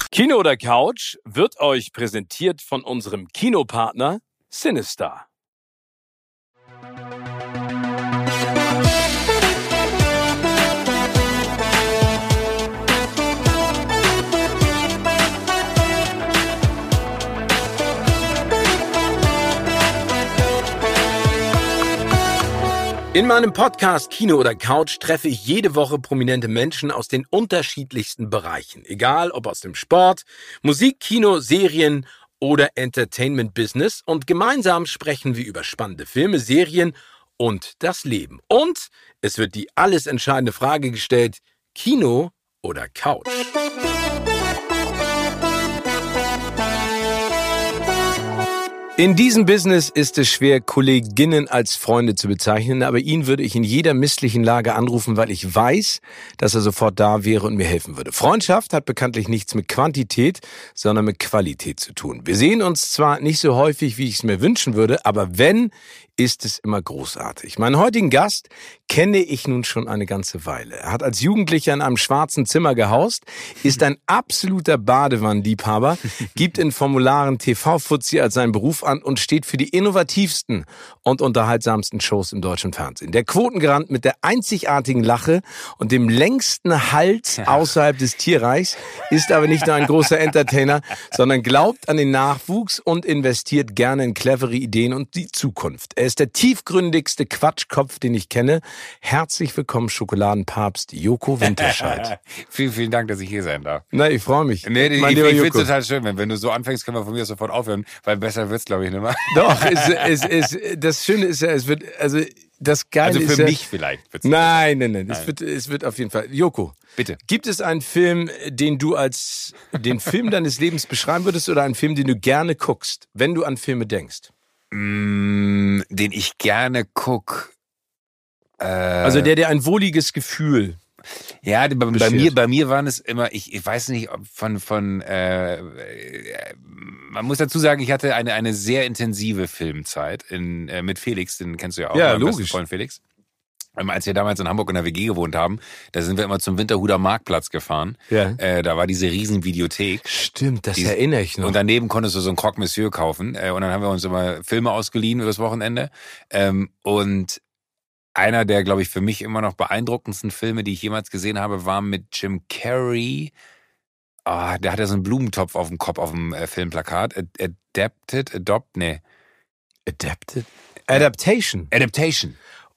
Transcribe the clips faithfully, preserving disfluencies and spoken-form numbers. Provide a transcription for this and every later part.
Kino oder Couch wird euch präsentiert von unserem Kinopartner Cinestar. In meinem Podcast Kino oder Couch treffe ich jede Woche prominente Menschen aus den unterschiedlichsten Bereichen. Egal ob aus dem Sport, Musik, Kino, Serien oder Entertainment-Business. Und gemeinsam sprechen wir über spannende Filme, Serien und das Leben. Und es wird die alles entscheidende Frage gestellt: Kino oder Couch? In diesem Business ist es schwer, Kolleginnen als Freunde zu bezeichnen, aber ihn würde ich in jeder misslichen Lage anrufen, weil ich weiß, dass er sofort da wäre und mir helfen würde. Freundschaft hat bekanntlich nichts mit Quantität, sondern mit Qualität zu tun. Wir sehen uns zwar nicht so häufig, wie ich es mir wünschen würde, aber wenn, ist es immer großartig. Meinen heutigen Gast kenne ich nun schon eine ganze Weile. Er hat als Jugendlicher in einem schwarzen Zimmer gehaust, ist ein absoluter Badewannenliebhaber, gibt in Formularen T V-Fuzzi als seinen Beruf an und steht für die innovativsten und unterhaltsamsten Shows im deutschen Fernsehen. Der Quotengarant mit der einzigartigen Lache und dem längsten Hals außerhalb des Tierreichs ist aber nicht nur ein großer Entertainer, sondern glaubt an den Nachwuchs und investiert gerne in clevere Ideen und die Zukunft. Er ist der tiefgründigste Quatschkopf, den ich kenne. Herzlich willkommen, Schokoladenpapst Joko Winterscheid. vielen, vielen Dank, dass ich hier sein darf. Na, ich freue mich. Nee, ich, ich finde es total schön. Wenn, wenn du so anfängst, können wir von mir sofort aufhören, weil besser wird's, glaube ich, nicht mehr. Doch, es, es, es, das Schöne ist ja, es wird, also das Geile also ist für ja, mich vielleicht. Wird's nein, nein, nein, nein. Es, wird, es wird auf jeden Fall. Joko, bitte. Gibt es einen Film, den du als den Film deines Lebens beschreiben würdest oder einen Film, den du gerne guckst, wenn du an Filme denkst? Mm, den ich gerne guck. Äh, also der dir ein wohliges Gefühl. Ja, bei, bei mir, bei mir waren es immer, ich, ich weiß nicht, ob von, von, äh, man muss dazu sagen, ich hatte eine, eine sehr intensive Filmzeit in, äh, mit Felix, den kennst du ja auch, ja, meinem logisch. besten Freund Felix. Als wir damals in Hamburg in der W G gewohnt haben, da sind wir immer zum Winterhuder Marktplatz gefahren. Ja. Äh, da war diese riesen Videothek. Stimmt, das die, erinnere ich noch. Und daneben konntest du so ein Croque Monsieur kaufen. Äh, und dann haben wir uns immer Filme ausgeliehen übers Wochenende. Ähm, und einer der, glaube ich, für mich immer noch beeindruckendsten Filme, die ich jemals gesehen habe, war mit Jim Carrey. Ah, der hat ja so einen Blumentopf auf dem Kopf auf dem äh, Filmplakat. Adapted, Adopt, nee. Adapted? Adaptation. Adaptation.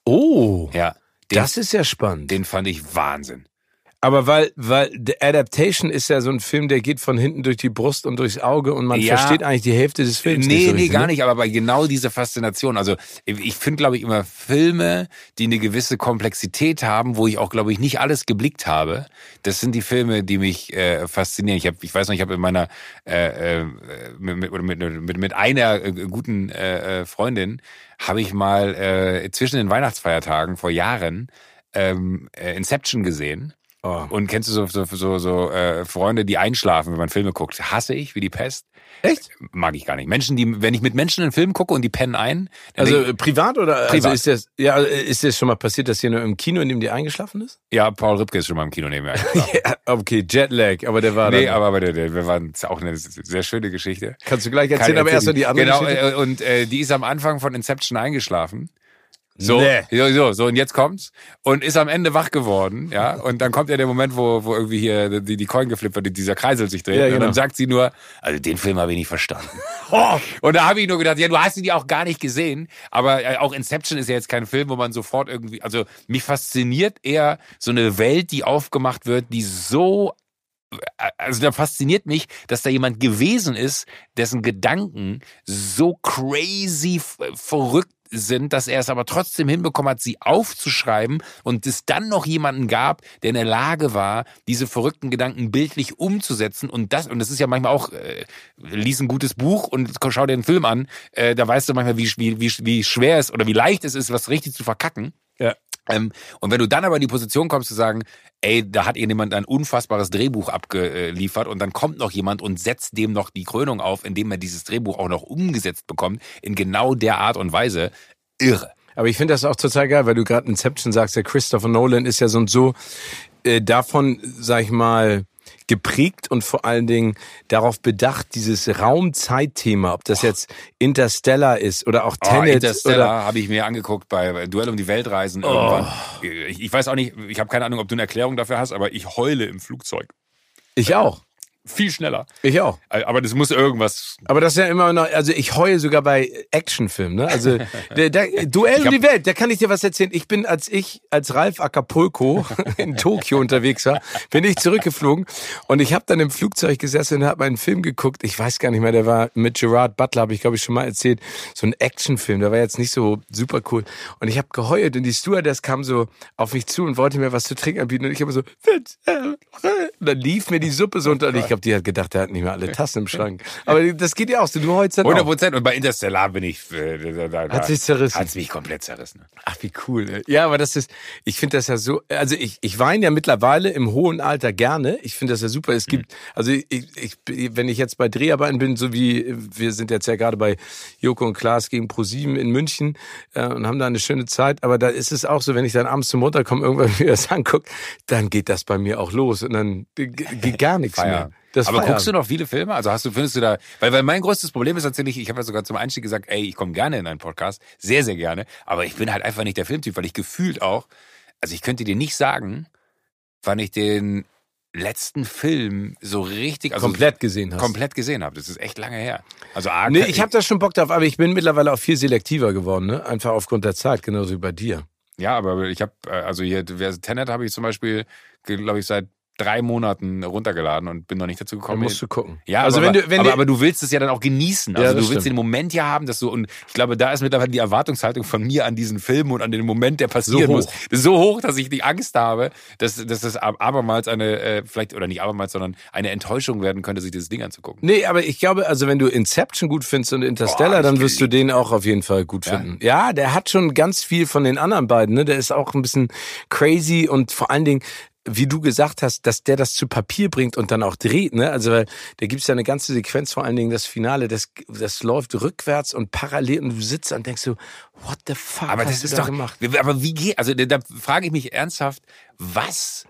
Oh, ja, den, das ist ja spannend. Den fand ich Wahnsinn. Aber weil, weil The Adaptation ist ja so ein Film, der geht von hinten durch die Brust und durchs Auge und man ja, versteht eigentlich die Hälfte des Films nee, nicht. So nee, richtig, gar ne? nicht, aber bei genau dieser Faszination. Also ich finde, glaube ich, immer Filme, die eine gewisse Komplexität haben, wo ich auch, glaube ich, nicht alles geblickt habe. Das sind die Filme, die mich äh, faszinieren. Ich habe, ich weiß noch, ich habe in meiner äh, äh, mit, mit, mit, mit einer äh, guten äh, Freundin habe ich mal äh, zwischen den Weihnachtsfeiertagen vor Jahren ähm, äh, Inception gesehen. Oh. Und kennst du so so so, so äh, Freunde, die einschlafen, wenn man Filme guckt? Hasse ich wie die Pest. Echt? Mag ich gar nicht. Menschen, die, wenn ich mit Menschen einen Film gucke und die pennen ein. Also ich, privat oder? Privat. Also ist das, ja, ist das schon mal passiert, dass hier im Kino, in dem die eingeschlafen ist? Ja, Paul Ripke ist schon mal im Kino neben mir eingeschlafen. Ja, okay, Jetlag, aber der war Nee, dann, aber, aber der, der, wir waren auch eine sehr schöne Geschichte. Kannst du gleich erzählen, aber erst mal die andere genau, Geschichte. Genau, und äh, die ist am Anfang von Inception eingeschlafen. So, nee. so, so, so, und jetzt kommt's. Und ist am Ende wach geworden, ja. Und dann kommt ja der Moment, wo, wo irgendwie hier die, die Coin geflippt wird, dieser Kreisel sich dreht. Ja, genau. Und dann sagt sie nur, also den Film habe ich nicht verstanden. Oh. Und da habe ich nur gedacht, ja, du hast ihn ja auch gar nicht gesehen. Aber auch Inception ist ja jetzt kein Film, wo man sofort irgendwie, also mich fasziniert eher so eine Welt, die aufgemacht wird, die so, also da fasziniert mich, dass da jemand gewesen ist, dessen Gedanken so crazy verrückt sind, dass er es aber trotzdem hinbekommen hat, sie aufzuschreiben und es dann noch jemanden gab, der in der Lage war, diese verrückten Gedanken bildlich umzusetzen und das, und das ist ja manchmal auch, äh, lies ein gutes Buch und schau dir einen Film an, äh, da weißt du manchmal, wie, wie, wie, wie schwer es oder wie leicht es ist, was richtig zu verkacken. Ja. Ähm, und wenn du dann aber in die Position kommst zu sagen, ey, da hat jemand ein unfassbares Drehbuch abgeliefert und dann kommt noch jemand und setzt dem noch die Krönung auf, indem er dieses Drehbuch auch noch umgesetzt bekommt, in genau der Art und Weise, irre. Aber ich finde das auch total geil, weil du gerade Inception sagst, der Christopher Nolan ist ja so und so äh, davon, sag ich mal, geprägt und vor allen Dingen darauf bedacht, dieses Raum-Zeit-Thema, ob das oh. jetzt Interstellar ist oder auch Tenet. Oh, Interstellar habe ich mir angeguckt bei Duell um die Weltreisen irgendwann. Oh. Ich, ich weiß auch nicht, ich habe keine Ahnung, ob du eine Erklärung dafür hast, aber ich heule im Flugzeug. Ich auch. Viel schneller. Ich auch. Aber das muss irgendwas... Aber das ist ja immer noch... Also ich heule sogar bei Actionfilmen. Ne? Also der, der, Duell um die Welt, da kann ich dir was erzählen. Ich bin, als ich als Ralf Acapulco in Tokio unterwegs war, bin ich zurückgeflogen und ich habe dann im Flugzeug gesessen und habe einen Film geguckt. Ich weiß gar nicht mehr, der war mit Gerard Butler, habe ich glaube ich schon mal erzählt. So ein Actionfilm, der war jetzt nicht so super cool. Und ich habe geheult und die Stewardess kam so auf mich zu und wollte mir was zu trinken anbieten. Und ich habe so... Und dann lief mir die Suppe so unter und ich Ich glaube, die hat gedacht, der hat nicht mehr alle Tassen im Schrank. Aber das geht ja auch so, du heulst dann hundert Prozent. Und bei Interstellar bin ich... Äh, da, hat sich zerrissen. Hat mich komplett zerrissen. Ach, wie cool. Ey. Ja, aber das ist... Ich finde das ja so... Also ich, ich weine ja mittlerweile im hohen Alter gerne. Ich finde das ja super. Es gibt... Also ich, ich, wenn ich jetzt bei Dreharbeiten bin, so wie... Wir sind jetzt ja gerade bei Joko und Klaas gegen ProSieben in München äh, und haben da eine schöne Zeit. Aber da ist es auch so, wenn ich dann abends zum Runterkomme, irgendwann mir das angucke, dann geht das bei mir auch los. Und dann geht gar nichts mehr. Das aber guckst du noch viele Filme? Also hast du, findest du da, weil, weil mein größtes Problem ist tatsächlich, ich habe ja sogar zum Einstieg gesagt, ey, ich komme gerne in einen Podcast, sehr, sehr gerne, aber ich bin halt einfach nicht der Filmtyp, weil ich gefühlt auch, also ich könnte dir nicht sagen, wann ich den letzten Film so richtig, also komplett gesehen hast. Komplett gesehen habe. Das ist echt lange her. Also A, nee, ich habe da schon Bock drauf, aber ich bin mittlerweile auch viel selektiver geworden, ne? Einfach aufgrund der Zeit, genauso wie bei dir. Ja, aber ich habe, also hier, Tenet habe ich zum Beispiel, glaube ich, seit drei Monaten runtergeladen und bin noch nicht dazu gekommen. Da musst du gucken. Ja, also aber, wenn du, wenn aber, aber du willst es ja dann auch genießen. Also ja, du willst stimmt. den Moment ja haben, dass du, und ich glaube, da ist mittlerweile die Erwartungshaltung von mir an diesen Film und an den Moment, der passieren so muss, so hoch, dass ich die Angst habe, dass, dass das abermals eine, äh, vielleicht, oder nicht abermals, sondern eine Enttäuschung werden könnte, sich dieses Ding anzugucken. Nee, aber ich glaube, also wenn du Inception gut findest und Interstellar, Boah, dann wirst du den auch auf jeden Fall gut finden. Ja? ja, der hat schon ganz viel von den anderen beiden, ne? Der ist auch ein bisschen crazy und vor allen Dingen, wie du gesagt hast, dass der das zu Papier bringt und dann auch dreht, ne? Also da gibt's ja eine ganze Sequenz, vor allen Dingen das Finale, das das läuft rückwärts und parallel und du sitzt und denkst so, what the fuck aber hast das du ist da doch gemacht? Aber wie geht? Also da, da frage ich mich ernsthaft, was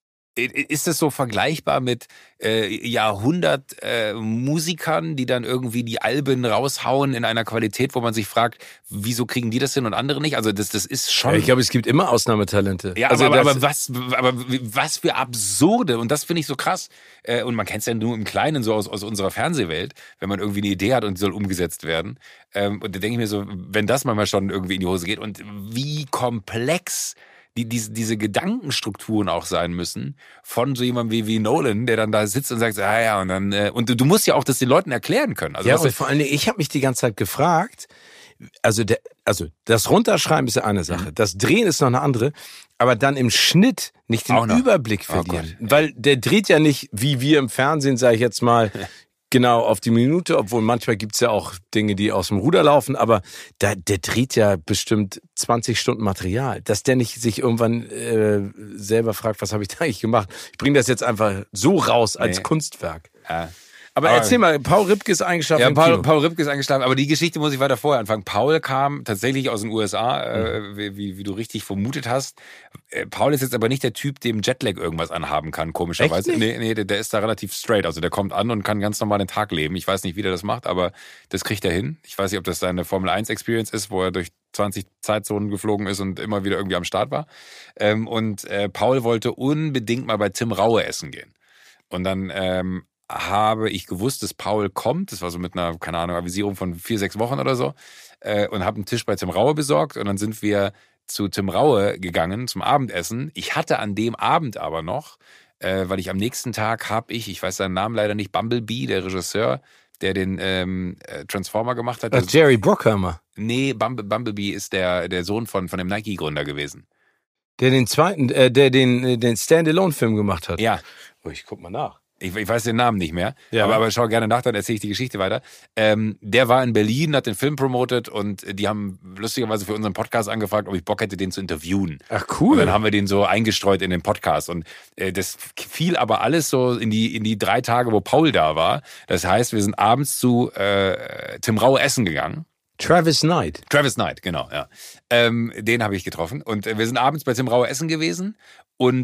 ist das so vergleichbar mit äh, Jahrhundert äh, Musikern, die dann irgendwie die Alben raushauen in einer Qualität, wo man sich fragt, wieso kriegen die das hin und andere nicht? Also das, das ist schon... Ja, ich glaube, es gibt immer Ausnahmetalente. Ja, also aber, aber, aber, was, aber was für absurde, und das finde ich so krass, äh, und man kennt es ja nur im Kleinen so aus, aus unserer Fernsehwelt, wenn man irgendwie eine Idee hat und die soll umgesetzt werden. Ähm, und da denke ich mir so, wenn das manchmal schon irgendwie in die Hose geht und wie komplex die diese, diese Gedankenstrukturen auch sein müssen von so jemandem wie, wie Nolan, der dann da sitzt und sagt, ah ja, und dann äh, und du, du musst ja auch das den Leuten erklären können. Also ja, und vor allen Dingen, ich habe mich die ganze Zeit gefragt, also der, also das Runterschreiben ist ja eine Sache, mhm. das Drehen ist noch eine andere, aber dann im Schnitt nicht den Überblick verlieren, oh weil der dreht ja nicht, wie wir im Fernsehen, sage ich jetzt mal, genau auf die Minute, obwohl manchmal gibt's ja auch Dinge, die aus dem Ruder laufen, aber da, der dreht ja bestimmt zwanzig Stunden Material, dass der nicht sich irgendwann äh, selber fragt, was habe ich da eigentlich gemacht? Ich bringe das jetzt einfach so raus als nee. Kunstwerk. Ja. Aber, aber erzähl mal, Paul Ripke ist eingeschlafen ja, im Paul, Kino. Paul Ripke ist eingeschlafen, aber die Geschichte muss ich weiter vorher anfangen. Paul kam tatsächlich aus den U S A, äh, wie, wie du richtig vermutet hast. Äh, Paul ist jetzt aber nicht der Typ, dem Jetlag irgendwas anhaben kann, komischerweise. Nee, nee, der, der ist da relativ straight. Also der kommt an und kann ganz normal den Tag leben. Ich weiß nicht, wie der das macht, aber das kriegt er hin. Ich weiß nicht, ob das seine Formel eins Experience ist, wo er durch zwanzig Zeitzonen geflogen ist und immer wieder irgendwie am Start war. Ähm, und äh, Paul wollte unbedingt mal bei Tim Raue essen gehen. Und dann ähm, habe ich gewusst, dass Paul kommt. Das war so mit einer, keine Ahnung, Avisierung von vier, sechs Wochen oder so. Äh, und habe einen Tisch bei Tim Raue besorgt. Und dann sind wir zu Tim Raue gegangen zum Abendessen. Ich hatte an dem Abend aber noch, äh, weil ich am nächsten Tag habe ich, ich weiß seinen Namen leider nicht, Bumblebee, der Regisseur, der den ähm, Transformer gemacht hat. Ach, Jerry Bruckheimer. Nee, Bumble, Bumblebee ist der, der Sohn von, von dem Nike-Gründer gewesen. Der den zweiten, äh, der den, den Standalone-Film gemacht hat. Ja. Oh, ich guck mal nach. Ich, ich weiß den Namen nicht mehr, ja. aber, aber schau gerne nach, dann erzähle ich die Geschichte weiter. Ähm, der war in Berlin, hat den Film promotet und die haben lustigerweise für unseren Podcast angefragt, ob ich Bock hätte, den zu interviewen. Ach cool. Und dann haben wir den so eingestreut in den Podcast und äh, das fiel aber alles so in die in die drei Tage, wo Paul da war. Das heißt, wir sind abends zu äh, Tim Raue essen gegangen. Travis Knight. Travis Knight, genau, ja. Ähm, den habe ich getroffen und äh, wir sind abends bei Tim Raue essen gewesen und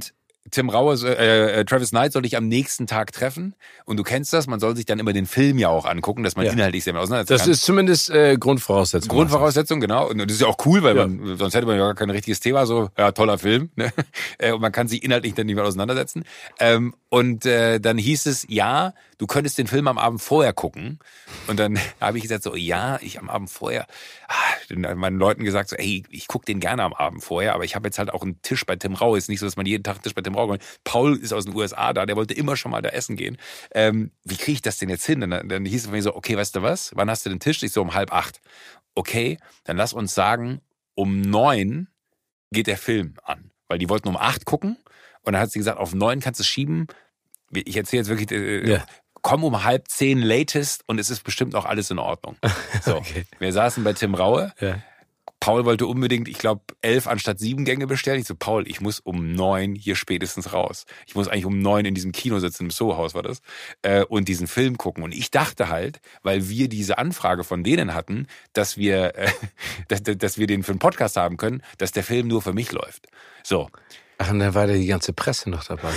Tim Raue, äh, Travis Knight soll dich am nächsten Tag treffen und du kennst das, man soll sich dann immer den Film ja auch angucken, dass man ja. inhaltlich sehr auseinandersetzen kann. Das ist zumindest äh, Grundvoraussetzung. Grundvoraussetzung, genau. Und das ist ja auch cool, weil ja. man, sonst hätte man ja gar kein richtiges Thema, so, ja, toller Film. Ne? Und man kann sich inhaltlich dann nicht mehr auseinandersetzen. Ähm, und äh, dann hieß es, ja, du könntest den Film am Abend vorher gucken. Und dann habe ich gesagt so, ja, ich am Abend vorher, ah, meinen Leuten gesagt so, ey, ich gucke den gerne am Abend vorher, aber ich habe jetzt halt auch einen Tisch bei Tim Raue. Ist nicht so, dass man jeden Tag einen Tisch bei Tim Raue kommt. Paul ist aus den U S A da, der wollte immer schon mal da essen gehen. Ähm, wie kriege ich das denn jetzt hin? Und dann, dann hieß es mir so, okay, weißt du was, wann hast du den Tisch? Ich so, um halb acht. Okay, dann lass uns sagen, um neun geht der Film an. Weil die wollten um acht gucken und dann hat sie gesagt, auf neun kannst du schieben. Ich erzähle jetzt wirklich, äh, ja. komm um halb zehn latest und es ist bestimmt auch alles in Ordnung. So, okay. Wir saßen bei Tim Raue. Ja. Paul wollte unbedingt, ich glaube, elf anstatt sieben Gänge bestellen. Ich so, Paul, ich muss um neun hier spätestens raus. Ich muss eigentlich um neun in diesem Kino sitzen, im Soho-Haus war das, äh, und diesen Film gucken. Und ich dachte halt, weil wir diese Anfrage von denen hatten, dass wir, äh, dass, dass wir den für einen Podcast haben können, dass der Film nur für mich läuft. So. Ach, und dann war da die ganze Presse noch dabei.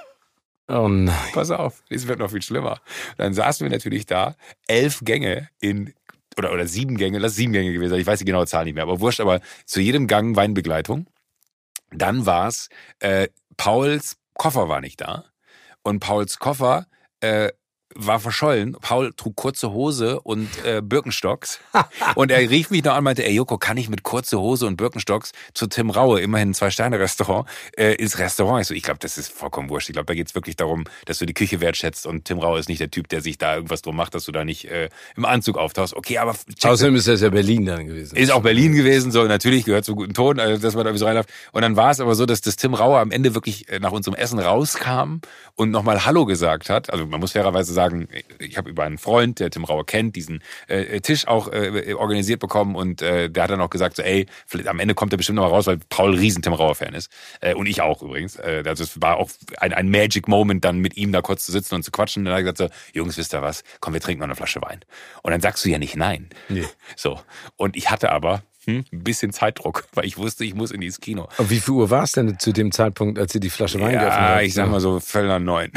Oh nein. Pass auf, es wird noch viel schlimmer. Dann saßen wir natürlich da, elf Gänge in Oder, oder sieben Gänge, lass sieben Gänge gewesen sein, ich weiß die genaue Zahl nicht mehr, aber wurscht, aber zu jedem Gang Weinbegleitung. Dann war's, äh, Pauls Koffer war nicht da und Pauls Koffer äh, war verschollen. Paul trug kurze Hose und äh, Birkenstocks und er rief mich noch an und meinte, ey Joko, kann ich mit kurze Hose und Birkenstocks zu Tim Raue, immerhin ein Zwei-Sterne-Restaurant, äh, ins Restaurant? Ich so, ich glaube, das ist vollkommen wurscht. Ich glaube, da geht's wirklich darum, dass du die Küche wertschätzt und Tim Raue ist nicht der Typ, der sich da irgendwas drum macht, dass du da nicht äh, im Anzug auftauchst. Okay, aber... Außerdem ist das ja Berlin dann gewesen. Ist auch Berlin gewesen, so natürlich, gehört zu guten Ton, also, dass man da so reinläuft. Und dann war es aber so, dass das Tim Raue am Ende wirklich nach unserem Essen rauskam und nochmal Hallo gesagt hat. Also man muss fairerweise sagen, ich habe über einen Freund, der Tim Raue kennt, diesen äh, Tisch auch äh, organisiert bekommen und äh, der hat dann auch gesagt, so ey, vielleicht am Ende kommt er bestimmt noch mal raus, weil Paul riesen Tim Raue-Fan ist. Äh, und ich auch übrigens. Äh, also es war auch ein, ein Magic Moment, dann mit ihm da kurz zu sitzen und zu quatschen. Und dann hat er gesagt so, Jungs, wisst ihr was? Komm, wir trinken noch eine Flasche Wein. Und dann sagst du ja nicht nein. Nee. So. Und ich hatte aber hm, ein bisschen Zeitdruck, weil ich wusste, ich muss in dieses Kino. Und wie viel Uhr war es denn zu dem Zeitpunkt, als ihr die Flasche Wein ja, geöffnet habt? Ja, ich sag mal so Viertel nach neun.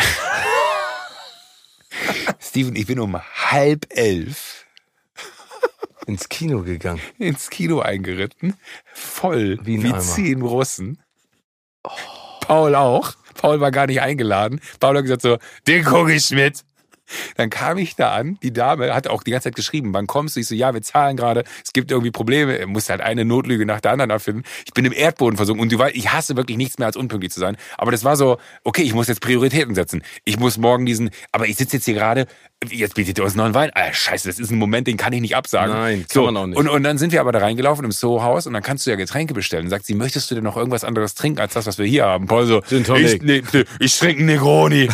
Steven, ich bin um halb elf ins Kino gegangen. Ins Kino eingeritten. Voll wie, wie zehn Russen. Oh. Paul auch. Paul war gar nicht eingeladen. Paul hat gesagt so, den gucke ich mit. Dann kam ich da an, die Dame hat auch die ganze Zeit geschrieben, wann kommst du? Ich so, ja, wir zahlen gerade, es gibt irgendwie Probleme, er musste halt eine Notlüge nach der anderen erfinden. Ich bin im Erdboden versunken und du weißt, ich hasse wirklich nichts mehr als unpünktlich zu sein. Aber das war so, okay, ich muss jetzt Prioritäten setzen. Ich muss morgen diesen, aber ich sitze jetzt hier gerade, jetzt bietet ihr uns noch einen Wein. Ah, scheiße, das ist ein Moment, den kann ich nicht absagen. Nein, kann so, man auch nicht. Und, und dann sind wir aber da reingelaufen im Soho-Haus und dann kannst du ja Getränke bestellen. Und sagt sie, möchtest du denn noch irgendwas anderes trinken als das, was wir hier haben? Paul so, ich, nee, ich trinke einen Negroni.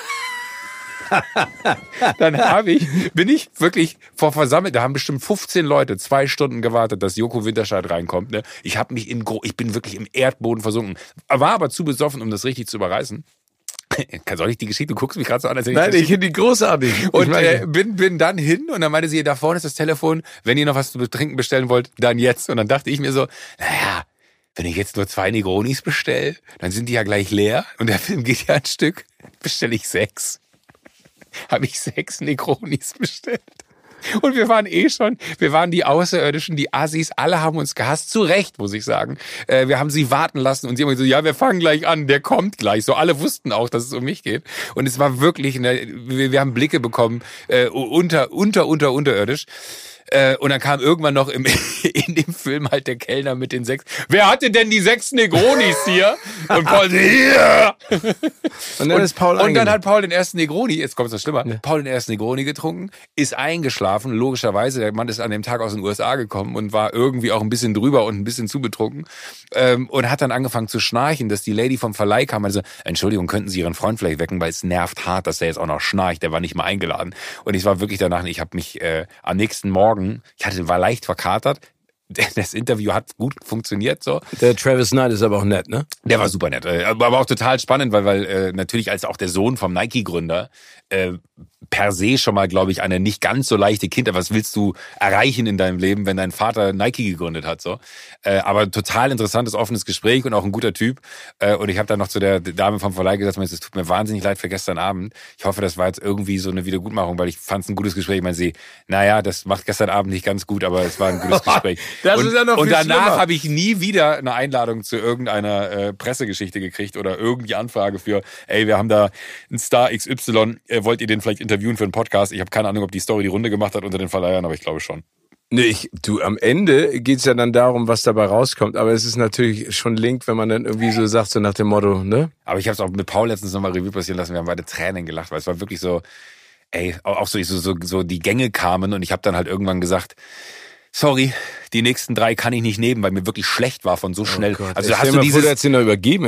Dann habe ich, bin ich wirklich vor versammelt, da haben bestimmt fünfzehn Leute zwei Stunden gewartet, dass Joko Winterscheid reinkommt. Ne? Ich habe mich in, ich bin wirklich im Erdboden versunken. War aber zu besoffen, um das richtig zu überreißen. Soll ich die Geschichte? Du guckst mich gerade so an, als Nein, ich finde die großartig. Und äh, bin, bin dann hin und dann meinte sie, da vorne ist das Telefon, wenn ihr noch was zu trinken bestellen wollt, dann jetzt. Und dann dachte ich mir so, naja, wenn ich jetzt nur zwei Negronis bestelle, dann sind die ja gleich leer und der Film geht ja ein Stück, bestelle ich sechs. Habe ich sechs Negronis bestellt. Und wir waren eh schon, wir waren die Außerirdischen, die Assis, alle haben uns gehasst, zu Recht, muss ich sagen. Äh, wir haben sie warten lassen und sie haben gesagt, ja, wir fangen gleich an, der kommt gleich. So, alle wussten auch, dass es um mich geht. Und es war wirklich, ne, wir, wir haben Blicke bekommen, äh, unter, unter, unter, unterirdisch. Äh, und dann kam irgendwann noch im, in dem Film halt der Kellner mit den sechs. Wer hatte denn die sechs Negronis hier? Und Paul, hier! Und dann ist Paul Und dann hat Paul den ersten Negroni, jetzt kommt das schlimmer, ja. Paul den ersten Negroni getrunken, ist eingeschlafen, logischerweise. Der Mann ist an dem Tag aus den U S A gekommen und war irgendwie auch ein bisschen drüber und ein bisschen zu betrunken. Ähm, und hat dann angefangen zu schnarchen, dass die Lady vom Verleih kam und so, Entschuldigung, könnten Sie Ihren Freund vielleicht wecken, weil es nervt hart, dass der jetzt auch noch schnarcht, der war nicht mal eingeladen. Und ich war wirklich danach, ich habe mich äh, am nächsten Morgen Ich hatte, war leicht verkatert. Das Interview hat gut funktioniert. So. Der Travis Knight ist aber auch nett, ne? Der war super nett. Aber auch total spannend, weil, weil äh, natürlich als auch der Sohn vom Nike-Gründer äh, per se schon mal, glaube ich, eine nicht ganz so leichte Kindheit. Was willst du erreichen in deinem Leben, wenn dein Vater Nike gegründet hat? So, äh, aber total interessantes, offenes Gespräch und auch ein guter Typ. Äh, und ich habe dann noch zu der Dame vom Verleih gesagt, es tut mir wahnsinnig leid für gestern Abend. Ich hoffe, das war jetzt irgendwie so eine Wiedergutmachung, weil ich fand es ein gutes Gespräch. Ich meine, sie, naja, das macht gestern Abend nicht ganz gut, aber es war ein gutes Gespräch. Das und, ist ja noch und viel danach habe ich nie wieder eine Einladung zu irgendeiner äh, Pressegeschichte gekriegt oder irgendwie Anfrage für, ey, wir haben da einen Star X Y, äh, wollt ihr den vielleicht interviewen für einen Podcast? Ich habe keine Ahnung, ob die Story die Runde gemacht hat unter den Verleihern, aber ich glaube schon. Nee, ich, du, am Ende geht's ja dann darum, was dabei rauskommt. Aber es ist natürlich schon link, wenn man dann irgendwie so sagt, so nach dem Motto, ne? Aber ich habe es auch mit Paul letztens nochmal Revue passieren lassen. Wir haben beide Tränen gelacht, weil es war wirklich so, ey, auch so, so, so, so die Gänge kamen und ich habe dann halt irgendwann gesagt, sorry, die nächsten drei kann ich nicht nehmen, weil mir wirklich schlecht war von so schnell. Oh Gott, also ey, hast du mal dieses, vor, du hättest ihn noch übergeben.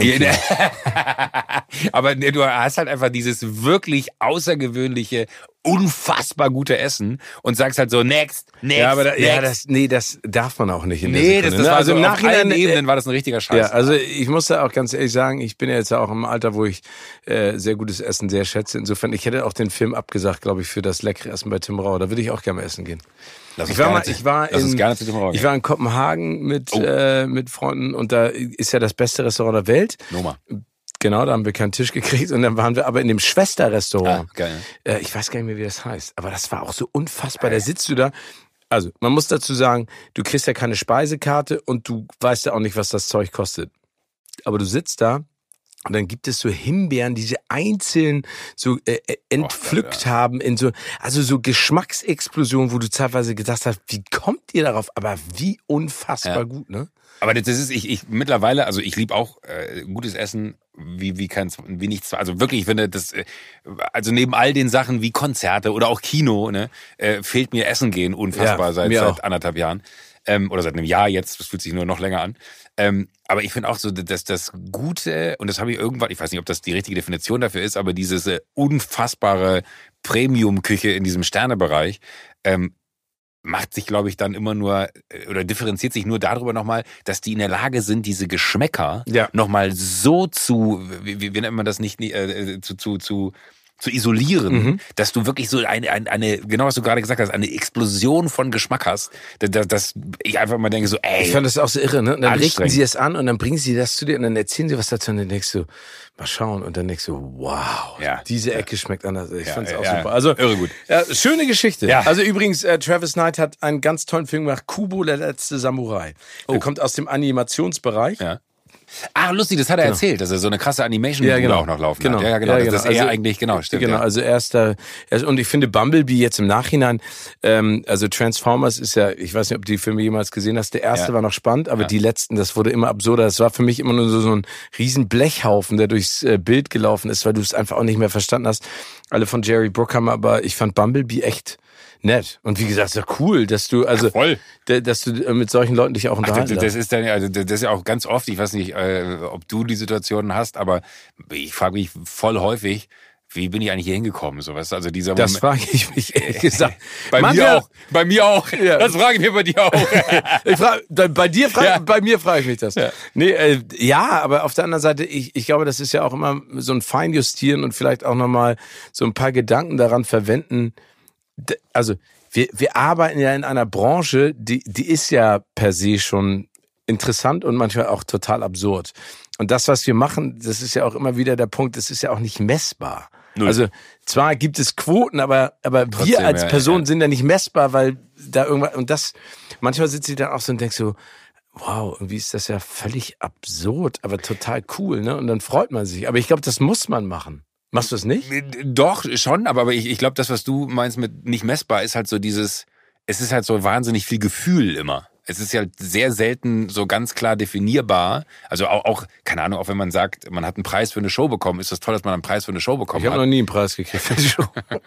aber nee, du hast halt einfach dieses wirklich außergewöhnliche, unfassbar gute Essen und sagst halt so next, next, ja, aber da, next. ja, das, nee, das darf man auch nicht in der Nee, Sekunde, das, das ne? war also so im auf Nachhinein allen Ebenen war das ein richtiger Scheiß. Ja, also ich muss da auch ganz ehrlich sagen, ich bin ja jetzt auch im Alter, wo ich äh, sehr gutes Essen sehr schätze. Insofern, ich hätte auch den Film abgesagt, glaube ich, für das leckere Essen bei Tim Rauer. Da würde ich auch gerne mal essen gehen. Lass Ich uns war, gerne mal, zu- ich, war lass uns in, gerne zu Tim Rauer ich gehen. war in Kopenhagen mit, Oh. äh, mit Freunden und da ist ja das beste Restaurant der Welt. Noma. Genau, da haben wir keinen Tisch gekriegt und dann waren wir aber in dem Schwesterrestaurant. Ah, geil. Äh, ich weiß gar nicht mehr, wie das heißt, aber das war auch so unfassbar. Da sitzt du da. Also, man muss dazu sagen, du kriegst ja keine Speisekarte und du weißt ja auch nicht, was das Zeug kostet. Aber du sitzt da und dann gibt es so Himbeeren, die sie einzeln so äh, entpflückt Oh, ja. haben in so, also so Geschmacksexplosionen, wo du zeitweise gedacht hast, wie kommt ihr darauf? Aber wie unfassbar Ja. gut, ne? Aber das ist, ich, ich mittlerweile, also ich liebe auch äh, gutes Essen, wie, wie kein, wie nichts, also wirklich, ich finde, das, äh, also neben all den Sachen wie Konzerte oder auch Kino, ne, äh, fehlt mir Essen gehen unfassbar Ja, seit, mir seit auch. anderthalb Jahren. Ähm, oder seit einem Jahr jetzt, das fühlt sich nur noch länger an. Ähm, aber ich finde auch so, dass das Gute, und das habe ich irgendwann, ich weiß nicht, ob das die richtige Definition dafür ist, aber dieses äh, unfassbare Premium-Küche in diesem Sternebereich, ähm, macht sich, glaube ich, dann immer nur äh, oder differenziert sich nur darüber nochmal, dass die in der Lage sind, diese Geschmäcker Ja. nochmal so zu, wie, wie, wie nennt man das nicht, äh, zu, zu, zu, zu isolieren, Mhm. dass du wirklich so eine, eine, eine, genau was du gerade gesagt hast, eine Explosion von Geschmack hast, dass, dass ich einfach mal denke so, ey. Ich fand das auch so irre, ne? Und dann richten Anstrengend. sie es an und dann bringen sie das zu dir und dann erzählen sie was dazu und dann denkst du, mal schauen und dann denkst du, wow, Ja. diese Ecke schmeckt anders. Ich Ja, fand's ja, auch ja. super. Also Irre gut. Ja, schöne Geschichte. Ja. Also übrigens, äh, Travis Knight hat einen ganz tollen Film gemacht, Kubo, der letzte Samurai. Der Oh. kommt aus dem Animationsbereich. Ja. Ah, lustig, das hat er erzählt, dass er so eine krasse Animation Ja, genau. auch noch laufen Genau. hat. Ja, ja, genau. Ja, Das genau. ist er Also- eigentlich, genau, stimmt. Genau, ja. also er ist da, er ist, und ich finde Bumblebee jetzt im Nachhinein, ähm, also Transformers ist ja, ich weiß nicht, ob du die Filme jemals gesehen hast, der erste Ja. war noch spannend, aber Ja. die letzten, das wurde immer absurder. Das war für mich immer nur so, so ein riesen Blechhaufen, der durchs äh, Bild gelaufen ist, weil du es einfach auch nicht mehr verstanden hast. Alle von Jerry Bruckheimer, aber ich fand Bumblebee echt nett. Und wie gesagt, ist ja cool, dass du, also, Ach, voll. d- dass du äh, mit solchen Leuten dich auch Ach, das, unterhalten das darfst. ist dann, also das ist ja auch ganz oft, ich weiß nicht, äh, ob du die Situationen hast, aber ich frage mich voll häufig, wie bin ich eigentlich hier hingekommen? So, weißt du, also dieser Das Moment. frage ich mich ehrlich gesagt. Bei Manche- mir auch. Bei mir auch. Ja. Das frage ich mir bei dir auch. Ich frage, bei dir frage, Ja. bei mir frage ich mich das. Ja. Nee, äh, ja, aber auf der anderen Seite, ich, ich glaube, das ist ja auch immer so ein Feinjustieren und vielleicht auch nochmal so ein paar Gedanken daran verwenden. D- Also, wir, wir arbeiten ja in einer Branche, die, die ist ja per se schon interessant und manchmal auch total absurd. Und das, was wir machen, das ist ja auch immer wieder der Punkt, das ist ja auch nicht messbar. Null. Also zwar gibt es Quoten, aber, aber wir Trotzdem, als ja, Person ja. sind ja nicht messbar, weil da irgendwas, und das, manchmal sitzt sie dann auch so und denkst so, wow, irgendwie ist das ja völlig absurd, aber total cool, ne? Und dann freut man sich. Aber ich glaube, das muss man machen. Machst du es nicht? Doch, schon, aber aber ich, ich glaube, das, was du meinst mit nicht messbar, ist halt so dieses, es ist halt so wahnsinnig viel Gefühl immer. Es ist ja sehr selten so ganz klar definierbar. Also auch, auch, keine Ahnung, auch wenn man sagt, man hat einen Preis für eine Show bekommen, ist das toll, dass man einen Preis für eine Show bekommen Ich habe hat. noch nie einen Preis gekriegt für die Show.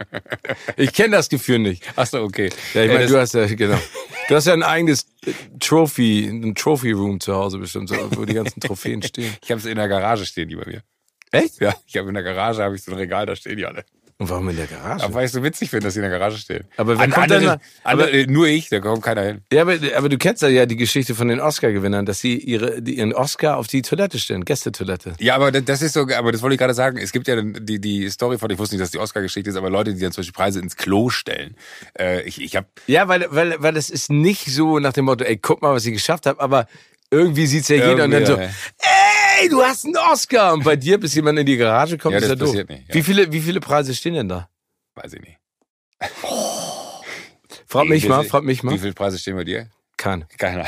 Ich kenne das Gefühl nicht. Ach so, okay. Ja, ich Ja, meine, das- du hast ja, genau. Du hast ja ein eigenes Trophy, ein Trophy-Room zu Hause bestimmt, so, wo die ganzen Trophäen stehen. Ich habe es in der Garage stehen, die bei mir. Echt? Ja, ich habe in der Garage habe ich so ein Regal, da stehen die alle. Und warum in der Garage? Aber weil ich so witzig finde, dass sie in der Garage stehen. Aber wer An, kommt andere, denn da, andere, aber, nur ich, da kommt keiner hin. Ja, aber, aber du kennst ja die Geschichte von den Oscar-Gewinnern, dass sie ihre, die, ihren Oscar auf die Toilette stellen, Gästetoilette. Ja, aber das ist so, aber das wollte ich gerade sagen. Es gibt ja die, die Story von, ich wusste nicht, dass die Oscar-Geschichte ist, aber Leute, die dann zum Beispiel Preise ins Klo stellen. Äh, ich, ich hab. Ja, weil, weil, weil das ist nicht so nach dem Motto, ey, guck mal, was ich geschafft habe, aber irgendwie sieht's ja jeder und dann so, ey, du hast einen Oscar! Und bei dir, bis jemand in die Garage kommt, ja, ist das ja doof. passiert nicht. Ja. Wie viele, wie viele Preise stehen denn da? Weiß ich nicht. Frag mich mal, frag mich mal. Wie viele Preise stehen bei dir? Keine. Keine.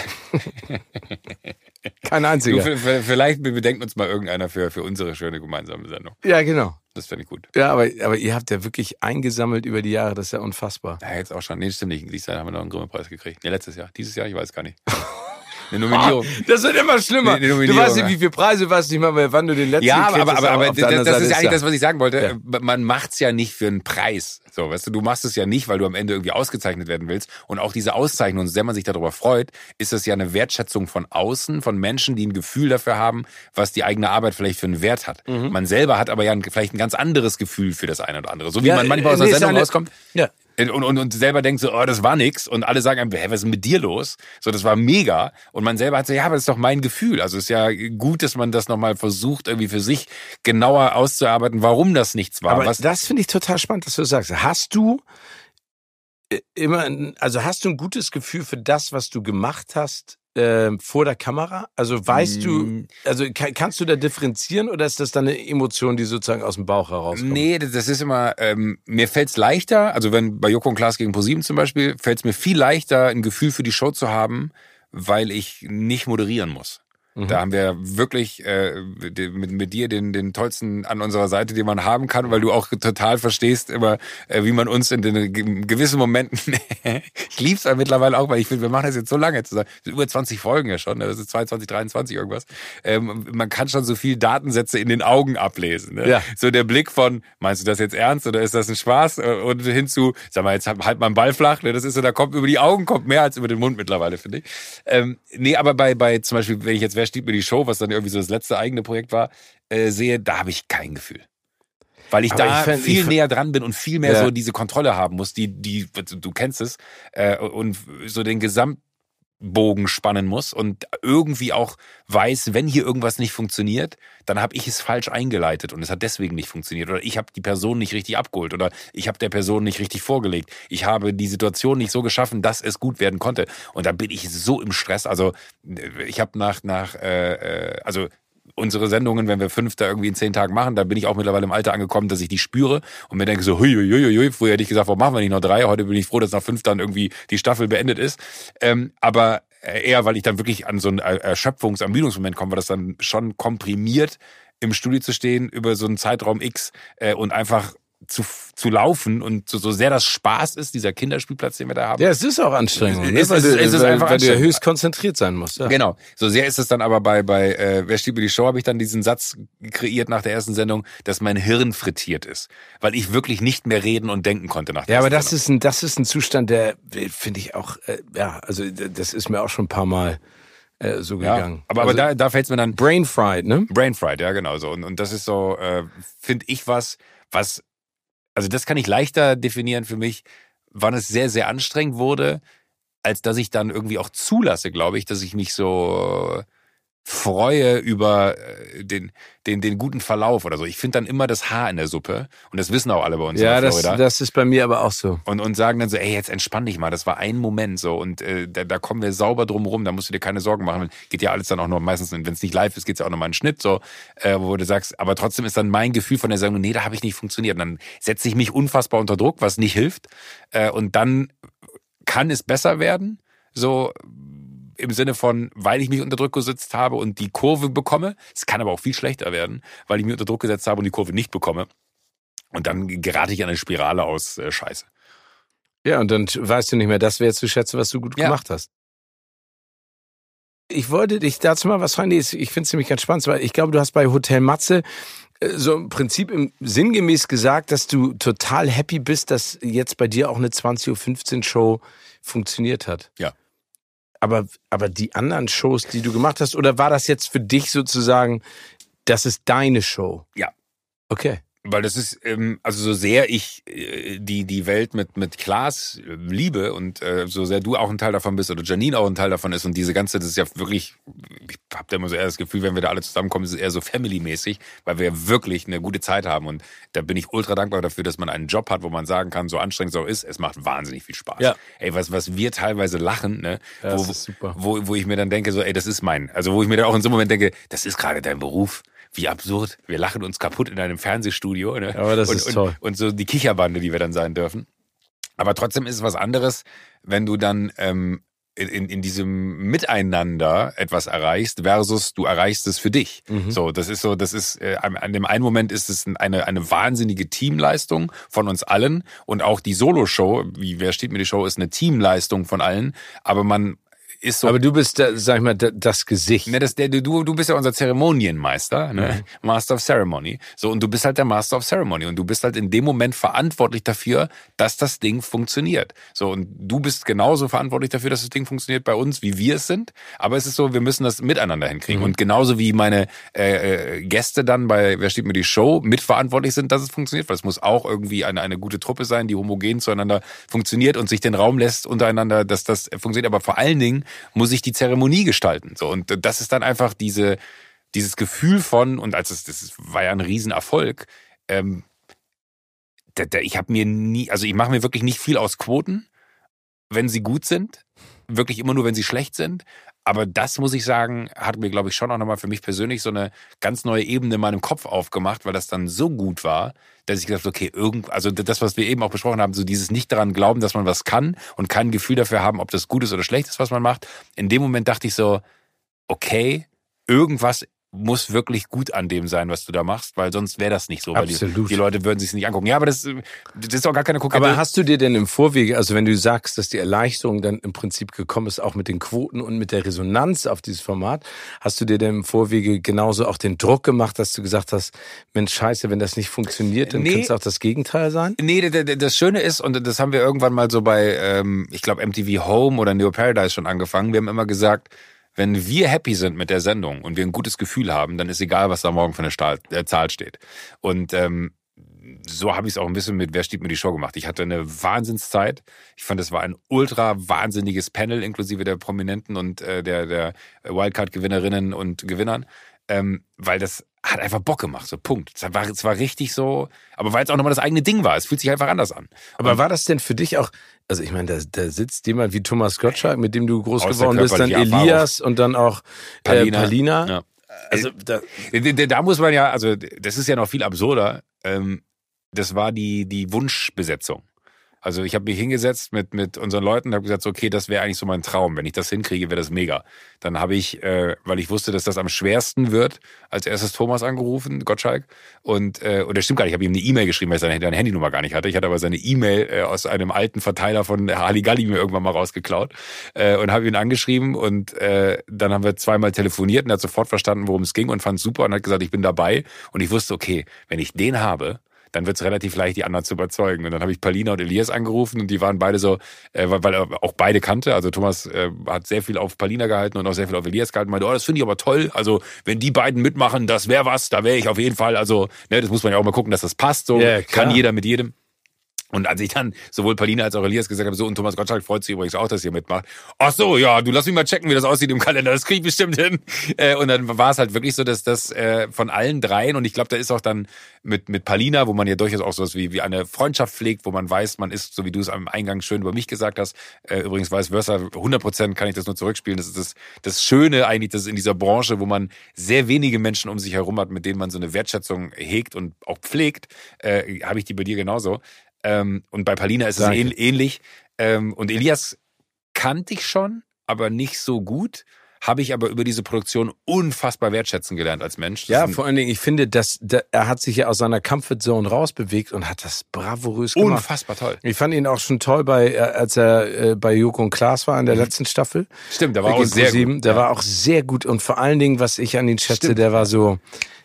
Kein einziger. Du, vielleicht bedenkt uns mal irgendeiner für, für unsere schöne gemeinsame Sendung. Ja, genau. Das fände ich gut. Ja, aber, aber ihr habt ja wirklich eingesammelt über die Jahre, das ist ja unfassbar. Ja, jetzt auch schon. Nee, stimmt nicht. Dieses Jahr haben wir noch einen Grimme-Preis gekriegt. Ja, letztes Jahr. Dieses Jahr, ich weiß gar nicht. Eine Nominierung. Oh, das wird immer schlimmer. Du weißt nicht, wie viele Preise, weißt nicht mal, wann du den letzten Ja, kriegst, aber, aber, aber das, das Seite ist eigentlich ja. das, was ich sagen wollte. Ja. Man macht's ja nicht für einen Preis. So, weißt du, du machst es ja nicht, weil du am Ende irgendwie ausgezeichnet werden willst. Und auch diese Auszeichnung, wenn man sich darüber freut, ist das ja eine Wertschätzung von außen, von Menschen, die ein Gefühl dafür haben, was die eigene Arbeit vielleicht für einen Wert hat. Mhm. Man selber hat aber ja ein, vielleicht ein ganz anderes Gefühl für das eine oder andere. So wie ja, man manchmal aus nee, einer Sendung eine, rauskommt. Ja. Und, und, und selber denkt so, oh, das war nix. Und alle sagen einem, hä, was ist denn mit dir los? So, das war mega. Und man selber hat so, ja, aber das ist doch mein Gefühl. Also es ist ja gut, dass man das nochmal versucht, irgendwie für sich genauer auszuarbeiten, warum das nichts war. Aber was das finde ich total spannend, dass du sagst. Hast du immer, also hast du ein gutes Gefühl für das, was du gemacht hast, äh, vor der Kamera? Also weißt mm. du, also kann, kannst du da differenzieren oder ist das dann eine Emotion, die sozusagen aus dem Bauch herauskommt? Nee, das ist immer, ähm, mir fällt's leichter, also wenn bei Joko und Klaas gegen ProSieben zum Beispiel, fällt's mir viel leichter, ein Gefühl für die Show zu haben, weil ich nicht moderieren muss. Mhm. Da haben wir wirklich äh, mit, mit dir den, den tollsten an unserer Seite, den man haben kann, weil du auch total verstehst immer, äh, wie man uns in den gewissen Momenten, ich lieb's ja mittlerweile auch, weil ich finde, wir machen das jetzt so lange zusammen, über zwanzig Folgen ja schon, das ist zweiundzwanzig, dreiundzwanzig irgendwas, ähm, man kann schon so viel Datensätze in den Augen ablesen. Ne? Ja. So der Blick von, meinst du das jetzt ernst oder ist das ein Spaß? Und hinzu, sag mal, jetzt halt mal einen Ball flach, ne? Das ist so, da kommt über die Augen, kommt mehr als über den Mund mittlerweile, finde ich. Ähm, nee, aber bei, bei zum Beispiel, wenn ich jetzt steht mir die Show, was dann irgendwie so das letzte eigene Projekt war, äh, sehe, da habe ich kein Gefühl. Weil ich aber da ich fänd, viel ich näher dran bin und viel mehr ja. so diese Kontrolle haben muss, die, die, du kennst es, äh, und so den Gesamtbogen spannen muss und irgendwie auch weiß, wenn hier irgendwas nicht funktioniert, dann habe ich es falsch eingeleitet und es hat deswegen nicht funktioniert oder ich habe die Person nicht richtig abgeholt oder ich habe der Person nicht richtig vorgelegt. Ich habe die Situation nicht so geschaffen, dass es gut werden konnte und da bin ich so im Stress. Also ich habe nach, nach äh, also unsere Sendungen, wenn wir fünf da irgendwie in zehn Tagen machen, da bin ich auch mittlerweile im Alter angekommen, dass ich die spüre und mir denke so, hui, hui, hui, hui. Früher hätte ich gesagt, warum machen wir nicht noch drei? Heute bin ich froh, dass nach fünf dann irgendwie die Staffel beendet ist. Ähm, aber eher, weil ich dann wirklich an so einen Erschöpfungs-, Ermüdungsmoment komme, weil das dann schon komprimiert im Studio zu stehen über so einen Zeitraum X äh, und einfach zu, zu laufen und so, so sehr das Spaß ist, dieser Kinderspielplatz, den wir da haben. Ja, es ist auch anstrengend. Es, es, es, es ist weil, einfach weil du ja höchst konzentriert sein musst. Ja. Genau. So sehr ist es dann aber bei, bei äh, Wer steht mir die Show, habe ich dann diesen Satz kreiert nach der ersten Sendung, dass mein Hirn frittiert ist. Weil ich wirklich nicht mehr reden und denken konnte nach der Ja, aber Sendung. das ist ein, das ist ein Zustand, der finde ich auch, äh, ja, also das ist mir auch schon ein paar Mal äh, so ja, gegangen. Aber, also, aber da, da fällt es mir dann... Brain fried, ne? Brain fried, ja genau so. Und, und das ist so, äh, finde ich was, was... Also das kann ich leichter definieren für mich, wann es sehr, sehr anstrengend wurde, als dass ich dann irgendwie auch zulasse, glaube ich, dass ich mich so freue über den, den, den guten Verlauf oder so. Ich finde dann immer das Haar in der Suppe und das wissen auch alle bei uns ja, in der Florida. Ja, das, das ist bei mir aber auch so. Und, und sagen dann so, ey, jetzt entspann dich mal, das war ein Moment so und äh, da, da kommen wir sauber drum rum, da musst du dir keine Sorgen machen. Geht ja alles dann auch noch meistens, wenn es nicht live ist, geht's ja auch noch mal einen Schnitt, so, äh, wo du sagst, aber trotzdem ist dann mein Gefühl von der Sendung, nee, da habe ich nicht funktioniert. Und dann setze ich mich unfassbar unter Druck, was nicht hilft. Äh, und dann kann es besser werden, so im Sinne von, weil ich mich unter Druck gesetzt habe und die Kurve bekomme. Es kann aber auch viel schlechter werden, weil ich mich unter Druck gesetzt habe und die Kurve nicht bekomme. Und dann gerate ich an eine Spirale aus äh, Scheiße. Ja, und dann weißt du nicht mehr das wertzuschätzen, was du gut ja. gemacht hast. Ich wollte dich dazu mal was fragen, ich finde es nämlich ganz spannend, weil ich glaube, du hast bei Hotel Matze so im Prinzip im sinngemäß gesagt, dass du total happy bist, dass jetzt bei dir auch eine zwanzig Uhr fünfzehn Show funktioniert hat. Ja. Aber, aber die anderen Shows, die du gemacht hast, oder war das jetzt für dich sozusagen, das ist deine Show? Ja. Okay. Weil das ist, ähm, also so sehr ich äh, die die Welt mit mit Klaas äh, liebe und äh, so sehr du auch ein Teil davon bist oder Janine auch ein Teil davon ist und diese ganze, das ist ja wirklich, ich habe da immer so eher das Gefühl, wenn wir da alle zusammenkommen, ist es eher so Family-mäßig, weil wir ja wirklich eine gute Zeit haben und da bin ich ultra dankbar dafür, dass man einen Job hat, wo man sagen kann, so anstrengend es auch ist, es macht wahnsinnig viel Spaß. Ja. Ey, was was wir teilweise lachen, ne, ja, wo, das ist super. wo wo ich mir dann denke, so ey, das ist mein, also wo ich mir dann auch in so einem Moment denke, das ist gerade dein Beruf. Wie absurd. Wir lachen uns kaputt in einem Fernsehstudio. Ne? Aber das und, ist toll. Und, und so die Kicherbande, die wir dann sein dürfen. Aber trotzdem ist es was anderes, wenn du dann ähm, in, in diesem Miteinander etwas erreichst versus du erreichst es für dich. Mhm. So, das ist so, das ist, äh, an dem einen Moment ist es eine, eine wahnsinnige Teamleistung von uns allen und auch die Solo-Show, wie wer steht mir die Show, ist eine Teamleistung von allen, aber man ist so. Aber du bist, da, sag ich mal, das Gesicht. Ne, das, der, du, du bist ja unser Zeremonienmeister, ne? Mhm. Master of Ceremony. So, und du bist halt der Master of Ceremony. Und du bist halt in dem Moment verantwortlich dafür, dass das Ding funktioniert. So, und du bist genauso verantwortlich dafür, dass das Ding funktioniert bei uns, wie wir es sind. Aber es ist so, wir müssen das miteinander hinkriegen. Mhm. Und genauso wie meine äh, Gäste dann bei Wer steht mir die Show mitverantwortlich sind, dass es funktioniert. Weil es muss auch irgendwie eine, eine gute Truppe sein, die homogen zueinander funktioniert und sich den Raum lässt untereinander, dass das funktioniert. Aber vor allen Dingen muss ich die Zeremonie gestalten. So, und das ist dann einfach diese, dieses Gefühl von, und als es, das war ja ein Riesenerfolg, ähm, da, da, ich habe mir nie, also ich mache mir wirklich nicht viel aus Quoten, wenn sie gut sind, wirklich immer nur, wenn sie schlecht sind. Aber das, muss ich sagen, hat mir, glaube ich, schon auch nochmal für mich persönlich so eine ganz neue Ebene in meinem Kopf aufgemacht, weil das dann so gut war, dass ich gesagt habe, okay, irgend, also das, was wir eben auch besprochen haben, so dieses nicht daran glauben, dass man was kann und kein Gefühl dafür haben, ob das gut ist oder schlecht ist, was man macht. In dem Moment dachte ich so, okay, irgendwas muss wirklich gut an dem sein, was du da machst, weil sonst wäre das nicht so. Weil die, die Leute würden sich nicht angucken. Ja, aber das, das ist auch gar keine Kokette. Aber hast du dir denn im Vorwege, also wenn du sagst, dass die Erleichterung dann im Prinzip gekommen ist, auch mit den Quoten und mit der Resonanz auf dieses Format, hast du dir denn im Vorwege genauso auch den Druck gemacht, dass du gesagt hast, Mensch, scheiße, wenn das nicht funktioniert, dann nee, könnte es auch das Gegenteil sein? Nee, das Schöne ist, und das haben wir irgendwann mal so bei, ähm, ich glaube, M T V Home oder Neo Paradise schon angefangen, wir haben immer gesagt, wenn wir happy sind mit der Sendung und wir ein gutes Gefühl haben, dann ist egal, was da morgen für eine Stahl, äh, Zahl steht. Und ähm, so habe ich es auch ein bisschen mit Wer steht mir die Show gemacht. Ich hatte eine Wahnsinnszeit. Ich fand, es war ein ultra wahnsinniges Panel, inklusive der Prominenten und äh, der, der Wildcard-Gewinnerinnen und Gewinnern. Ähm, weil das hat einfach Bock gemacht, so Punkt. Es war, es war richtig so, aber weil es auch nochmal das eigene Ding war. Es fühlt sich einfach anders an. Aber und war das denn für dich auch, also ich meine, da, da sitzt jemand wie Thomas Gottschalk, mit dem du groß geworden bist, dann Elias und dann auch Palina. Äh, Palina. Ja. Also da, da, da muss man ja, also das ist ja noch viel absurder. Ähm, das war die, die Wunschbesetzung. Also ich habe mich hingesetzt mit mit unseren Leuten und habe gesagt, so, okay, das wäre eigentlich so mein Traum. Wenn ich das hinkriege, wäre das mega. Dann habe ich, äh, weil ich wusste, dass das am schwersten wird, als erstes Thomas angerufen, Gottschalk. Und, äh, und das stimmt gar nicht, ich habe ihm eine E-Mail geschrieben, weil ich seine, seine Handynummer gar nicht hatte. Ich hatte aber seine E-Mail äh, aus einem alten Verteiler von Halligalli mir irgendwann mal rausgeklaut äh, und habe ihn angeschrieben. Und äh, dann haben wir zweimal telefoniert und er hat sofort verstanden, worum es ging und fand es super und hat gesagt, ich bin dabei. Und ich wusste, okay, wenn ich den habe, dann wird es relativ leicht, die anderen zu überzeugen. Und dann habe ich Palina und Elias angerufen und die waren beide so, äh, weil er auch beide kannte. Also Thomas äh, hat sehr viel auf Palina gehalten und auch sehr viel auf Elias gehalten. Meinte, oh, das finde ich aber toll. Also wenn die beiden mitmachen, das wäre was, da wäre ich auf jeden Fall. Also ne, das muss man ja auch mal gucken, dass das passt. So ja, kann jeder mit jedem. Und als ich dann sowohl Palina als auch Elias gesagt habe, so, und Thomas Gottschalk freut sich übrigens auch, dass ihr mitmacht. Ach so, ja, du lass mich mal checken, wie das aussieht im Kalender, das krieg ich bestimmt hin. Äh, und dann war es halt wirklich so, dass das äh, von allen dreien, und ich glaube, da ist auch dann mit mit Palina, wo man ja durchaus auch sowas wie, wie eine Freundschaft pflegt, wo man weiß, man ist, so wie du es am Eingang schön über mich gesagt hast, äh, übrigens vice versa, hundert Prozent kann ich das nur zurückspielen. Das ist das, das Schöne eigentlich, das ist in dieser Branche, wo man sehr wenige Menschen um sich herum hat, mit denen man so eine Wertschätzung hegt und auch pflegt, äh, habe ich die bei dir genauso. Ähm, und bei Palina ist Danke. es ähnlich. Ähm, und Elias kannte ich schon, aber nicht so gut. Habe ich aber über diese Produktion unfassbar wertschätzen gelernt als Mensch. Das ja, vor allen Dingen, ich finde, dass da, er hat sich ja aus seiner Comfortzone rausbewegt und hat das bravourös gemacht. Unfassbar toll. Ich fand ihn auch schon toll, bei, als er äh, bei Joko und Klaas war in der mhm. letzten Staffel. Stimmt, der war auch sehr gut. Der ja. war auch sehr gut und vor allen Dingen, was ich an ihn schätze, Stimmt. der war so...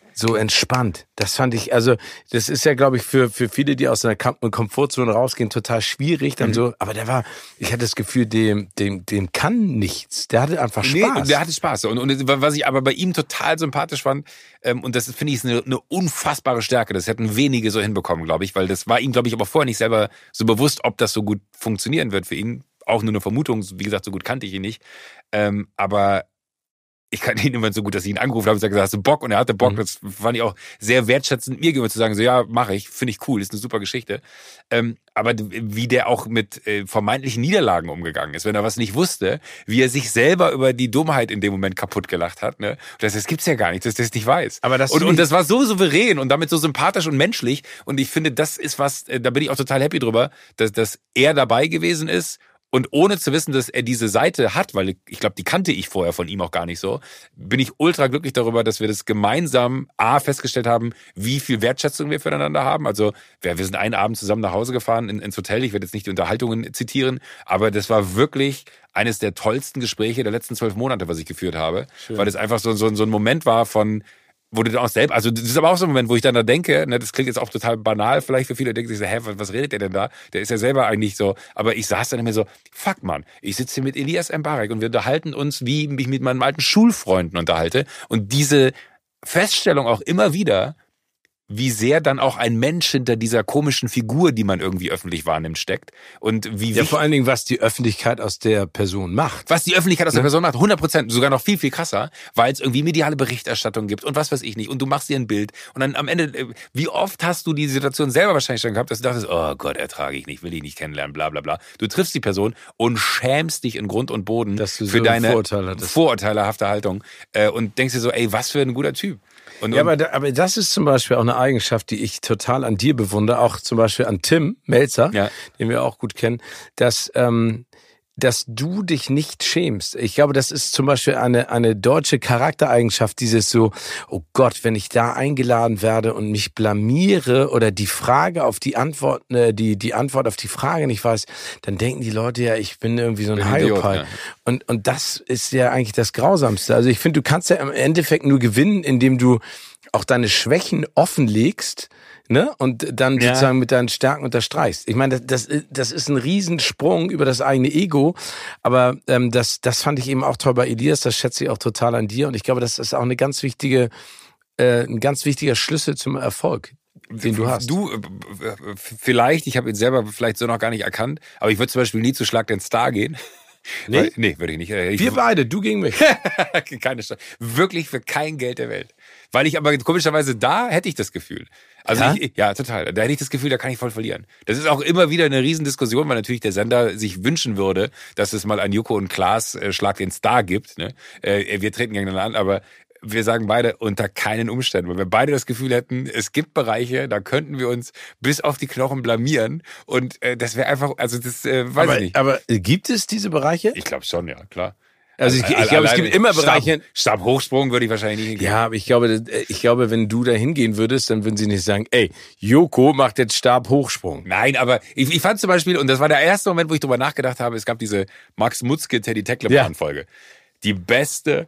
So entspannt. Das fand ich, also das ist ja, glaube ich, für für viele, die aus einer Komfortzone rausgehen, total schwierig. Dann mhm. so, aber der war, ich hatte das Gefühl, dem dem dem kann nichts. Der hatte einfach Spaß. Nee, der hatte Spaß. Und, und was ich aber bei ihm total sympathisch fand, ähm, und das finde ich eine, eine unfassbare Stärke, das hätten wenige so hinbekommen, glaube ich, weil das war ihm, glaube ich, aber vorher nicht selber so bewusst, ob das so gut funktionieren wird für ihn. Auch nur eine Vermutung, wie gesagt, so gut kannte ich ihn nicht. Ähm, aber ich kannte ihn immer so gut, dass ich ihn angerufen habe und gesagt, hast du Bock? Und er hatte Bock. Mhm. Das fand ich auch sehr wertschätzend, mir gegenüber zu sagen, so ja, mache ich, finde ich cool, ist eine super Geschichte. Ähm, aber wie der auch mit äh, vermeintlichen Niederlagen umgegangen ist, wenn er was nicht wusste, wie er sich selber über die Dummheit in dem Moment kaputt gelacht hat. Ne? Das, das gibt's ja gar nicht, dass der es nicht weiß. Aber das und, und das war so souverän und damit so sympathisch und menschlich. Und ich finde, das ist was, äh, da bin ich auch total happy drüber, dass, dass er dabei gewesen ist. Und ohne zu wissen, dass er diese Seite hat, weil ich glaube, die kannte ich vorher von ihm auch gar nicht so, bin ich ultra glücklich darüber, dass wir das gemeinsam A, festgestellt haben, wie viel Wertschätzung wir füreinander haben. Also wir, wir sind einen Abend zusammen nach Hause gefahren in, ins Hotel. Ich werde jetzt nicht die Unterhaltungen zitieren, aber das war wirklich eines der tollsten Gespräche der letzten zwölf Monate, was ich geführt habe. Schön. Weil das einfach so, so, so ein Moment war von... wo du dann auch selbst, also das ist aber auch so ein Moment, wo ich dann da denke, ne, das klingt jetzt auch total banal vielleicht für viele, denken sich so, hä, was, was redet der denn da? Der ist ja selber eigentlich so, aber ich saß dann immer so, fuck man, ich sitze hier mit Elias Mbarek und wir unterhalten uns, wie ich mich mit meinen alten Schulfreunden unterhalte und diese Feststellung auch immer wieder, wie sehr dann auch ein Mensch hinter dieser komischen Figur, die man irgendwie öffentlich wahrnimmt, steckt. Und wie ja, vor allen Dingen, was die Öffentlichkeit aus der Person macht. Was die Öffentlichkeit aus der Person macht, hundert Prozent, sogar noch viel, viel krasser, weil es irgendwie mediale Berichterstattung gibt und was weiß ich nicht. Und du machst dir ein Bild. Und dann am Ende, wie oft hast du die Situation selber wahrscheinlich schon gehabt, dass du dachtest, oh Gott, ertrage ich nicht, will ich nicht kennenlernen, bla bla bla. Du triffst die Person und schämst dich in Grund und Boden dass du so für deine Vorurteile vorurteilhafte Haltung und denkst dir so, ey, was für ein guter Typ. Und, ja, aber, da, aber das ist zum Beispiel auch eine Eigenschaft, die ich total an dir bewundere, auch zum Beispiel an Tim Melzer, ja. den wir auch gut kennen, dass ähm, dass du dich nicht schämst. Ich glaube, das ist zum Beispiel eine eine deutsche Charaktereigenschaft, dieses so, oh Gott, wenn ich da eingeladen werde und mich blamiere oder die Frage auf die Antwort, äh, die die Antwort auf die Frage nicht weiß, dann denken die Leute ja, ich bin irgendwie so ein Hyopai. Ja. Und und das ist ja eigentlich das Grausamste. Also ich finde, du kannst ja im Endeffekt nur gewinnen, indem du auch deine Schwächen offenlegst, ne, und dann ja. sozusagen mit deinen Stärken unterstreichst. Ich meine, das, das, das ist ein Riesensprung über das eigene Ego, aber ähm, das, das fand ich eben auch toll bei Elias, das schätze ich auch total an dir und ich glaube, das ist auch eine ganz wichtige, äh, ein ganz wichtiger Schlüssel zum Erfolg, den du hast. Du, vielleicht, ich habe ihn selber vielleicht so noch gar nicht erkannt, aber ich würde zum Beispiel nie zu Schlag den Star gehen. Nee? Weil, nee, würde ich nicht. Ich, Wir beide, du gegen mich. Keine Chance. Wirklich für kein Geld der Welt. Weil ich aber komischerweise da hätte ich das Gefühl. Also ja? Ich, ja, total. Da hätte ich das Gefühl, da kann ich voll verlieren. Das ist auch immer wieder eine Riesendiskussion, weil natürlich der Sender sich wünschen würde, dass es mal ein Joko und Klaas äh, Schlag den Star gibt. Ne? Äh, wir treten gegeneinander an, aber wir sagen beide unter keinen Umständen, weil wir beide das Gefühl hätten, es gibt Bereiche, da könnten wir uns bis auf die Knochen blamieren und äh, das wäre einfach, also das äh, weiß aber, ich nicht. Aber gibt es diese Bereiche? Ich glaube schon, ja, klar. Also ich, ich glaube, es gibt immer Bereiche. Stab, Stabhochsprung würde ich wahrscheinlich nicht hingehen. Ja, aber ich glaube, ich glaube, wenn du da hingehen würdest, dann würden sie nicht sagen, ey, Joko macht jetzt Stabhochsprung. Nein, aber ich, ich fand zum Beispiel, und das war der erste Moment, wo ich drüber nachgedacht habe, es gab diese Max Mutzke, Teddy Tecklebrand-Folge. Ja. Die beste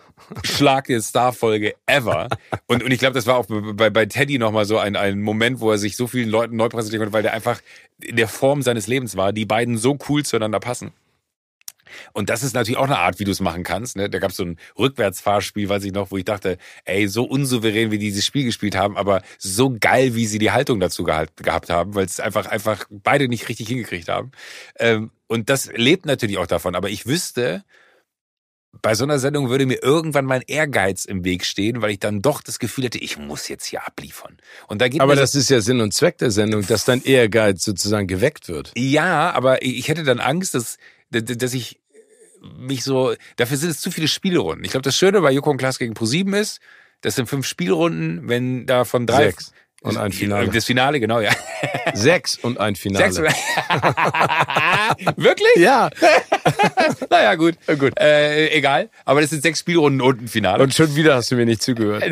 Schlag den Star-Folge ever. Und, und ich glaube, das war auch bei, bei Teddy nochmal so ein, ein Moment, wo er sich so vielen Leuten neu präsentieren konnte, weil der einfach in der Form seines Lebens war, die beiden so cool zueinander passen. Und das ist natürlich auch eine Art, wie du es machen kannst. Ne? Da gab es so ein Rückwärtsfahrspiel, weiß ich noch, wo ich dachte, ey, so unsouverän, wie die dieses Spiel gespielt haben, aber so geil, wie sie die Haltung dazu gehabt, gehabt haben, weil es einfach einfach beide nicht richtig hingekriegt haben. Ähm, und das lebt natürlich auch davon. Aber ich wüsste, bei so einer Sendung würde mir irgendwann mein Ehrgeiz im Weg stehen, weil ich dann doch das Gefühl hätte, ich muss jetzt hier abliefern. Und da geht aber mir das so, ist ja Sinn und Zweck der Sendung, dass dein Ehrgeiz sozusagen geweckt wird. Ja, aber ich hätte dann Angst, dass, dass ich mich so, dafür sind es zu viele Spielrunden. Ich glaube, das Schöne bei Joko und Klaas gegen ProSieben ist, das sind fünf Spielrunden, wenn da von drei... Sechs. Und ein Finale. Das Finale, genau, ja. Sechs und ein Finale. Sechs. Wirklich? Ja. Naja, gut. Ja, gut. Äh, egal. Aber das sind sechs Spielrunden und ein Finale. Und schon wieder hast du mir nicht zugehört.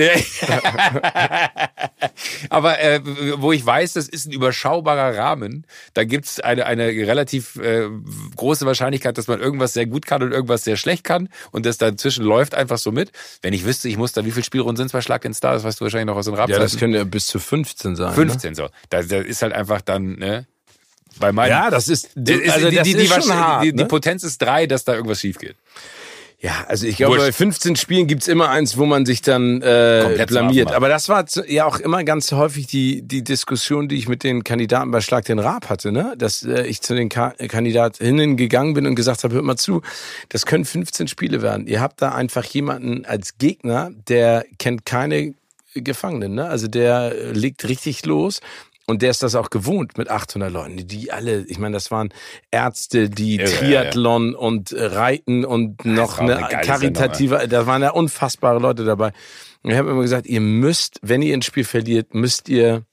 Aber äh, wo ich weiß, das ist ein überschaubarer Rahmen, da gibt's eine, eine relativ äh, große Wahrscheinlichkeit, dass man irgendwas sehr gut kann und irgendwas sehr schlecht kann und das dazwischen läuft einfach so mit. Wenn ich wüsste, ich muss da, wie viele Spielrunden sind es bei Schlag den Star, das weißt du wahrscheinlich noch aus den Rabzeiten. Ja, das können ja bis zu fünfzehn sein. fünfzehn, ne? so. Da, da ist halt einfach dann, ne? Bei meinen, Ja, das ist, also die, die, die, die, hart, die, die Potenz ist drei, dass da irgendwas schief geht. Ja, also ich glaube, bei fünfzehn Spielen gibt's immer eins, wo man sich dann äh, blamiert. Aber das war ja auch immer ganz häufig die die Diskussion, die ich mit den Kandidaten bei Schlag den Raab hatte, ne? Dass äh, ich zu den Ka- Kandidatinnen gegangen bin und gesagt habe, hört mal zu, das können fünfzehn Spiele werden. Ihr habt da einfach jemanden als Gegner, der kennt keine Gefangenen, ne? Also der legt richtig los. Und der ist das auch gewohnt mit achthundert Leuten, die alle, ich meine, das waren Ärzte, die ja, Triathlon ja, ja. und Reiten und noch eine, eine karitative, Sendung, da waren ja unfassbare Leute dabei. Und ich habe immer gesagt, ihr müsst, wenn ihr ein Spiel verliert, müsst ihr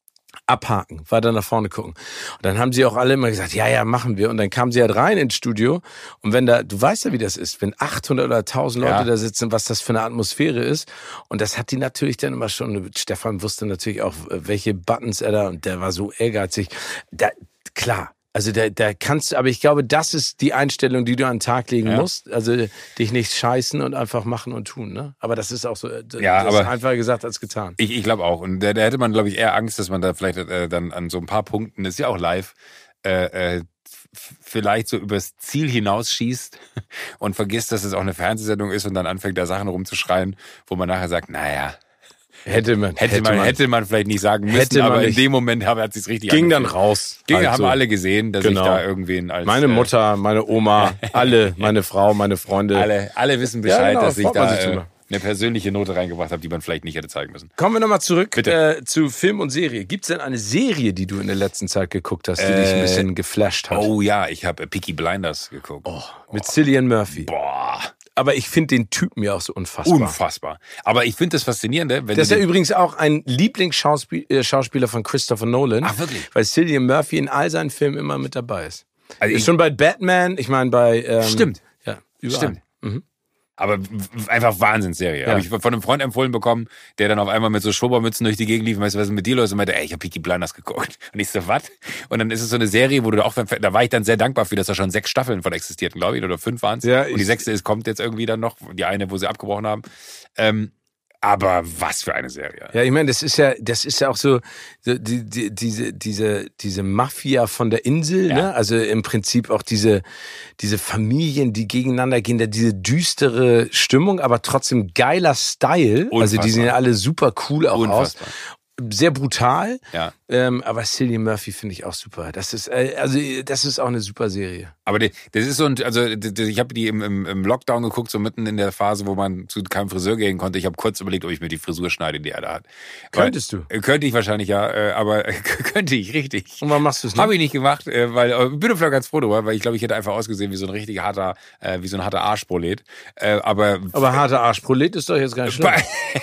abhaken, weiter nach vorne gucken. Und dann haben sie auch alle immer gesagt, ja, ja, machen wir. Und dann kamen sie halt rein ins Studio. Und wenn da, du weißt ja, wie das ist, wenn achthundert oder tausend Leute ja. da sitzen, was das für eine Atmosphäre ist. Und das hat die natürlich dann immer schon, Stefan wusste natürlich auch, welche Buttons er da, und der war so ehrgeizig. Da, klar. Also da, da kannst du, aber ich glaube, das ist die Einstellung, die du an den Tag legen ja. musst. Also dich nicht scheißen und einfach machen und tun. Ne? Aber das ist auch so, das ja, ist aber einfacher gesagt als getan. Ich, ich glaube auch. Und da, da hätte man, glaube ich, eher Angst, dass man da vielleicht äh, dann an so ein paar Punkten, das ist ja auch live, äh, äh, vielleicht so übers Ziel hinausschießt und vergisst, dass es auch eine Fernsehsendung ist und dann anfängt, da Sachen rumzuschreien, wo man nachher sagt, naja, Hätte man, hätte, hätte man, man, hätte man vielleicht nicht sagen müssen, aber in dem Moment hat es richtig ging angefühlt. Dann raus. Ging, also. Haben alle gesehen, dass genau. ich da irgendwen als... Meine Mutter, meine Oma, alle, meine Frau, meine Freunde. Alle, alle wissen Bescheid, ja, genau, dass ich da äh, eine persönliche Note reingebracht habe, die man vielleicht nicht hätte zeigen müssen. Kommen wir nochmal zurück äh, zu Film und Serie. Gibt es denn eine Serie, die du in der letzten Zeit geguckt hast, die äh, dich ein bisschen geflasht hat? Oh ja, ich habe Peaky Blinders geguckt. Oh, mit oh. Cillian Murphy. Boah. Aber ich finde den Typen ja auch so unfassbar. Unfassbar. Aber ich finde das Faszinierende. Wenn das ist ja übrigens auch ein Lieblingsschauspieler von Christopher Nolan. Ach, wirklich? Weil Cillian Murphy in all seinen Filmen immer mit dabei ist. Also ist schon bei Batman, ich meine bei... Ähm, Stimmt. Ja, überall. Stimmt. Mhm. Aber einfach Wahnsinnsserie. Ja. Habe ich von einem Freund empfohlen bekommen, der dann auf einmal mit so Schwurblermützen durch die Gegend lief und weißt du, was ist mit dir los? Und meinte, ey, ich habe Peaky Blinders geguckt. Und ich so, was? Und dann ist es so eine Serie, wo du auch, da war ich dann sehr dankbar für, dass da schon sechs Staffeln von existierten, glaube ich, oder fünf waren es. Ja, und die sechste ist, kommt jetzt irgendwie dann noch, die eine, wo sie abgebrochen haben. Ähm, Aber was für eine Serie. Ja, ich meine, das ist ja, das ist ja auch so, die, die, diese, diese, diese Mafia von der Insel, ja. ne? Also im Prinzip auch diese, diese Familien, die gegeneinander gehen, da diese düstere Stimmung, aber trotzdem geiler Style. Unfassbar. Also die sehen ja alle super cool auch Unfassbar. aus. Sehr brutal, ja. ähm, aber Cillian Murphy finde ich auch super. Das ist äh, also das ist auch eine super Serie. Aber die, das ist so ein, also ich habe die im, im, im Lockdown geguckt, so mitten in der Phase, wo man zu keinem Friseur gehen konnte. Ich habe kurz überlegt, ob ich mir die Frisur schneide, die er da hat. Könntest weil, du? Könnte ich wahrscheinlich ja, aber könnte ich richtig. Und warum machst du es nicht? Habe ich nicht gemacht, weil ich bin vielleicht ganz froh darüber, weil ich glaube, ich hätte einfach ausgesehen wie so ein richtig harter, wie so ein harter Arschprolet. Aber aber harter Arschprolet ist doch jetzt gar nicht schlimm.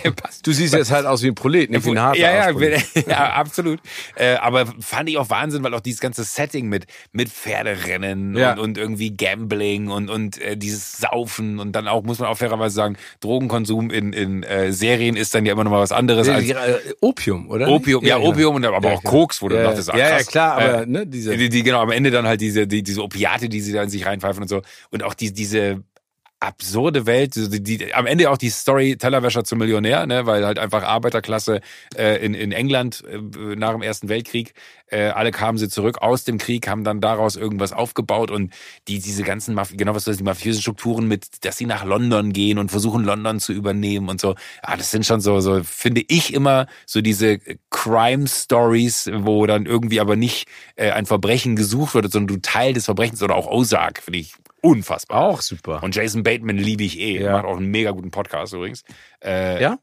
Du siehst jetzt halt aus wie ein Prolet, nicht wie ein harter ja, ja, Arschprolet. Ja, absolut. Aber fand ich auch Wahnsinn, weil auch dieses ganze Setting mit mit Pferderennen ja. und, und irgendwie Gambling und und äh, dieses Saufen und dann auch, muss man auch fairerweise sagen, Drogenkonsum in in äh, Serien ist dann ja immer noch mal was anderes als äh, Opium, oder? Opium, ja, ja Opium und aber ja, auch Koks, wo du ja, dachtest, ach, ja, krass. Ja, klar, aber äh, ne, diese die, die genau am Ende dann halt diese die, diese Opiate, die sie da in sich reinpfeifen und so und auch die diese absurde Welt, die, die, am Ende auch die Story Tellerwäscher zum Millionär, ne, weil halt einfach Arbeiterklasse äh, in, in England äh, nach dem Ersten Weltkrieg, äh, alle kamen sie zurück aus dem Krieg, haben dann daraus irgendwas aufgebaut und die diese ganzen, Maf- genau was das, die mafiösen Strukturen mit, dass sie nach London gehen und versuchen London zu übernehmen und so, ah, das sind schon so, so finde ich immer so diese Crime-Stories, wo dann irgendwie aber nicht äh, ein Verbrechen gesucht wird, sondern du Teil des Verbrechens oder auch Ozark, finde ich unfassbar. Auch super. Und Jason Bateman liebe ich eh. Ja. Macht auch einen mega guten Podcast übrigens. Äh, ja?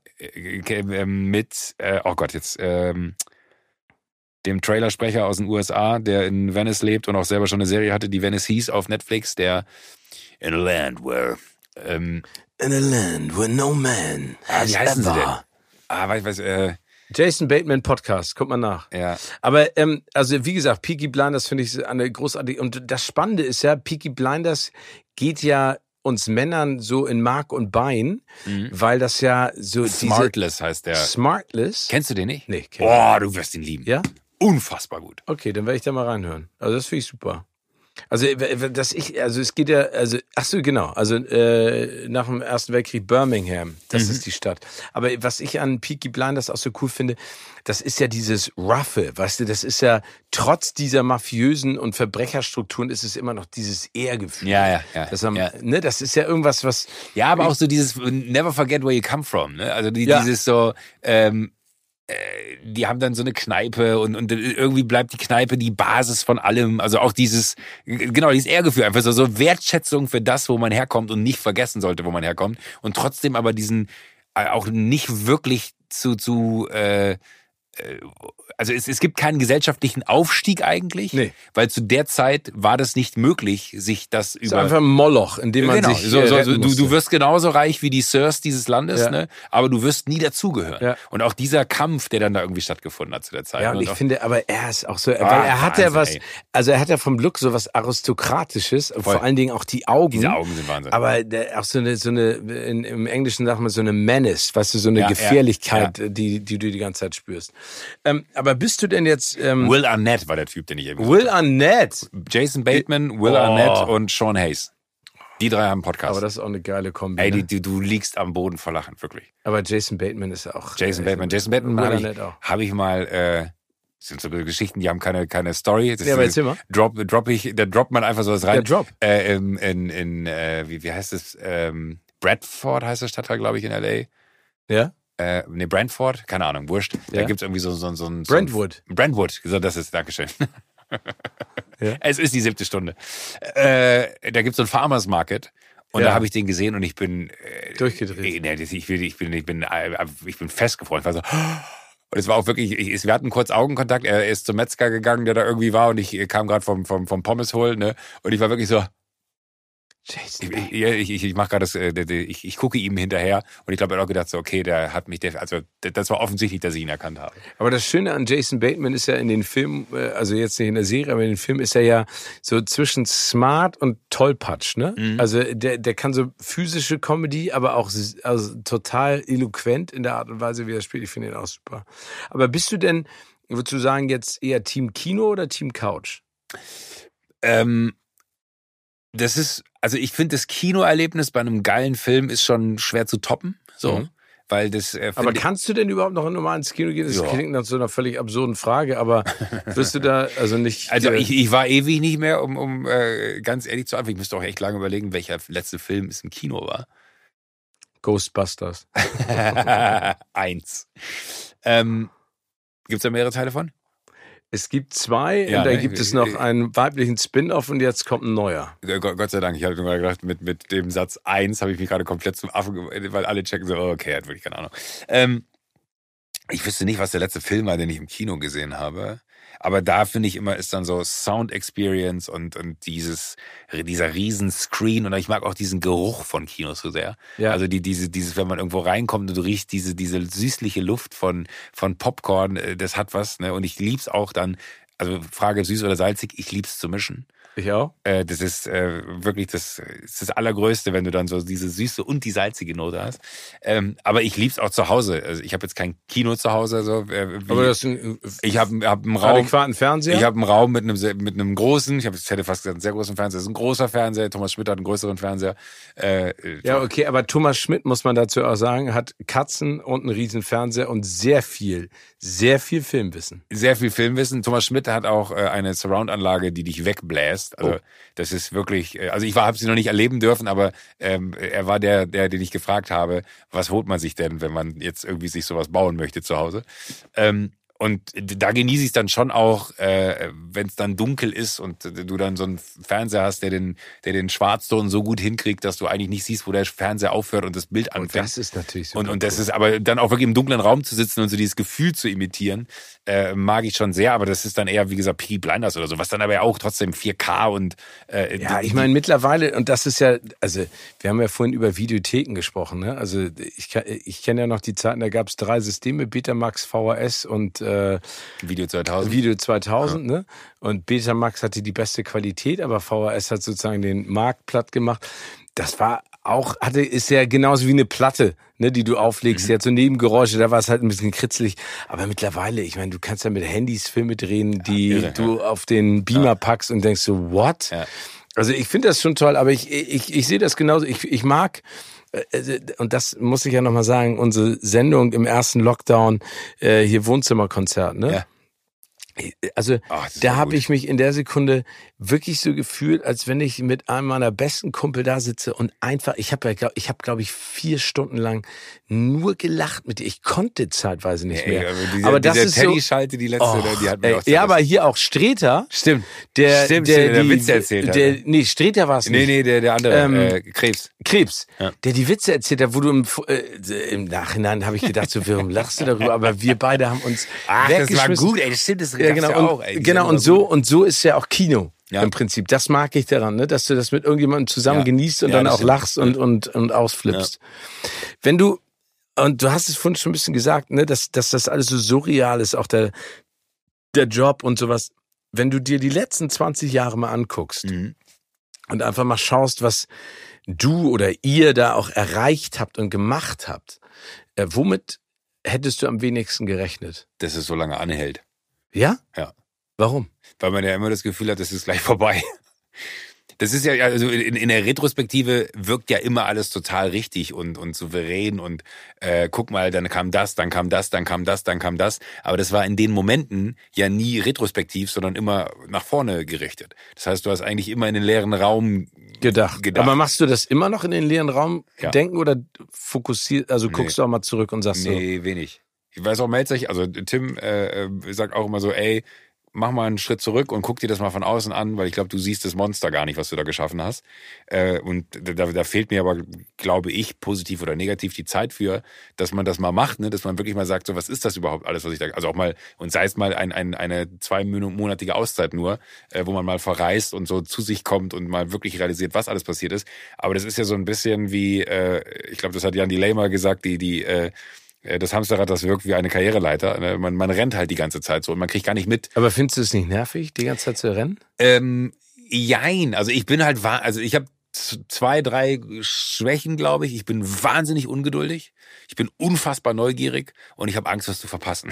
Äh, mit, äh, oh Gott, jetzt, ähm, dem Trailersprecher aus den U S A, der in Venice lebt und auch selber schon eine Serie hatte, die Venice hieß auf Netflix, der In a Land Where... Ähm, In a Land Where No Man has Wie heißen ever. Sie denn? Ah, weiß, weiß, äh... Jason Bateman Podcast, guck mal nach. Ja. Aber ähm, also wie gesagt, Peaky Blinders finde ich eine großartige, und das Spannende ist ja, Peaky Blinders geht ja uns Männern so in Mark und Bein, mhm. weil das ja so... Smartless heißt der. Smartless? Kennst du den nicht? Nee. Boah, du wirst ihn lieben. Ja? Unfassbar gut. Okay, dann werde ich da mal reinhören. Also das finde ich super. Also, dass ich, also es geht ja, also, ach so, genau, also äh, nach dem Ersten Weltkrieg Birmingham, das mhm. ist die Stadt. Aber was ich an Peaky Blinders auch so cool finde, das ist ja dieses Roughe, weißt du, das ist ja, trotz dieser mafiösen und Verbrecherstrukturen ist es immer noch dieses Ehrgefühl. Ja, ja, ja. Das, haben, ja. Ne, das ist ja irgendwas, was... Ja, aber auch so dieses Never forget where you come from, ne? Also die, ja. dieses so, ähm, die haben dann so eine Kneipe und, und irgendwie bleibt die Kneipe die Basis von allem. Also auch dieses, genau, dieses Ehrgefühl, einfach so, so Wertschätzung für das, wo man herkommt und nicht vergessen sollte, wo man herkommt. Und trotzdem aber diesen, auch nicht wirklich zu, zu, äh, also es, es gibt keinen gesellschaftlichen Aufstieg eigentlich, nee. weil zu der Zeit war das nicht möglich, sich das über... Es ist einfach ein Moloch, in dem man genau. sich so, so, so, du, du wirst genauso reich wie die Sirs dieses Landes, ja. ne? Aber du wirst nie dazugehören. Ja. Und auch dieser Kampf, der dann da irgendwie stattgefunden hat zu der Zeit. Ja, und, und ich auch, finde, aber er ist auch so, ah, weil er hat Wahnsinn, ja was, ey. also er hat ja vom Look so was Aristokratisches, und vor allen Dingen auch die Augen. Diese Augen sind Wahnsinn. Aber der, auch so eine, so eine in, im Englischen sagt man so eine Menace, weißt du, so eine ja, Gefährlichkeit, ja, ja. Die, die du die ganze Zeit spürst. Ähm, aber bist du denn jetzt... Ähm, Will Arnett war der Typ, den ich eben Will Arnett? Jason Bateman, Will oh. Arnett und Sean Hayes. Die drei haben einen Podcast. Aber das ist auch eine geile Kombi. Ey, ne? die, die, du liegst am Boden vor Lachen, wirklich. Aber Jason Bateman ist ja auch... Jason äh, Bateman. Jason Bateman habe ich, hab ich mal... Äh, das sind so Geschichten, die haben keine, keine Story. Das ja, aber erzähl mal. Drop, drop ich, da droppt man einfach so was rein. Ja, Drop. Äh, in, in, in äh, wie, wie heißt es? Ähm, Bradford heißt der Stadtteil, glaube ich, in L A. Ja? Äh, nee, Brantford, keine Ahnung, wurscht. Ja. Da gibt's irgendwie so, so, so ein... Brentwood. So ein, Brentwood, so, das ist, Dankeschön. Ja. Es ist die siebte Stunde. Äh, da gibt's so ein Farmers Market. Und ja. da habe ich den gesehen und ich bin... Äh, Durchgedreht. Nee, ich bin, ich bin, ich bin, ich bin festgefroren. Ich war so... Und es war auch wirklich, ich, wir hatten kurz Augenkontakt. Er ist zum Metzger gegangen, der da irgendwie war, und ich kam gerade vom, vom, vom Pommes holen, ne? Und ich war wirklich so... Jason ich ich, ich, ich mache gerade das, ich, ich gucke ihm hinterher, und ich glaube, er hat auch gedacht, so, okay, der hat mich, also das war offensichtlich, dass ich ihn erkannt habe. Aber das Schöne an Jason Bateman ist ja in den Filmen, also jetzt nicht in der Serie, aber in den Filmen ist er ja so zwischen smart und tollpatsch, ne? Mhm. Also der, der kann so physische Comedy, aber auch also total eloquent in der Art und Weise, wie er spielt. Ich finde ihn auch super. Aber bist du denn, würdest du sagen, jetzt eher Team Kino oder Team Couch? Ähm, das ist, also ich finde, das Kinoerlebnis bei einem geilen Film ist schon schwer zu toppen, so. Mhm. Weil das, äh, aber kannst du denn überhaupt noch normal ins Kino gehen? Das ja. klingt nach so einer völlig absurden Frage, aber wirst du da also nicht... Also äh, ich, ich war ewig nicht mehr, um, um äh, ganz ehrlich zu antworten. Ich müsste auch echt lange überlegen, welcher letzte Film es im Kino war. Ghostbusters. Eins. Ähm, Gibt es da mehrere Teile von? Es gibt zwei, ja, und da ne? gibt es noch einen weiblichen Spin-off, und jetzt kommt ein neuer. Gott sei Dank, ich hatte nur gedacht, mit, mit dem Satz eins habe ich mich gerade komplett zum Affen, weil alle checken so, oh, okay, er hat wirklich keine Ahnung. Ähm, ich wüsste nicht, was der letzte Film war, den ich im Kino gesehen habe. Aber da finde ich immer, ist dann so Sound Experience und, und dieses, dieser riesen Screen, und ich mag auch diesen Geruch von Kinos so sehr. Ja. Also die, diese, dieses, wenn man irgendwo reinkommt und du riechst diese, diese süßliche Luft von, von Popcorn, das hat was, ne? Und ich lieb's auch dann, also Frage süß oder salzig, ich lieb's zu mischen. Ich auch. Äh, das ist äh, wirklich das, ist das Allergrößte, wenn du dann so diese süße und die salzige Note hast. Ähm, aber ich lieb's auch zu Hause. Also ich habe jetzt kein Kino zu Hause. So, äh, wie, aber das ist ein, ich habe hab einen Raum. Adäquaten Fernseher? Ich habe einen Raum mit einem mit einem großen. Ich, hab, ich hätte fast gesagt einen sehr großen Fernseher. Das ist ein großer Fernseher. Thomas Schmidt hat einen größeren Fernseher. Äh, ja, okay, aber Thomas Schmidt, muss man dazu auch sagen, hat Katzen und einen riesen Fernseher und sehr viel, sehr viel Filmwissen. Sehr viel Filmwissen. Thomas Schmidt hat auch äh, eine Surround-Anlage, die dich wegbläst. Also oh. Das ist wirklich, also ich habe sie noch nicht erleben dürfen, aber ähm, er war der, der, den ich gefragt habe, was holt man sich denn, wenn man jetzt irgendwie sich sowas bauen möchte zu Hause. Ähm, Und da genieße ich es dann schon auch, äh, wenn es dann dunkel ist und du dann so einen Fernseher hast, der den, der den Schwarzton so gut hinkriegt, dass du eigentlich nicht siehst, wo der Fernseher aufhört und das Bild anfängt. Und das ist natürlich so. Und, und das ist aber dann auch wirklich im dunklen Raum zu sitzen und so dieses Gefühl zu imitieren, äh, mag ich schon sehr. Aber das ist dann eher, wie gesagt, Peaky Blinders oder so, was dann aber auch trotzdem vier K und... Äh, ja, ich meine mittlerweile, und das ist ja, also wir haben ja vorhin über Videotheken gesprochen, ne? Also ich, ich kenne ja noch die Zeiten, da gab es drei Systeme, Betamax, V H S und äh, Video zweitausend. Video zweitausend, ja. Ne? Und Betamax hatte die beste Qualität, aber V H S hat sozusagen den Markt platt gemacht. Das war auch, hatte, ist ja genauso wie eine Platte, ne, die du auflegst. Mhm. Die hat so Nebengeräusche, da war es halt ein bisschen kritzelig. Aber mittlerweile, ich meine, du kannst ja mit Handys Filme drehen, die ja, irre, du ja. auf den Beamer ja. packst und denkst so, what? Ja. Also ich finde das schon toll, aber ich, ich, ich sehe das genauso. Ich, ich mag, und das muss ich ja nochmal sagen, unsere Sendung im ersten Lockdown, äh, hier Wohnzimmerkonzert, ne? Ja. Also Ach, da habe ich mich in der Sekunde wirklich so gefühlt, als wenn ich mit einem meiner besten Kumpel da sitze und einfach, ich habe ja, ich habe glaube ich vier Stunden lang nur gelacht mit dir. Ich konnte zeitweise nicht mehr. Ja, ey, diese, aber das ist Teddy-Schalte, die letzte, oh, die hat mir ey, auch ja, aber hier auch Streter. Stimmt. Der, stimmt, der, stimmt, der die, Witze erzählt hat. Der, nee, Streter war es nicht. Nee, nee, der, der andere, ähm, äh, Krebs. Krebs, ja. Der die Witze erzählt hat, wo du im, äh, im Nachhinein habe ich gedacht, so, warum lachst du darüber? Aber wir beide haben uns Ach, das war gut, ey, das stimmt, das ja, genau, ja und, auch, ey. Genau, und so, und so ist ja auch Kino. Ja. Im Prinzip. Das mag ich daran, ne? Dass du das mit irgendjemandem zusammen ja. genießt und ja, dann auch stimmt. lachst und, und, und ausflippst. Ja. Wenn du, und du hast es vorhin schon ein bisschen gesagt, ne, dass, dass das alles so surreal ist, auch der, der Job und sowas. Wenn du dir die letzten zwanzig Jahre mal anguckst mhm. und einfach mal schaust, was du oder ihr da auch erreicht habt und gemacht habt, äh, womit hättest du am wenigsten gerechnet? Dass es so lange anhält. Ja? Ja. Warum? Weil man ja immer das Gefühl hat, es ist gleich vorbei. Das ist ja, also in, in der Retrospektive wirkt ja immer alles total richtig und, und souverän und äh, guck mal, dann kam das, dann kam das, dann kam das, dann kam das. Aber das war in den Momenten ja nie retrospektiv, sondern immer nach vorne gerichtet. Das heißt, du hast eigentlich immer in den leeren Raum gedacht. gedacht. Aber machst du das immer noch in den leeren Raum ja. denken oder fokussierst, also guckst nee. du auch mal zurück und sagst nee, so? Nee, wenig. Ich weiß auch, Melzer, also Tim äh, sagt auch immer so, ey, mach mal einen Schritt zurück und guck dir das mal von außen an, weil ich glaube, du siehst das Monster gar nicht, was du da geschaffen hast. Äh, und da, da fehlt mir aber, glaube ich, positiv oder negativ die Zeit für, dass man das mal macht, ne? Dass man wirklich mal sagt, so was ist das überhaupt alles, was ich da, also auch mal, und sei es mal ein, ein, eine zweimonatige Auszeit nur, äh, wo man mal verreist und so zu sich kommt und mal wirklich realisiert, was alles passiert ist. Aber das ist ja so ein bisschen wie, äh, ich glaube, das hat Jan Delay mal gesagt, die, die, äh, das Hamsterrad, das wirkt wie eine Karriereleiter. Man, man rennt halt die ganze Zeit so und man kriegt gar nicht mit. Aber findest du es nicht nervig, die ganze Zeit zu rennen? Ähm, jein. Also ich bin halt, also ich habe zwei, drei Schwächen, glaube ich. Ich bin wahnsinnig ungeduldig. Ich bin unfassbar neugierig und ich habe Angst, was zu verpassen.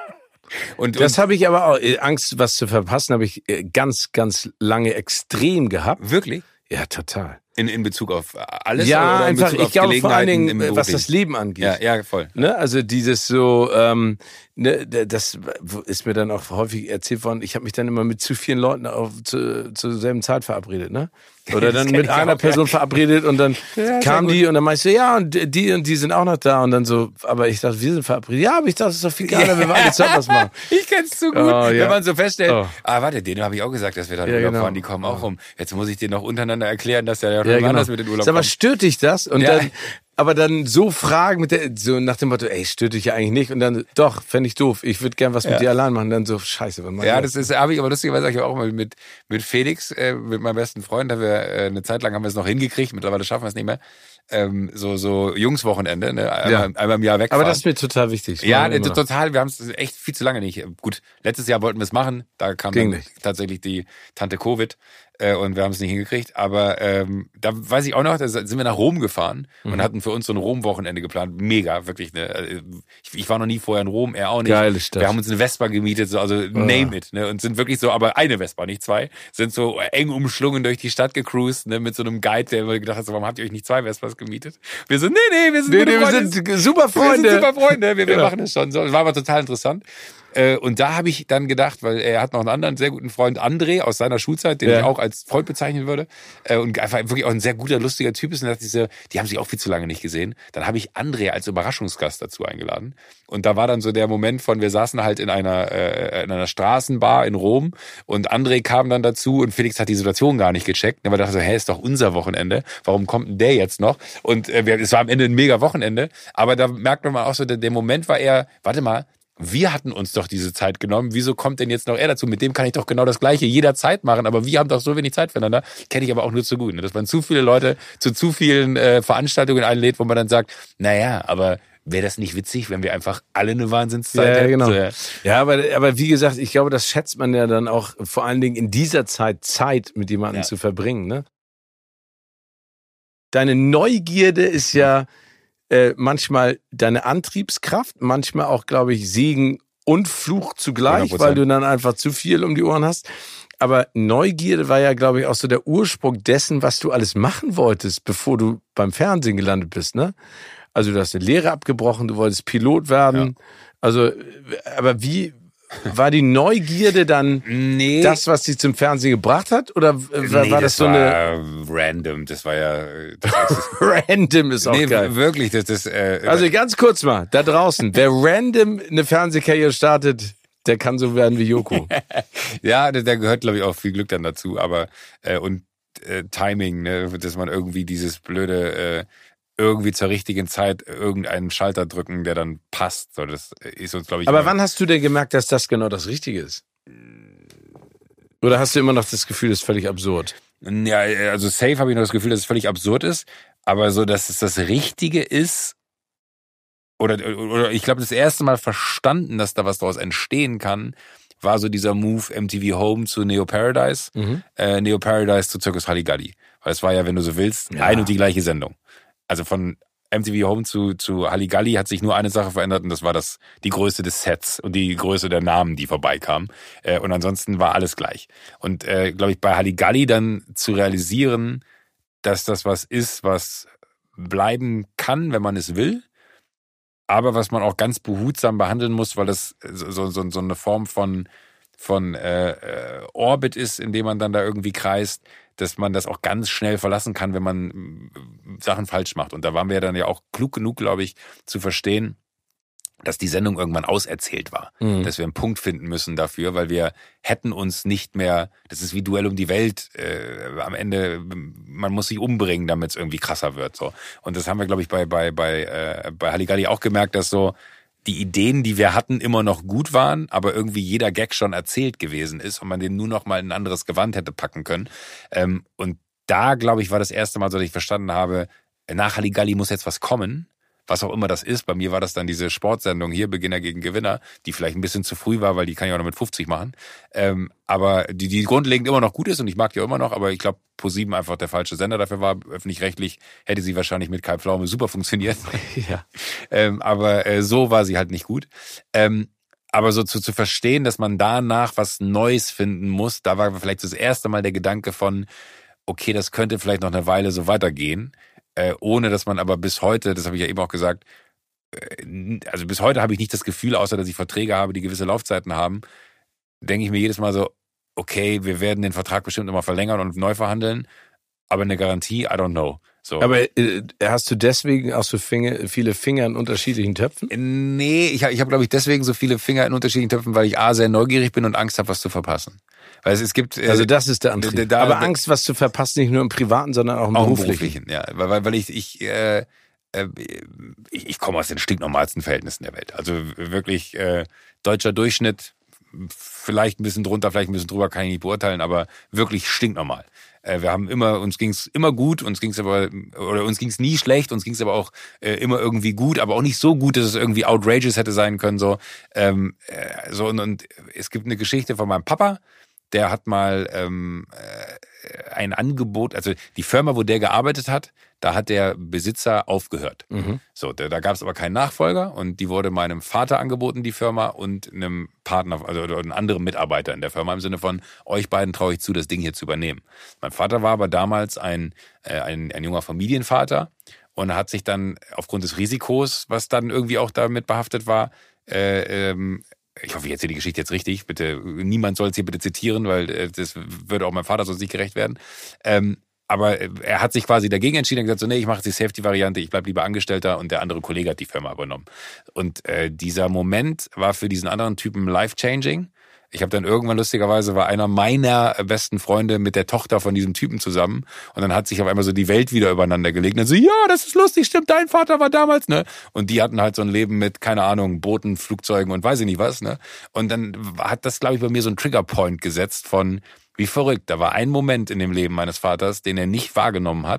Und, das habe ich aber auch. Angst, was zu verpassen, habe ich ganz, ganz lange extrem gehabt. Wirklich? Ja, total. In, in Bezug auf alles? Ja, oder in einfach, Bezug ich glaube vor allen Dingen, was das Leben angeht. Ja, ja, voll. Ne? Also dieses so, ähm, ne, das ist mir dann auch häufig erzählt worden, ich habe mich dann immer mit zu vielen Leuten auf, zu, zur selben Zeit verabredet, ne? Oder dann mit einer Person verabredet und dann ja, kam die und dann meinst du, ja, und die und die sind auch noch da und dann so, aber ich dachte, wir sind verabredet. Ja, aber ich dachte, es ist doch viel geiler, wenn wir alle zusammen was machen. Ich kenn's zu gut, oh, ja. Wenn man so feststellt, oh. ah, warte, denen habe ich auch gesagt, dass wir da in ja, Urlaub genau. fahren, die kommen auch rum. Jetzt muss ich denen noch untereinander erklären, dass der ja noch ja, genau. anders mit den Urlaub Sag mal, stört dich das? Und ja. dann, aber dann so fragen mit der, so nach dem Motto, ey, stört dich ja eigentlich nicht. Und dann, doch, fände ich doof. Ich würde gern was mit ja. dir allein machen. Dann so, scheiße. Wenn man ja, das ist, habe ich aber lustigerweise auch, ich auch mal mit, mit Felix, äh, mit meinem besten Freund, haben wir, äh, eine Zeit lang haben wir es noch hingekriegt. Mittlerweile schaffen wir es nicht mehr. Ähm, so, so Jungswochenende, ne? Einmal, ja. einmal im Jahr wegfahren. Aber das ist mir total wichtig. Ja, äh, total. Wir haben es echt viel zu lange nicht. Gut, letztes Jahr wollten wir es machen. Da kam dann tatsächlich die Tante Covid. Und wir haben es nicht hingekriegt, aber ähm, da weiß ich auch noch, da sind wir nach Rom gefahren mhm. und hatten für uns so ein Rom-Wochenende geplant. Mega, wirklich. Ne? Ich, ich war noch nie vorher in Rom, er auch nicht. Geile Stadt. Wir haben uns eine Vespa gemietet, so, also oh. name it. Ne? Und sind wirklich so, aber eine Vespa, nicht zwei, sind so eng umschlungen durch die Stadt gecruised, ne? Mit so einem Guide, der immer gedacht hat, so, warum habt ihr euch nicht zwei Vespas gemietet? Wir so, nee, nee, wir sind, nee, nee, wir sind super Freunde. Wir sind super Freunde, wir, wir ja. machen das schon. So, das war aber total interessant. Und da habe ich dann gedacht, weil er hat noch einen anderen sehr guten Freund, André, aus seiner Schulzeit, den ja. ich auch als Freund bezeichnen würde. Und einfach wirklich auch ein sehr guter, lustiger Typ ist. Und dachte ich so, die haben sich auch viel zu lange nicht gesehen. Dann habe ich André als Überraschungsgast dazu eingeladen. Und da war dann so der Moment von, wir saßen halt in einer, äh, in einer Straßenbar in Rom und André kam dann dazu und Felix hat die Situation gar nicht gecheckt. Aber dachte so, hä, ist doch unser Wochenende. Warum kommt denn der jetzt noch? Und äh, es war am Ende ein mega Wochenende. Aber da merkt man auch so, der, der Moment war eher, warte mal, wir hatten uns doch diese Zeit genommen. Wieso kommt denn jetzt noch er dazu? Mit dem kann ich doch genau das Gleiche jederzeit machen. Aber wir haben doch so wenig Zeit füreinander. Kenne ich aber auch nur zu gut. Ne? Dass man zu viele Leute zu zu vielen äh, Veranstaltungen einlädt, wo man dann sagt, naja, aber wäre das nicht witzig, wenn wir einfach alle eine Wahnsinnszeit ja, hätten? Genau. So, ja, ja aber, aber wie gesagt, ich glaube, das schätzt man ja dann auch vor allen Dingen in dieser Zeit, Zeit mit jemandem ja. zu verbringen. Ne? Deine Neugierde ist ja äh, manchmal deine Antriebskraft, manchmal auch, glaube ich, Segen und Fluch zugleich, hundert Prozent. Weil du dann einfach zu viel um die Ohren hast. Aber Neugierde war ja, glaube ich, auch so der Ursprung dessen, was du alles machen wolltest, bevor du beim Fernsehen gelandet bist, ne? Also du hast eine Lehre abgebrochen, du wolltest Pilot werden. Ja. Also, aber wie war die Neugierde dann nee. das, was dich zum Fernsehen gebracht hat? Oder war, nee, war das, das so war eine random? Das war ja das random ist auch nee, geil. Wirklich, das ist. Äh, also ganz kurz mal da draußen, wer random eine Fernsehkarriere startet, der kann so werden wie Joko. Ja, da gehört, glaube ich, auch viel Glück dann dazu. Aber äh, und äh, Timing, ne, dass man irgendwie dieses blöde äh, irgendwie zur richtigen Zeit irgendeinen Schalter drücken, der dann passt. So, das ist uns, glaube ich. Aber wann hast du denn gemerkt, dass das genau das Richtige ist? Oder hast du immer noch das Gefühl, das ist völlig absurd? Ja, also safe habe ich noch das Gefühl, dass es völlig absurd ist. Aber so, dass es das Richtige ist, oder, oder ich glaube, das erste Mal verstanden, dass da was daraus entstehen kann, war so dieser Move M T V Home zu Neo Paradise, mhm. äh, Neo Paradise zu Circus Halligalli. Weil es war ja, wenn du so willst, ja. ein und die gleiche Sendung. Also von M T V Home zu, zu Halligalli hat sich nur eine Sache verändert und das war das, die Größe des Sets und die Größe der Namen, die vorbeikamen. Äh, und ansonsten war alles gleich. Und äh, glaube ich, bei Halligalli dann zu realisieren, dass das was ist, was bleiben kann, wenn man es will, aber was man auch ganz behutsam behandeln muss, weil das so, so, so eine Form von, von äh, Orbit ist, in dem man dann da irgendwie kreist, dass man das auch ganz schnell verlassen kann, wenn man Sachen falsch macht. Und da waren wir ja dann ja auch klug genug, glaube ich, zu verstehen, dass die Sendung irgendwann auserzählt war. Mhm. Dass wir einen Punkt finden müssen dafür, weil wir hätten uns nicht mehr, das ist wie Duell um die Welt, äh, am Ende, man muss sich umbringen, damit es irgendwie krasser wird. So. Und das haben wir, glaube ich, bei, bei, bei, äh, bei Halligalli auch gemerkt, dass so die Ideen, die wir hatten, immer noch gut waren, aber irgendwie jeder Gag schon erzählt gewesen ist und man den nur noch mal in ein anderes Gewand hätte packen können. Ähm, und da, glaube ich, war das erste Mal so, dass ich verstanden habe, nach Halligalli muss jetzt was kommen, was auch immer das ist. Bei mir war das dann diese Sportsendung hier, Beginner gegen Gewinner, die vielleicht ein bisschen zu früh war, weil die kann ich auch noch mit fünfzig machen. Ähm, aber die, die grundlegend immer noch gut ist und ich mag die auch immer noch, aber ich glaube, ProSieben einfach der falsche Sender dafür war. Öffentlich-rechtlich hätte sie wahrscheinlich mit Kai Pflaume super funktioniert. Ja. ähm, aber äh, so war sie halt nicht gut. Ähm, aber so zu, zu verstehen, dass man danach was Neues finden muss, da war vielleicht das erste Mal der Gedanke von, okay, das könnte vielleicht noch eine Weile so weitergehen. Äh, ohne dass man aber bis heute, das habe ich ja eben auch gesagt, äh, also bis heute habe ich nicht das Gefühl, außer dass ich Verträge habe, die gewisse Laufzeiten haben, denke ich mir jedes Mal so, okay, wir werden den Vertrag bestimmt immer verlängern und neu verhandeln, aber eine Garantie, I don't know. So. Aber äh, hast du deswegen auch so Finger, viele Finger in unterschiedlichen Töpfen? Nee, ich habe, ich hab, glaube ich, deswegen so viele Finger in unterschiedlichen Töpfen, weil ich A, sehr neugierig bin und Angst habe, was zu verpassen. Weil es, es gibt, äh, also das ist der Antrieb. Da, aber da, Angst, was zu verpassen, nicht nur im Privaten, sondern auch im auch beruflichen. Im beruflichen. Ja, weil, weil ich, ich, äh, ich, ich komme aus den stinknormalsten Verhältnissen der Welt. Also wirklich äh, deutscher Durchschnitt, vielleicht ein bisschen drunter, vielleicht ein bisschen drüber, kann ich nicht beurteilen, aber wirklich stinknormal. Äh, wir haben immer, uns ging's immer gut, uns ging's aber, oder uns ging's nie schlecht, uns ging's aber auch äh, immer irgendwie gut, aber auch nicht so gut, dass es irgendwie outrageous hätte sein können. So, ähm, äh, so und, und es gibt eine Geschichte von meinem Papa, der hat mal ähm, äh, ein Angebot, also die Firma, wo der gearbeitet hat, da hat der Besitzer aufgehört. Mhm. So, da, da gab es aber keinen Nachfolger und die wurde meinem Vater angeboten, die Firma, und einem Partner, also einem anderen Mitarbeiter in der Firma, im Sinne von, euch beiden traue ich zu, das Ding hier zu übernehmen. Mein Vater war aber damals ein, äh, ein, ein junger Familienvater und hat sich dann aufgrund des Risikos, was dann irgendwie auch damit behaftet war, äh, ähm, ich hoffe, ich erzähle die Geschichte jetzt richtig, bitte, niemand soll es hier bitte zitieren, weil äh, das würde auch meinem Vater sonst nicht gerecht werden. Ähm, aber er hat sich quasi dagegen entschieden und gesagt, so, nee, ich mache jetzt die Safety-Variante, ich bleib lieber Angestellter, und der andere Kollege hat die Firma übernommen. Und äh, dieser Moment war für diesen anderen Typen life-changing. Ich habe dann irgendwann, lustigerweise, war einer meiner besten Freunde mit der Tochter von diesem Typen zusammen, und dann hat sich auf einmal so die Welt wieder übereinander gelegt. Und dann so, ja, das ist lustig, stimmt, dein Vater war damals, ne? Und die hatten halt so ein Leben mit, keine Ahnung, Booten, Flugzeugen und weiß ich nicht was, ne? Und dann hat das, glaube ich, bei mir so einen Triggerpoint gesetzt von, wie verrückt. Da war ein Moment in dem Leben meines Vaters, den er nicht wahrgenommen hat.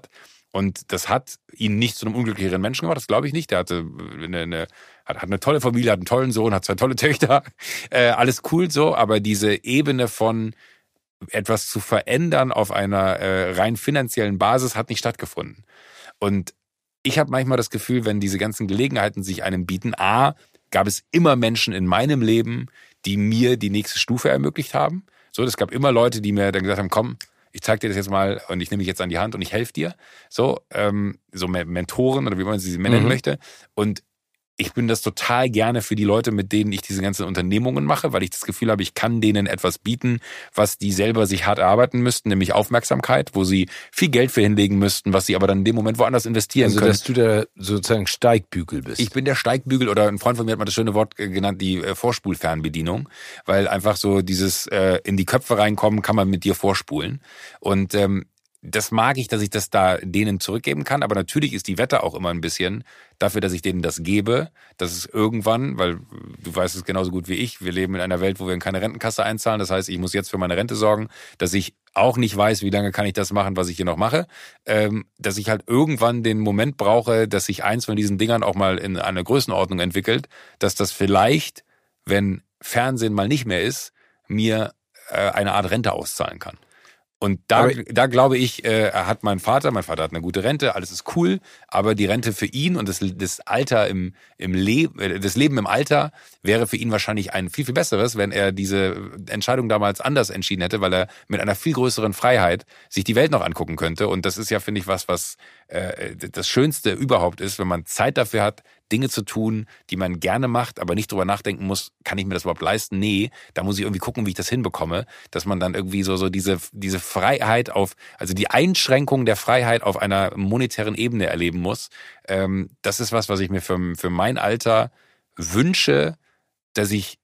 Und das hat ihn nicht zu einem unglücklicheren Menschen gemacht, das glaube ich nicht. Der hatte eine, eine, hat, hat eine tolle Familie, hat einen tollen Sohn, hat zwei tolle Töchter. Äh, alles cool so, aber diese Ebene von etwas zu verändern auf einer äh, rein finanziellen Basis hat nicht stattgefunden. Und ich habe manchmal das Gefühl, wenn diese ganzen Gelegenheiten sich einem bieten, a, gab es immer Menschen in meinem Leben, die mir die nächste Stufe ermöglicht haben. So, es gab immer Leute, die mir dann gesagt haben, komm, ich zeig dir das jetzt mal und ich nehme dich jetzt an die Hand und ich helfe dir. So, ähm, so Mentoren oder wie man sie nennen mhm. möchte. Und ich bin das total gerne für die Leute, mit denen ich diese ganzen Unternehmungen mache, weil ich das Gefühl habe, ich kann denen etwas bieten, was die selber sich hart erarbeiten müssten, nämlich Aufmerksamkeit, wo sie viel Geld für hinlegen müssten, was sie aber dann in dem Moment woanders investieren also, können. Also, dass du der sozusagen Steigbügel bist. Ich bin der Steigbügel oder ein Freund von mir hat mal das schöne Wort genannt, die äh, Vorspulfernbedienung, weil einfach so dieses äh, in die Köpfe reinkommen, kann man mit dir vorspulen. Und ähm, das mag ich, dass ich das da denen zurückgeben kann, aber natürlich ist die Wette auch immer ein bisschen dafür, dass ich denen das gebe, dass es irgendwann, weil du weißt es genauso gut wie ich, wir leben in einer Welt, wo wir in keine Rentenkasse einzahlen, das heißt, ich muss jetzt für meine Rente sorgen, dass ich auch nicht weiß, wie lange kann ich das machen, was ich hier noch mache, ähm, dass ich halt irgendwann den Moment brauche, dass sich eins von diesen Dingern auch mal in eine Größenordnung entwickelt, dass das vielleicht, wenn Fernsehen mal nicht mehr ist, mir äh, eine Art Rente auszahlen kann. Und da, da glaube ich, äh, hat mein Vater, mein Vater hat eine gute Rente, alles ist cool, aber die Rente für ihn und das, das Alter im, im Leben, äh, das Leben im Alter wäre für ihn wahrscheinlich ein viel, viel besseres, wenn er diese Entscheidung damals anders entschieden hätte, weil er mit einer viel größeren Freiheit sich die Welt noch angucken könnte. Und das ist ja, finde ich, was, was äh, das Schönste überhaupt ist, wenn man Zeit dafür hat, Dinge zu tun, die man gerne macht, aber nicht drüber nachdenken muss, kann ich mir das überhaupt leisten? Nee, da muss ich irgendwie gucken, wie ich das hinbekomme, dass man dann irgendwie so so diese diese Freiheit auf, also die Einschränkung der Freiheit auf einer monetären Ebene erleben muss. Ähm, das ist was, was ich mir für, für mein Alter wünsche, dass ich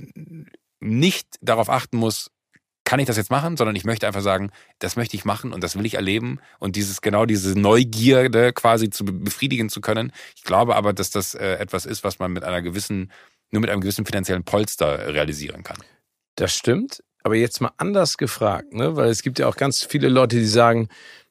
nicht darauf achten muss, kann ich das jetzt machen, sondern ich möchte einfach sagen, das möchte ich machen und das will ich erleben und dieses genau diese Neugierde quasi zu befriedigen zu können. Ich glaube aber, dass das äh, etwas ist, was man mit einer gewissen, nur mit einem gewissen finanziellen Polster realisieren kann. Das stimmt, aber jetzt mal anders gefragt, ne? Weil es gibt ja auch ganz viele Leute, die sagen,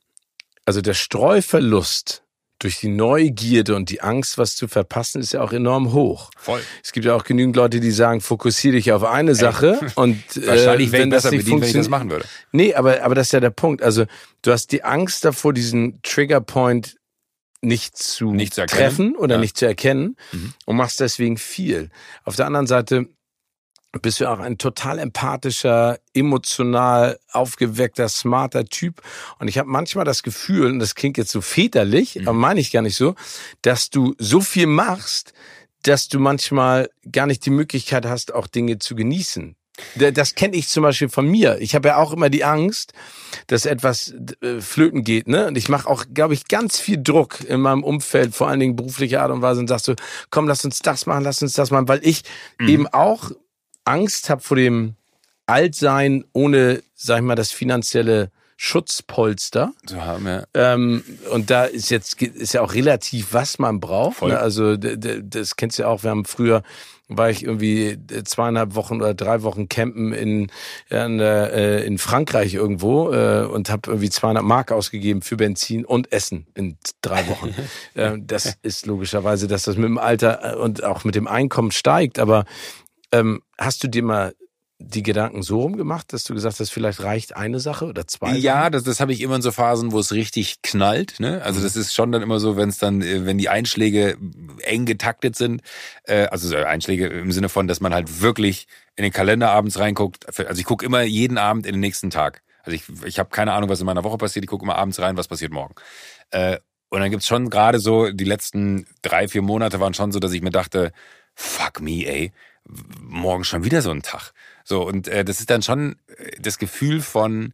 also der Streuverlust durch die Neugierde und die Angst, was zu verpassen, ist ja auch enorm hoch. Voll. Es gibt ja auch genügend Leute, die sagen, fokussiere dich auf eine Sache. Ey. Und wahrscheinlich äh, wäre wenn ich das besser nicht bedient, wenn ich das machen würde. Nee, aber, aber das ist ja der Punkt. Also du hast die Angst davor, diesen Triggerpoint nicht zu, nicht zu treffen oder ja. nicht zu erkennen mhm. und machst deswegen viel. Auf der anderen Seite bist du auch ein total empathischer, emotional aufgeweckter, smarter Typ. Und ich habe manchmal das Gefühl, und das klingt jetzt so väterlich, mhm. aber meine ich gar nicht so, dass du so viel machst, dass du manchmal gar nicht die Möglichkeit hast, auch Dinge zu genießen. Das kenne ich zum Beispiel von mir. Ich habe ja auch immer die Angst, dass etwas äh, flöten geht, ne? Und ich mache auch, glaube ich, ganz viel Druck in meinem Umfeld, vor allen Dingen beruflicher Art und Weise, und sagst so, komm, lass uns das machen, lass uns das machen, weil ich mhm. eben auch Angst habe vor dem Altsein ohne, sag ich mal, das finanzielle Schutzpolster. So haben wir. Ähm, und da ist jetzt ist ja auch relativ, was man braucht. Ne? Also d- d- das kennst du ja auch. Wir haben früher war ich irgendwie zweieinhalb Wochen oder drei Wochen campen in in, äh, in Frankreich irgendwo äh, und habe irgendwie zweihundert Mark ausgegeben für Benzin und Essen in drei Wochen. äh, das ist logischerweise, dass das mit dem Alter und auch mit dem Einkommen steigt. Aber ähm, hast du dir mal die Gedanken so rumgemacht, dass du gesagt hast, vielleicht reicht eine Sache oder zwei? Ja, Sachen? das, das habe ich immer in so Phasen, wo es richtig knallt. Ne? Also das ist schon dann immer so, wenn es dann, wenn die Einschläge eng getaktet sind, äh, also Einschläge im Sinne von, dass man halt wirklich in den Kalender abends reinguckt. Also ich gucke immer jeden Abend in den nächsten Tag. Also ich, ich habe keine Ahnung, was in meiner Woche passiert. Ich gucke immer abends rein, was passiert morgen. Äh, und dann gibt's schon gerade so, die letzten drei, vier Monate waren schon so, dass ich mir dachte, fuck me, ey, morgen schon wieder so ein Tag. So, und äh, das ist dann schon das Gefühl von,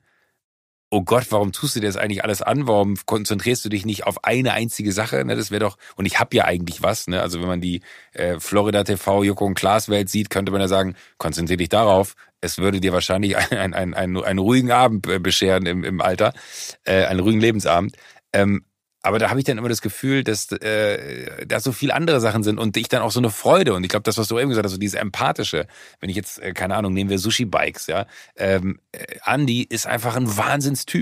oh Gott, warum tust du dir das eigentlich alles an? Warum konzentrierst du dich nicht auf eine einzige Sache? Ne, das wäre doch, und ich habe ja eigentlich was, ne? Also wenn man die äh, Florida T V, Joko und Klaas Welt sieht, könnte man ja sagen, konzentrier dich darauf. Es würde dir wahrscheinlich einen, einen, einen, einen ruhigen Abend bescheren im, im Alter, äh, einen ruhigen Lebensabend. Ähm, Aber da habe ich dann immer das Gefühl, dass äh, da so viele andere Sachen sind und ich dann auch so eine Freude. Und ich glaube, das, was du eben gesagt hast, so dieses Empathische. Wenn ich jetzt, äh, keine Ahnung, nehmen wir Sushi-Bikes, ja. Ähm, äh, Andi ist einfach ein Wahnsinnstyp.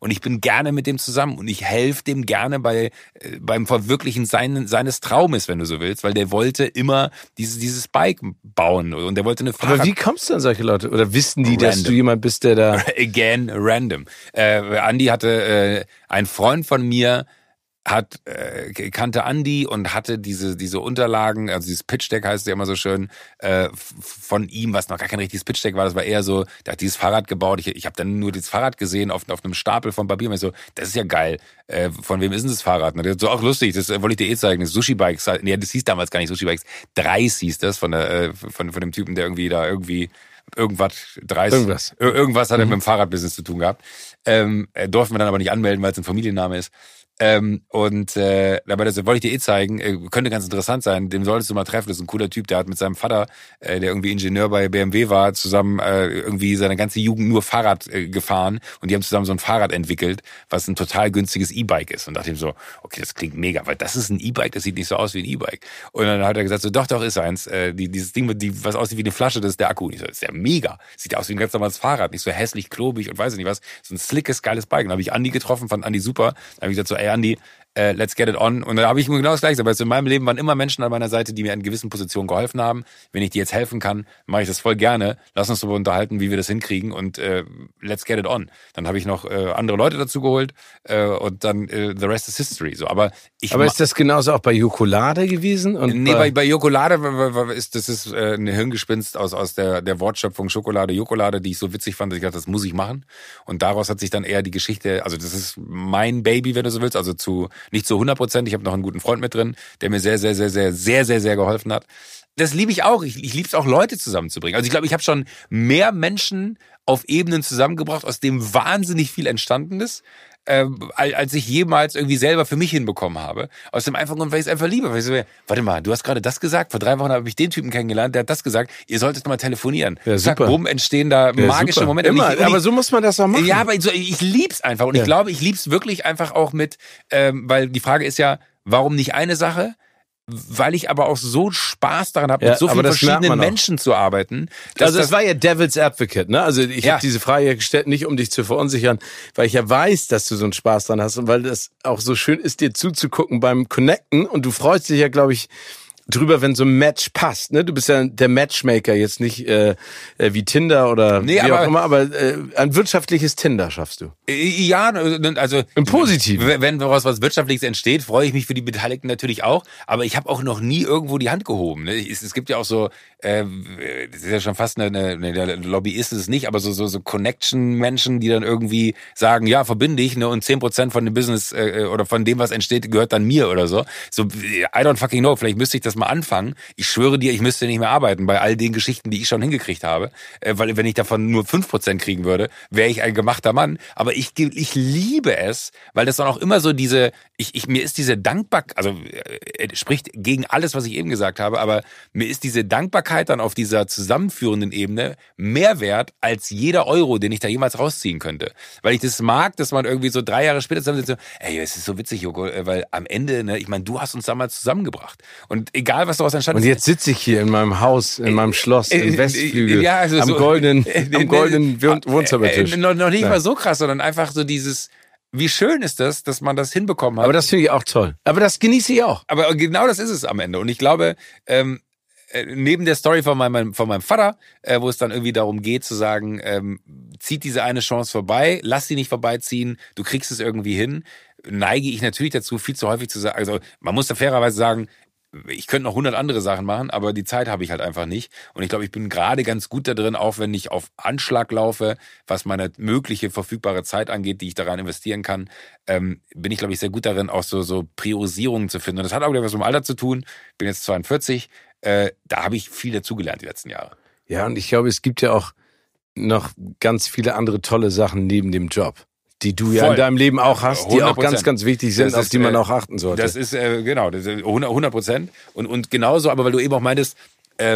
und ich bin gerne mit dem zusammen und ich helfe dem gerne bei äh, beim Verwirklichen sein, seines Traumes, wenn du so willst, weil der wollte immer dieses, dieses Bike bauen und der wollte eine Fahrrad... Aber wie kommst du an solche Leute? Oder wissen die, random. Dass du jemand bist, der da... Again, random. Äh, Andi hatte, äh, ein Freund von mir hat äh, kannte Andi und hatte diese diese Unterlagen, also dieses Pitch-Deck heißt ja immer so schön, äh, von ihm, was noch gar kein richtiges Pitch-Deck war, das war eher so, der hat dieses Fahrrad gebaut, ich, ich habe dann nur dieses Fahrrad gesehen auf, auf einem Stapel von Papier und ich so, das ist ja geil, äh, von wem ist denn das Fahrrad? Und der hat so, auch lustig, das äh, wollte ich dir eh zeigen, das Sushi-Bikes, nee, das hieß damals gar nicht Sushi-Bikes, Dreis hieß das, von der äh, von, von dem Typen, der irgendwie da irgendwie irgendwas, dreißig, irgendwas, irgendwas hat er mhm. mit dem Fahrradbusiness zu tun gehabt. Ähm, durften wir dann aber nicht anmelden, weil es ein Familienname ist. Ähm, und äh, aber das wollte ich dir eh zeigen, äh, könnte ganz interessant sein, den solltest du mal treffen, das ist ein cooler Typ, der hat mit seinem Vater, äh, der irgendwie Ingenieur bei B M W war, zusammen äh, irgendwie seine ganze Jugend nur Fahrrad äh, gefahren und die haben zusammen so ein Fahrrad entwickelt, was ein total günstiges E-Bike ist und dachte ihm so, okay, das klingt mega, weil das ist ein E-Bike, das sieht nicht so aus wie ein E-Bike und dann hat er gesagt, so doch, doch, ist eins, äh, die, dieses Ding, die, was aussieht wie eine Flasche, das ist der Akku und ich so, das ist ja mega, sieht aus wie ein ganz normales Fahrrad, nicht so hässlich, klobig und weiß ich nicht was, so ein slickes, geiles Bike. Dann habe ich Andi getroffen, fand Andi super, dann habe ich gesagt so, ey Andi, Uh, let's get it on. Und da habe ich mir genau das Gleiche gesagt. Aber in meinem Leben waren immer Menschen an meiner Seite, die mir in gewissen Positionen geholfen haben. Wenn ich dir jetzt helfen kann, mache ich das voll gerne. Lass uns darüber unterhalten, wie wir das hinkriegen und uh, let's get it on. Dann habe ich noch uh, andere Leute dazu geholt uh, und dann uh, the rest is history. So, aber ich aber ist das genauso auch bei Jokolade gewesen? Und nee, bei, bei Jokolade ist das ist uh, eine Hirngespinst aus aus der der Wortschöpfung Schokolade, Jokolade, die ich so witzig fand, dass ich dachte, das muss ich machen. Und daraus hat sich dann eher die Geschichte, also das ist mein Baby, wenn du so willst, also zu nicht zu hundert Prozent. Ich habe noch einen guten Freund mit drin, der mir sehr, sehr, sehr, sehr, sehr, sehr, sehr geholfen hat. Das liebe ich auch. Ich, ich liebe es auch, Leute zusammenzubringen. Also ich glaube, ich habe schon mehr Menschen auf Ebenen zusammengebracht, aus dem wahnsinnig viel entstanden ist, äh, als ich jemals irgendwie selber für mich hinbekommen habe. Aus dem einfachen Grund, weil ich es einfach liebe. Weil ich so, warte mal, du hast gerade das gesagt, vor drei Wochen habe ich den Typen kennengelernt, der hat das gesagt, ihr solltet mal telefonieren. Ja, Zack, bumm, entstehen da ja, magische super. Momente. Immer, und ich, und aber ich, so muss man das auch machen. Ja, aber ich, ich lieb's einfach. Und ja. ich glaube, ich lieb's wirklich einfach auch mit, ähm, weil die Frage ist ja, warum nicht eine Sache? Weil ich aber auch so Spaß daran habe, ja, mit so vielen verschiedenen Menschen zu arbeiten. Also es war ja Devil's Advocate, ne? Also ich ja. habe diese Frage gestellt, nicht um dich zu verunsichern, weil ich ja weiß, dass du so einen Spaß dran hast und weil das auch so schön ist, dir zuzugucken beim Connecten und du freust dich ja, glaube ich, drüber, wenn so ein Match passt, ne? Du bist ja der Matchmaker, jetzt nicht äh, wie Tinder oder nee, wie aber, auch immer, aber äh, ein wirtschaftliches Tinder schaffst du. Ja, also im Positiven. Wenn daraus was Wirtschaftliches entsteht, freue ich mich für die Beteiligten natürlich auch, aber ich habe auch noch nie irgendwo die Hand gehoben. Ne? Es, es gibt ja auch so, äh, das ist ja schon fast eine, eine, eine Lobbyist ist es nicht, aber so so so Connection-Menschen, die dann irgendwie sagen, ja, verbinde ich, ne, und zehn Prozent von dem Business äh, oder von dem, was entsteht, gehört dann mir oder so. So, I don't fucking know, vielleicht müsste ich das mal anfangen. Ich schwöre dir, ich müsste nicht mehr arbeiten bei all den Geschichten, die ich schon hingekriegt habe. Äh, weil wenn ich davon nur fünf Prozent kriegen würde, wäre ich ein gemachter Mann. Aber ich, ich liebe es, weil das dann auch immer so diese, ich, ich mir ist diese Dankbarkeit, also äh, spricht gegen alles, was ich eben gesagt habe, aber mir ist diese Dankbarkeit dann auf dieser zusammenführenden Ebene mehr wert als jeder Euro, den ich da jemals rausziehen könnte. Weil ich das mag, dass man irgendwie so drei Jahre später zusammen sitzt, so, ey, es ist so witzig, Joko, weil am Ende, ne, ich meine, du hast uns damals zusammengebracht. Und egal, was daraus entstanden ist. Und jetzt sitze ich hier in meinem Haus, in meinem Schloss, im Westflügel, ja, also am so, goldenen, äh, am goldenen Wohnzimmertisch. Äh, noch, noch nicht Nein. mal so krass, sondern einfach so dieses, wie schön ist das, dass man das hinbekommen hat. Aber das finde ich auch toll. Aber das genieße ich auch. Aber genau das ist es am Ende. Und ich glaube, ähm, neben der Story von meinem, von meinem Vater, äh, wo es dann irgendwie darum geht zu sagen, ähm, zieht diese eine Chance vorbei, lass sie nicht vorbeiziehen, du kriegst es irgendwie hin, neige ich natürlich dazu, viel zu häufig zu sagen, also man muss da fairerweise sagen, ich könnte noch hundert andere Sachen machen, aber die Zeit habe ich halt einfach nicht. Und ich glaube, ich bin gerade ganz gut da drin, auch wenn ich auf Anschlag laufe, was meine mögliche verfügbare Zeit angeht, die ich daran investieren kann, ähm, bin ich, glaube ich, sehr gut darin, auch so, so Priorisierungen zu finden. Und das hat auch wieder was mit dem Alter zu tun. Bin jetzt zweiundvierzig. Äh, da habe ich viel dazugelernt die letzten Jahre. Ja, und ich glaube, es gibt ja auch noch ganz viele andere tolle Sachen neben dem Job, die du ja Voll. in deinem Leben auch hast, die auch ganz, ganz wichtig sind, ist, auf die man äh, auch achten sollte. Das ist, äh, genau, das ist hundert Prozent. Und, und genauso, aber weil du eben auch meintest, äh,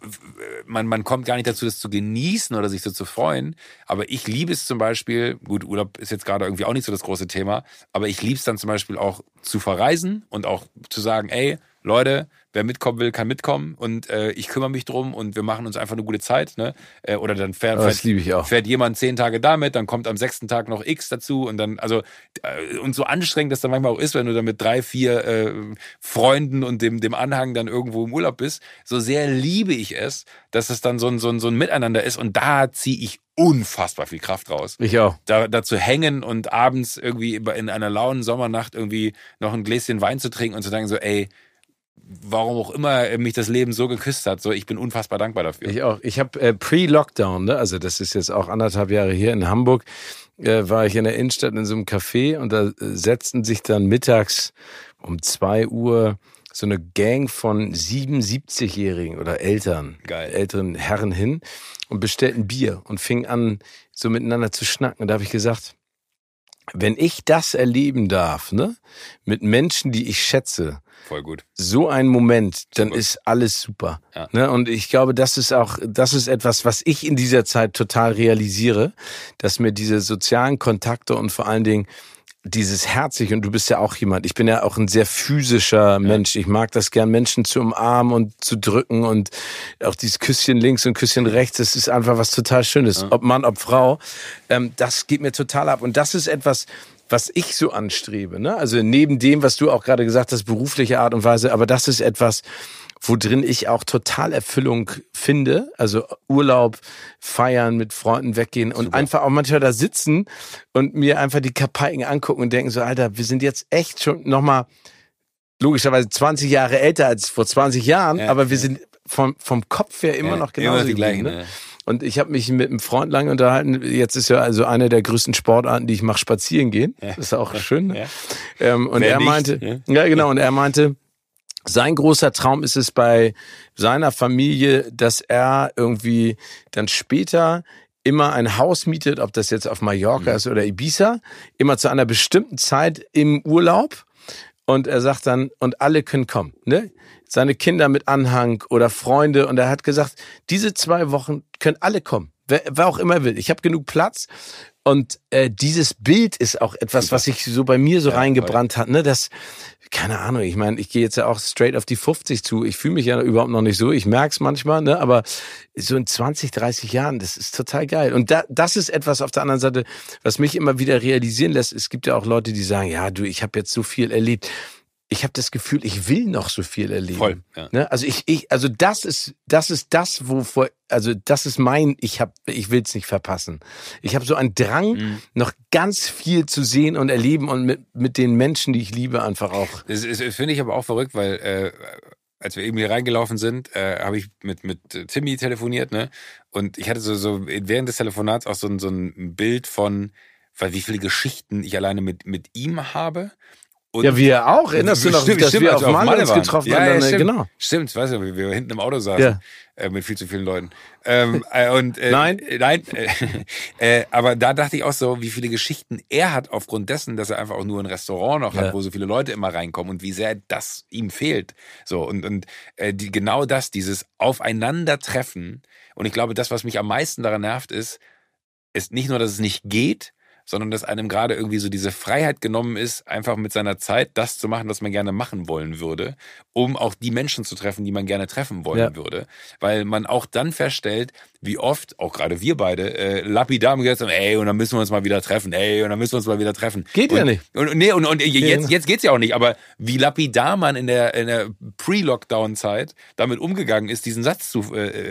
man, man kommt gar nicht dazu, das zu genießen oder sich so zu freuen. Aber ich liebe es zum Beispiel, gut, Urlaub ist jetzt gerade irgendwie auch nicht so das große Thema, aber ich liebe es dann zum Beispiel auch zu verreisen und auch zu sagen, ey, Leute, wer mitkommen will, kann mitkommen und äh, ich kümmere mich drum und wir machen uns einfach eine gute Zeit. Ne? Äh, oder dann fährt, oh, das liebe ich auch. fährt jemand zehn Tage damit, dann kommt am sechsten Tag noch X dazu und dann, also äh, und so anstrengend das dann manchmal auch ist, wenn du dann mit drei, vier äh, Freunden und dem, dem Anhang dann irgendwo im Urlaub bist, so sehr liebe ich es, dass es dann so ein, so ein, so ein Miteinander ist und da ziehe ich unfassbar viel Kraft raus. Ich auch. Da, da zu hängen und abends irgendwie in einer lauen Sommernacht irgendwie noch ein Gläschen Wein zu trinken und zu sagen so, ey, warum auch immer mich das Leben so geküsst hat, so ich bin unfassbar dankbar dafür. Ich auch. Ich habe äh, Pre-Lockdown, ne? Also das ist jetzt auch anderthalb Jahre hier in Hamburg, äh, war ich in der Innenstadt in so einem Café und da äh, setzten sich dann mittags um zwei Uhr so eine Gang von siebenundsiebzigjährigen oder Eltern, Geil. älteren Herren hin und bestellten Bier und fingen an, so miteinander zu schnacken. Und da habe ich gesagt, wenn ich das erleben darf, ne, mit Menschen, die ich schätze, voll gut. So ein Moment, dann super. Ist alles super. Ja. Ne? Und ich glaube, das ist auch, das ist etwas, was ich in dieser Zeit total realisiere, dass mir diese sozialen Kontakte und vor allen Dingen dieses herzig, und du bist ja auch jemand, ich bin ja auch ein sehr physischer Mensch. Ich mag das gern, Menschen zu umarmen und zu drücken und auch dieses Küsschen links und Küsschen rechts, das ist einfach was total Schönes. Ja. Ob Mann, ob Frau, ähm, das geht mir total ab. Und das ist etwas, was ich so anstrebe. Ne? Also neben dem, was du auch gerade gesagt hast, berufliche Art und Weise, aber das ist etwas, wo drin ich auch total Erfüllung finde. Also Urlaub, feiern, mit Freunden weggehen und super. Einfach auch manchmal da sitzen und mir einfach die Kapaiken angucken und denken so, Alter, wir sind jetzt echt schon nochmal logischerweise zwanzig Jahre älter als vor zwanzig Jahren, ja, aber wir ja. sind vom, vom Kopf her immer ja, noch genauso die gleichen. Ne? Ja. Und ich habe mich mit einem Freund lange unterhalten. Jetzt ist ja also eine der größten Sportarten, die ich mache, spazieren gehen. Ja. Das ist auch schön. Ne? Ja. Ähm, und Wer er meinte, nicht, ja? ja genau, und er meinte, sein großer Traum ist es bei seiner Familie, dass er irgendwie dann später immer ein Haus mietet, ob das jetzt auf Mallorca mhm. ist oder Ibiza, immer zu einer bestimmten Zeit im Urlaub. Und er sagt dann, und alle können kommen, ne? Seine Kinder mit Anhang oder Freunde. Und er hat gesagt, diese zwei Wochen können alle kommen, wer, wer auch immer will. Ich habe genug Platz. Und äh, dieses Bild ist auch etwas, super. Was sich so bei mir so ja, reingebrannt voll. Hat. Ne? Das, keine Ahnung, ich meine, ich gehe jetzt ja auch straight auf die fünfzig zu. Ich fühle mich ja überhaupt noch nicht so. Ich merke es manchmal, ne? Aber so in zwanzig, dreißig Jahren, das ist total geil. Und da, das ist etwas auf der anderen Seite, was mich immer wieder realisieren lässt. Es gibt ja auch Leute, die sagen, ja, du, ich habe jetzt so viel erlebt. Ich habe das Gefühl, ich will noch so viel erleben. Voll. Ja. Ne? Also ich, ich, also das ist, das ist das, wovor, also das ist mein, ich hab, ich will's nicht verpassen. Ich habe so einen Drang, mhm. noch ganz viel zu sehen und erleben und mit mit den Menschen, die ich liebe, einfach auch. Das, das finde ich aber auch verrückt, weil äh, als wir eben hier reingelaufen sind, äh, habe ich mit mit Timmy telefoniert, ne? Und ich hatte so so während des Telefonats auch so ein so ein Bild von, weil wie viele Geschichten ich alleine mit mit ihm habe. Und ja, wir auch. Erinnerst du noch, stimmt, dass stimmt, wir also auf Malle uns getroffen haben? Ja, ja, dann, stimmt. Genau. Stimmt, weißt du, wie wir hinten im Auto saßen ja. äh, mit viel zu vielen Leuten. Ähm, äh, und, äh, nein? Äh, nein. Äh, äh, aber da dachte ich auch so, wie viele Geschichten er hat aufgrund dessen, dass er einfach auch nur ein Restaurant noch hat, ja. wo so viele Leute immer reinkommen und wie sehr das ihm fehlt. So und und äh, die, genau das, dieses Aufeinandertreffen. Und ich glaube, das, was mich am meisten daran nervt, ist, ist nicht nur, dass es nicht geht, sondern dass einem gerade irgendwie so diese Freiheit genommen ist, einfach mit seiner Zeit das zu machen, was man gerne machen wollen würde, um auch die Menschen zu treffen, die man gerne treffen wollen ja. würde. Weil man auch dann feststellt, wie oft, auch gerade wir beide, äh, lapidar gesagt haben, ey, und dann müssen wir uns mal wieder treffen, ey, und dann müssen wir uns mal wieder treffen. Geht und, ja nicht. Und, nee, und, und jetzt, jetzt geht's ja auch nicht, aber wie lapidar man in der, in der Pre-Lockdown-Zeit damit umgegangen ist, diesen Satz zu,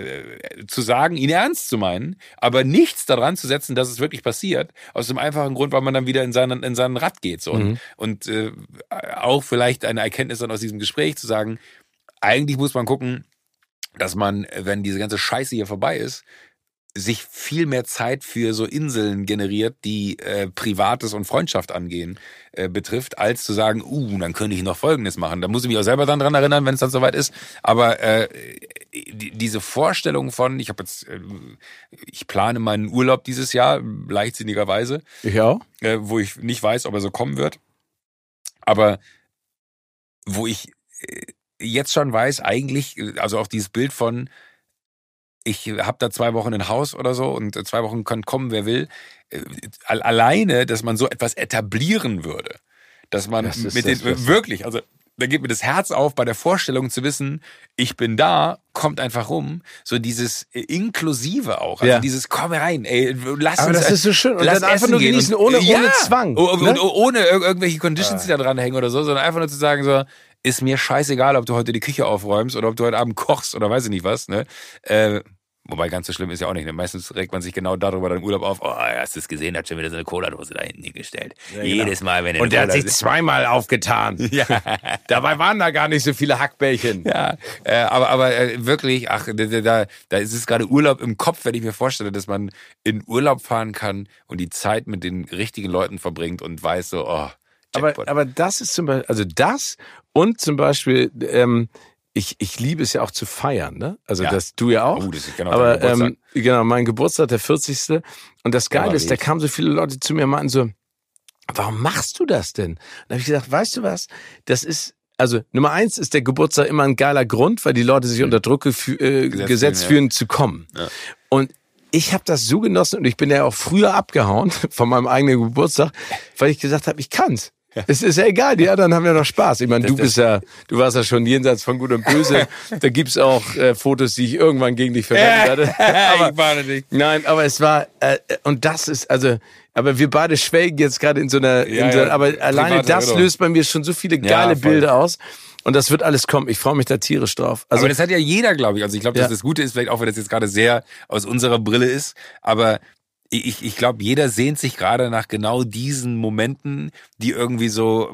äh, zu sagen, ihn ernst zu meinen, aber nichts daran zu setzen, dass es wirklich passiert, aus dem einfachen Grund, weil man dann wieder in seinen, in seinen Rad geht. So. Mhm. Und, und äh, auch vielleicht eine Erkenntnis dann aus diesem Gespräch zu sagen, eigentlich muss man gucken, dass man, wenn diese ganze Scheiße hier vorbei ist, sich viel mehr Zeit für so Inseln generiert, die äh, Privates und Freundschaft angehen, äh, betrifft, als zu sagen, uh, dann könnte ich noch Folgendes machen. Da muss ich mich auch selber dann dran erinnern, wenn es dann soweit ist. Aber äh, die, diese Vorstellung von, ich habe jetzt, äh, ich plane meinen Urlaub dieses Jahr, leichtsinnigerweise. Ich auch. Äh, wo ich nicht weiß, ob er so kommen wird. Aber wo ich äh, jetzt schon weiß, eigentlich, also auch dieses Bild von, ich habe da zwei Wochen ein Haus oder so und zwei Wochen kann kommen, wer will. Alleine, dass man so etwas etablieren würde. Dass man mit den, wirklich, also da geht mir das Herz auf bei der Vorstellung zu wissen, ich bin da, kommt einfach rum. So dieses Inklusive auch. Also ja. dieses, komm rein, ey, lass Aber uns. Das ist so schön. Und lass dann einfach nur genießen, ohne, ja. ohne Zwang. Und, ne? ohne irgendwelche Conditions, die da dran hängen oder so, sondern einfach nur zu sagen so, ist mir scheißegal, ob du heute die Küche aufräumst oder ob du heute Abend kochst oder weiß ich nicht was. Ne? Äh, Wobei ganz so schlimm ist ja auch nicht. Ne? Meistens regt man sich genau darüber dann Urlaub auf. Oh, hast du es gesehen, hat schon wieder so eine Cola-Dose da hinten hingestellt. Ja, genau. Jedes Mal, wenn er Und der hat sich zweimal aufgetan. Ja. Dabei waren da gar nicht so viele Hackbällchen. Ja, äh, aber, aber äh, wirklich, ach, da, da, da ist es gerade Urlaub im Kopf, wenn ich mir vorstelle, dass man in Urlaub fahren kann und die Zeit mit den richtigen Leuten verbringt und weiß so, oh, aber, aber das ist zum Beispiel, also das und zum Beispiel, ähm, Ich, ich liebe es ja auch zu feiern, ne? Also ja. das du ja auch. Oh, das ist genau Aber ähm, genau, mein Geburtstag, der vierzigste Und das Geile ist, da kamen so viele Leute zu mir und meinten so, warum machst du das denn? Und da habe ich gesagt, weißt du was? Das ist, also Nummer eins ist der Geburtstag immer ein geiler Grund, weil die Leute sich unter Druck gefü- äh, gesetzt, gesetzt fühlen, ja. zu kommen. Ja. Und ich habe das so genossen und ich bin ja auch früher abgehauen von meinem eigenen Geburtstag, weil ich gesagt habe, ich kann's. Ja. Es ist ja egal, die anderen haben ja noch Spaß. Ich meine, du bist ja, du warst ja schon jenseits von Gut und Böse. Da gibt's auch äh, Fotos, die ich irgendwann gegen dich verwendet hatte. Aber, ich warne dich. Nein, aber es war, äh, und das ist, also, aber wir beide schwelgen jetzt gerade in so einer, ja, in so, ja, aber alleine das Erinnerung. löst bei mir schon so viele geile ja, Bilder aus. Und das wird alles kommen. Ich freue mich da tierisch drauf. Also, aber das hat ja jeder, glaube ich. Also ich glaube, dass ja. das Gute ist, vielleicht auch, wenn das jetzt gerade sehr aus unserer Brille ist, aber Ich, ich glaube, jeder sehnt sich gerade nach genau diesen Momenten, die irgendwie so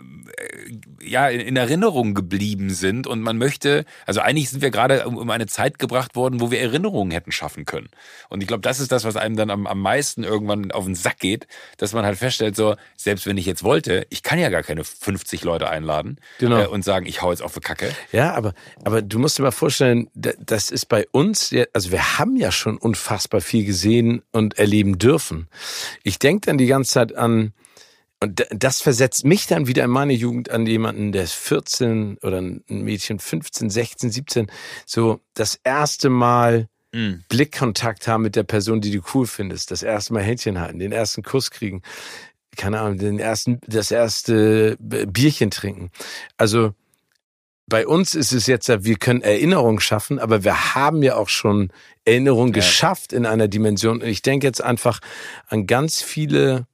äh, ja in, in Erinnerung geblieben sind. Und man möchte, also eigentlich sind wir gerade um, um eine Zeit gebracht worden, wo wir Erinnerungen hätten schaffen können. Und ich glaube, das ist das, was einem dann am, am meisten irgendwann auf den Sack geht, dass man halt feststellt, so selbst wenn ich jetzt wollte, ich kann ja gar keine fünfzig Leute einladen genau. äh, und sagen, ich hau jetzt auf die Kacke. Ja, aber aber du musst dir mal vorstellen, das ist bei uns, also wir haben ja schon unfassbar viel gesehen und erleben dürfen. Ich denke dann die ganze Zeit an, und das versetzt mich dann wieder in meine Jugend an jemanden, der ist vierzehn oder ein Mädchen fünfzehn, sechzehn, siebzehn, so das erste Mal mm. Blickkontakt haben mit der Person, die du cool findest, das erste Mal Händchen halten, den ersten Kuss kriegen, keine Ahnung, den ersten, das erste Bierchen trinken. Also bei uns ist es jetzt ja, wir können Erinnerungen schaffen, aber wir haben ja auch schon Erinnerungen ja. geschafft in einer Dimension. Und ich denke jetzt einfach an ganz viele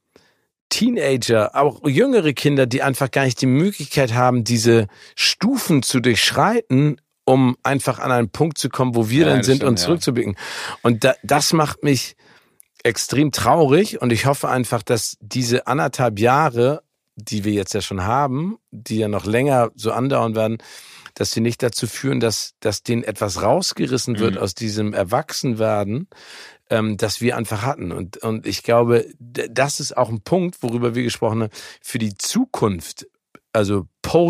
Teenager, auch jüngere Kinder, die einfach gar nicht die Möglichkeit haben, diese Stufen zu durchschreiten, um einfach an einen Punkt zu kommen, wo wir ja, dann sind stimmt, und zurückzublicken. Ja. Und da, das macht mich extrem traurig und ich hoffe einfach, dass diese anderthalb Jahre, die wir jetzt ja schon haben, die ja noch länger so andauern werden, dass sie nicht dazu führen, dass, dass denen etwas rausgerissen wird mhm. aus diesem Erwachsenwerden, ähm, das wir einfach hatten. Und, und ich glaube, das ist auch ein Punkt, worüber wir gesprochen haben, für die Zukunft, also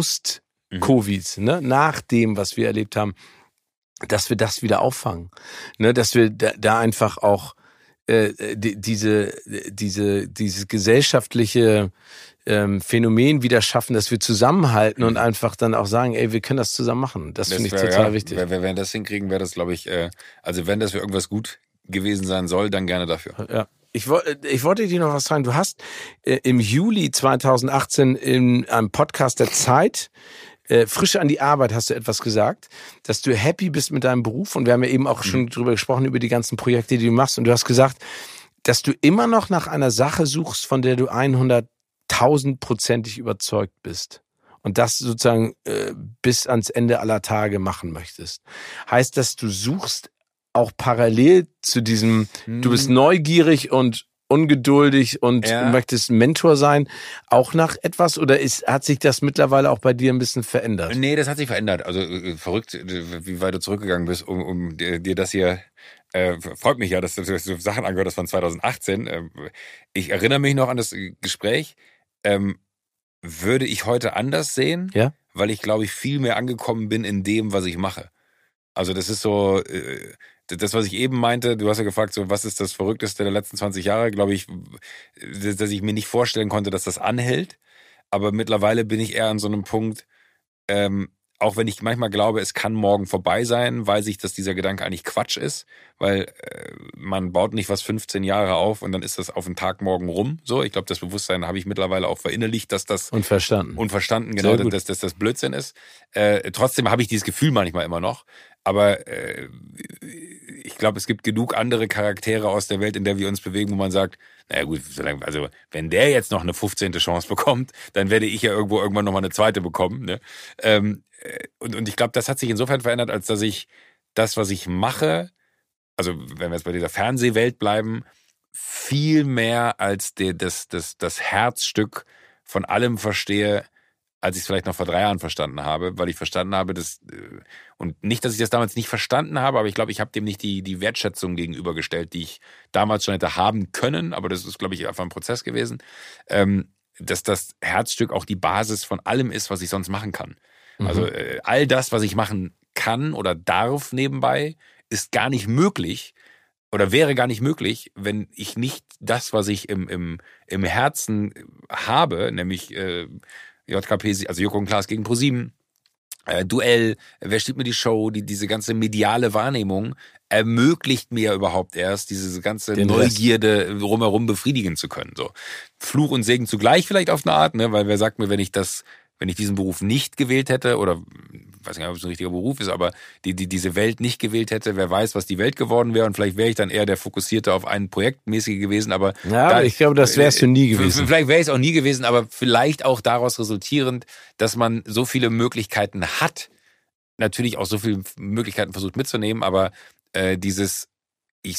post-Covid, mhm. ne, nach dem, was wir erlebt haben, dass wir das wieder auffangen. Ne, dass wir da, da einfach auch äh, die, diese, diese, diese gesellschaftliche Ähm, Phänomen wieder schaffen, dass wir zusammenhalten und einfach dann auch sagen, ey, wir können das zusammen machen. Das, das finde ich wär, total ja, wichtig. Wenn wir das hinkriegen, wäre das, glaube ich, äh, also wenn das für irgendwas gut gewesen sein soll, dann gerne dafür. Ja. Ich, ich wollte dir noch was sagen. Du hast äh, im Juli zweitausendachtzehn in einem Podcast der Zeit, äh, frisch an die Arbeit, hast du etwas gesagt, dass du happy bist mit deinem Beruf und wir haben ja eben auch mhm. schon drüber gesprochen, über die ganzen Projekte, die du machst und du hast gesagt, dass du immer noch nach einer Sache suchst, von der du hunderttausendprozentig überzeugt bist und das sozusagen äh, bis ans Ende aller Tage machen möchtest. Heißt das, du suchst auch parallel zu diesem, hm. du bist neugierig und ungeduldig und ja. möchtest Mentor sein, auch nach etwas oder ist, hat sich das mittlerweile auch bei dir ein bisschen verändert? Nee, das hat sich verändert. Also äh, verrückt, wie weit du zurückgegangen bist, um, um dir, dir das hier Äh, freut mich ja, dass du, dass du Sachen angehört hast von zweitausendachtzehn. Äh, ich erinnere mich noch an das Gespräch. Ähm, würde ich heute anders sehen, ja? Weil ich, glaube ich, viel mehr angekommen bin in dem, was ich mache. Also das ist so, äh, das, was ich eben meinte, du hast ja gefragt, so was ist das Verrückteste der letzten zwanzig Jahre, glaube ich, dass ich mir nicht vorstellen konnte, dass das anhält. Aber mittlerweile bin ich eher an so einem Punkt, ähm, auch wenn ich manchmal glaube, es kann morgen vorbei sein, weiß ich, dass dieser Gedanke eigentlich Quatsch ist, weil äh, man baut nicht was fünfzehn Jahre auf und dann ist das auf den Tag morgen rum. So, ich glaube, das Bewusstsein habe ich mittlerweile auch verinnerlicht, dass das und verstanden und verstanden genau, dass, dass, dass das Blödsinn ist. Äh, trotzdem habe ich dieses Gefühl manchmal immer noch, aber äh, ich glaube, es gibt genug andere Charaktere aus der Welt, in der wir uns bewegen, wo man sagt, naja gut, also wenn der jetzt noch eine fünfzehnte Chance bekommt, dann werde ich ja irgendwo irgendwann nochmal eine zweite bekommen. Ne? Ähm, und, und ich glaube, das hat sich insofern verändert, als dass ich das, was ich mache, also wenn wir jetzt bei dieser Fernsehwelt bleiben, viel mehr als die, das, das, das Herzstück von allem verstehe, als ich es vielleicht noch vor drei Jahren verstanden habe, weil ich verstanden habe, dass, und nicht, dass ich das damals nicht verstanden habe, aber ich glaube, ich habe dem nicht die, die Wertschätzung gegenübergestellt, die ich damals schon hätte haben können, aber das ist, glaube ich, einfach ein Prozess gewesen, ähm, dass das Herzstück auch die Basis von allem ist, was ich sonst machen kann. Mhm. Also äh, all das, was ich machen kann oder darf nebenbei, ist gar nicht möglich oder wäre gar nicht möglich, wenn ich nicht das, was ich im, im, im Herzen habe, nämlich äh, J K P, also Joko und Klaas gegen ProSieben, äh, Duell, wer steht mir die Show, die, diese ganze mediale Wahrnehmung ermöglicht mir überhaupt erst, diese ganze Den Neugierde Rest. Drumherum befriedigen zu können. So Fluch und Segen zugleich vielleicht auf eine Art, ne? Weil wer sagt mir, wenn ich das, wenn ich diesen Beruf nicht gewählt hätte oder weiß nicht, ob es ein richtiger Beruf ist, aber die, die diese Welt nicht gewählt hätte, wer weiß, was die Welt geworden wäre und vielleicht wäre ich dann eher der Fokussierte auf einen Projektmäßige gewesen, aber ja, da, ich glaube, das wärst du nie gewesen. Vielleicht wäre ich es auch nie gewesen, aber vielleicht auch daraus resultierend, dass man so viele Möglichkeiten hat, natürlich auch so viele Möglichkeiten versucht mitzunehmen, aber äh, dieses, ich,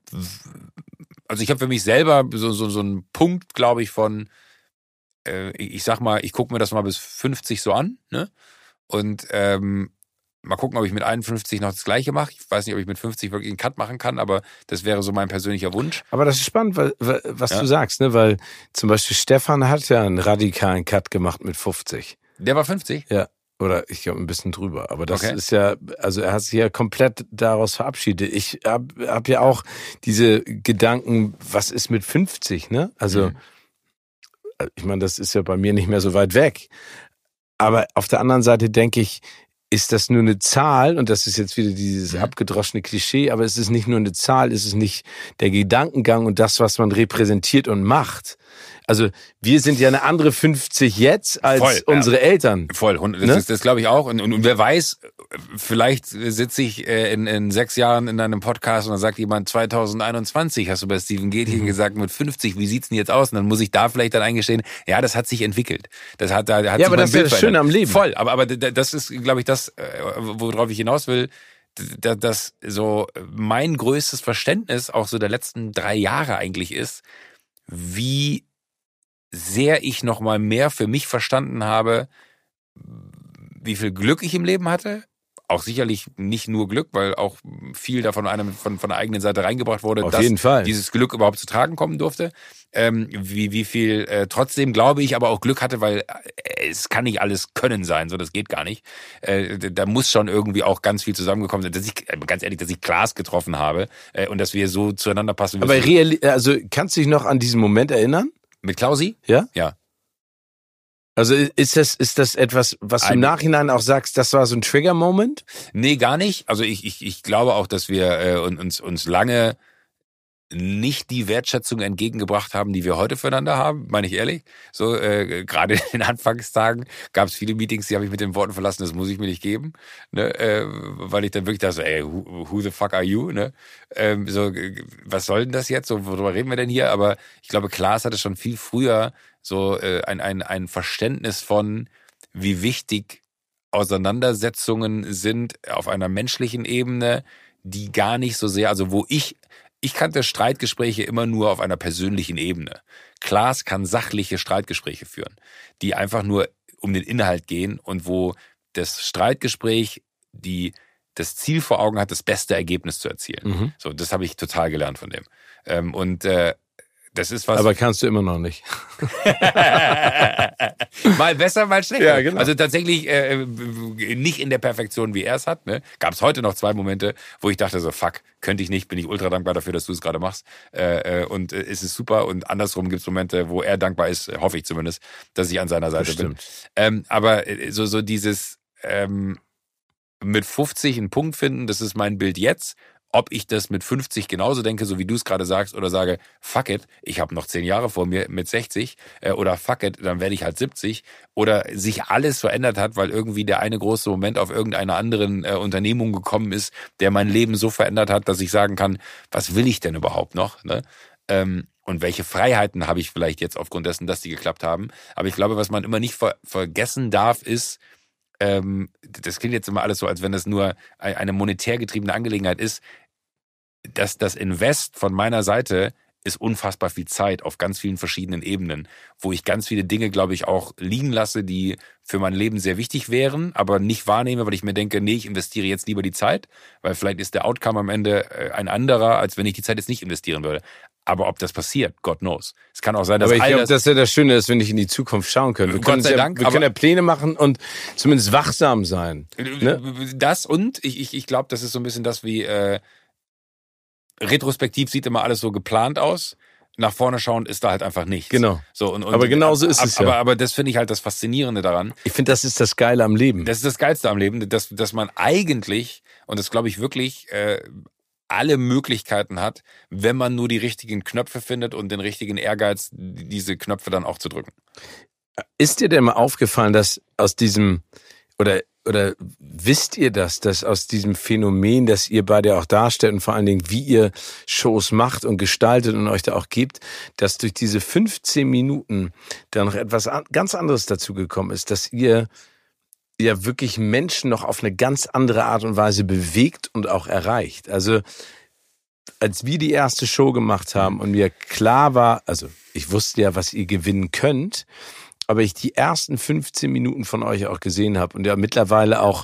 also ich habe für mich selber so, so, so einen Punkt, glaube ich, von, äh, ich sag mal, ich gucke mir das mal bis fünfzig so an, ne? Und ähm, mal gucken, ob ich mit einundfünfzig noch das Gleiche mache. Ich weiß nicht, ob ich mit fünfzig wirklich einen Cut machen kann, aber das wäre so mein persönlicher Wunsch. Aber das ist spannend, weil, was ja. du sagst, ne? Weil zum Beispiel Stefan hat ja einen radikalen Cut gemacht mit fünfzig. Der war fünfzig? Ja. Oder ich glaube ein bisschen drüber. Aber das okay. ist ja, also er hat sich ja komplett daraus verabschiedet. Ich habe hab ja auch diese Gedanken, was ist mit fünfzig, ne? Also mhm. ich meine, das ist ja bei mir nicht mehr so weit weg. Aber auf der anderen Seite denke ich, ist das nur eine Zahl? Und das ist jetzt wieder dieses mhm. abgedroschene Klischee, aber es ist nicht nur eine Zahl, es ist nicht der Gedankengang und das, was man repräsentiert und macht. Also wir sind ja eine andere fünfzig jetzt als Voll, unsere ja. Eltern. Voll, das, ne? das, das glaube ich auch. Und, und, und wer weiß, vielleicht sitze ich äh, in, in sechs Jahren in einem Podcast und dann sagt jemand, zwanzig einundzwanzig hast du bei Steven Gätchen mhm. gesagt, mit fünfzig, wie sieht's denn jetzt aus? Und dann muss ich da vielleicht dann eingestehen, ja, das hat sich entwickelt. Das hat, da hat ja, sich aber das Bild ist ja schön am Leben. Voll, aber, aber das ist, glaube ich, das, worauf ich hinaus will, dass so mein größtes Verständnis auch so der letzten drei Jahre eigentlich ist, wie sehr ich noch mal mehr für mich verstanden habe, wie viel Glück ich im Leben hatte. Auch sicherlich nicht nur Glück, weil auch viel davon einem von, von der eigenen Seite reingebracht wurde, Auf dass jeden Fall. dieses Glück überhaupt zu tragen kommen durfte. Ähm, wie, wie viel äh, trotzdem, glaube ich, aber auch Glück hatte, weil äh, es kann nicht alles Können sein, so das geht gar nicht. Äh, da muss schon irgendwie auch ganz viel zusammengekommen sein. Dass ich, äh, ganz ehrlich, dass ich Klaas getroffen habe äh, und dass wir so zueinander passen. Aber real, also kannst du dich noch an diesen Moment erinnern? Mit Klausi? Ja? Ja. Also ist das, ist das etwas, was du im Nachhinein auch sagst, das war so ein Trigger-Moment? Nee, gar nicht. Also ich, ich, ich glaube auch, dass wir äh, uns, uns lange nicht die Wertschätzung entgegengebracht haben, die wir heute füreinander haben, meine ich ehrlich. So äh, gerade in den Anfangstagen gab es viele Meetings, die habe ich mit den Worten verlassen, das muss ich mir nicht geben, ne? äh, weil ich dann wirklich dachte, so, ey, who, who the fuck are you? Ne? Ähm, so, was soll denn das jetzt? So, worüber reden wir denn hier? Aber ich glaube, Klaas hatte schon viel früher so äh, ein, ein, ein Verständnis von, wie wichtig Auseinandersetzungen sind auf einer menschlichen Ebene, die gar nicht so sehr, also wo ich Ich kannte Streitgespräche immer nur auf einer persönlichen Ebene. Klaas kann sachliche Streitgespräche führen, die einfach nur um den Inhalt gehen und wo das Streitgespräch die das Ziel vor Augen hat, das beste Ergebnis zu erzielen. Mhm. So, das habe ich total gelernt von dem. Ähm, und äh, das ist was. Aber kannst du immer noch nicht. Mal besser, mal schlechter. Ja, genau. Also tatsächlich äh, nicht in der Perfektion, wie er es hat. Ne? Gab es heute noch zwei Momente, wo ich dachte so, fuck, könnte ich nicht, bin ich ultra dankbar dafür, dass du es gerade machst. Äh, und äh, es ist super. Und andersrum gibt es Momente, wo er dankbar ist, hoffe ich zumindest, dass ich an seiner Seite Bestimmt. bin. Ähm, aber so, so dieses, ähm, mit fünfzig einen Punkt finden, das ist mein Bild jetzt. Ob ich das mit fünfzig genauso denke, so wie du es gerade sagst, oder sage, fuck it, ich habe noch zehn Jahre vor mir mit sechzig, äh, oder fuck it, dann werde ich halt siebzig, oder sich alles verändert hat, weil irgendwie der eine große Moment auf irgendeiner anderen äh, Unternehmung gekommen ist, der mein Leben so verändert hat, dass ich sagen kann, was will ich denn überhaupt noch? Ne? Ähm, und welche Freiheiten habe ich vielleicht jetzt aufgrund dessen, dass die geklappt haben. Aber ich glaube, was man immer nicht ver- vergessen darf, ist, ähm, das klingt jetzt immer alles so, als wenn das nur eine monetär getriebene Angelegenheit ist, dass das Invest von meiner Seite ist unfassbar viel Zeit auf ganz vielen verschiedenen Ebenen, wo ich ganz viele Dinge, glaube ich, auch liegen lasse, die für mein Leben sehr wichtig wären, aber nicht wahrnehme, weil ich mir denke, nee, ich investiere jetzt lieber die Zeit, weil vielleicht ist der Outcome am Ende ein anderer, als wenn ich die Zeit jetzt nicht investieren würde. Aber ob das passiert, God knows. Es kann auch sein, dass aber ich all glaube, das... dass ja das Schöne ist, wenn ich in die Zukunft schauen können. Wir können Gott sei ja, Dank, wir können ja Pläne machen und zumindest wachsam sein. Ne? Das und ich, ich, ich glaube, das ist so ein bisschen das wie... Äh, retrospektiv sieht immer alles so geplant aus. Nach vorne schauend ist da halt einfach nichts. Genau. So, und, und, aber genauso ist es aber, ja. Aber das finde ich halt das Faszinierende daran. Ich finde, das ist das Geile am Leben. Das ist das Geilste am Leben, dass, dass man eigentlich, und das glaube ich wirklich, äh, alle Möglichkeiten hat, wenn man nur die richtigen Knöpfe findet und den richtigen Ehrgeiz, diese Knöpfe dann auch zu drücken. Ist dir denn mal aufgefallen, dass aus diesem, oder oder wisst ihr das, dass aus diesem Phänomen, das ihr beide auch darstellt und vor allen Dingen, wie ihr Shows macht und gestaltet und euch da auch gebt, dass durch diese fünfzehn Minuten da noch etwas ganz anderes dazu gekommen ist, dass ihr ja wirklich Menschen noch auf eine ganz andere Art und Weise bewegt und auch erreicht. Also als wir die erste Show gemacht haben und mir klar war, also ich wusste ja, was ihr gewinnen könnt, aber ich die ersten fünfzehn Minuten von euch auch gesehen habe und ja mittlerweile auch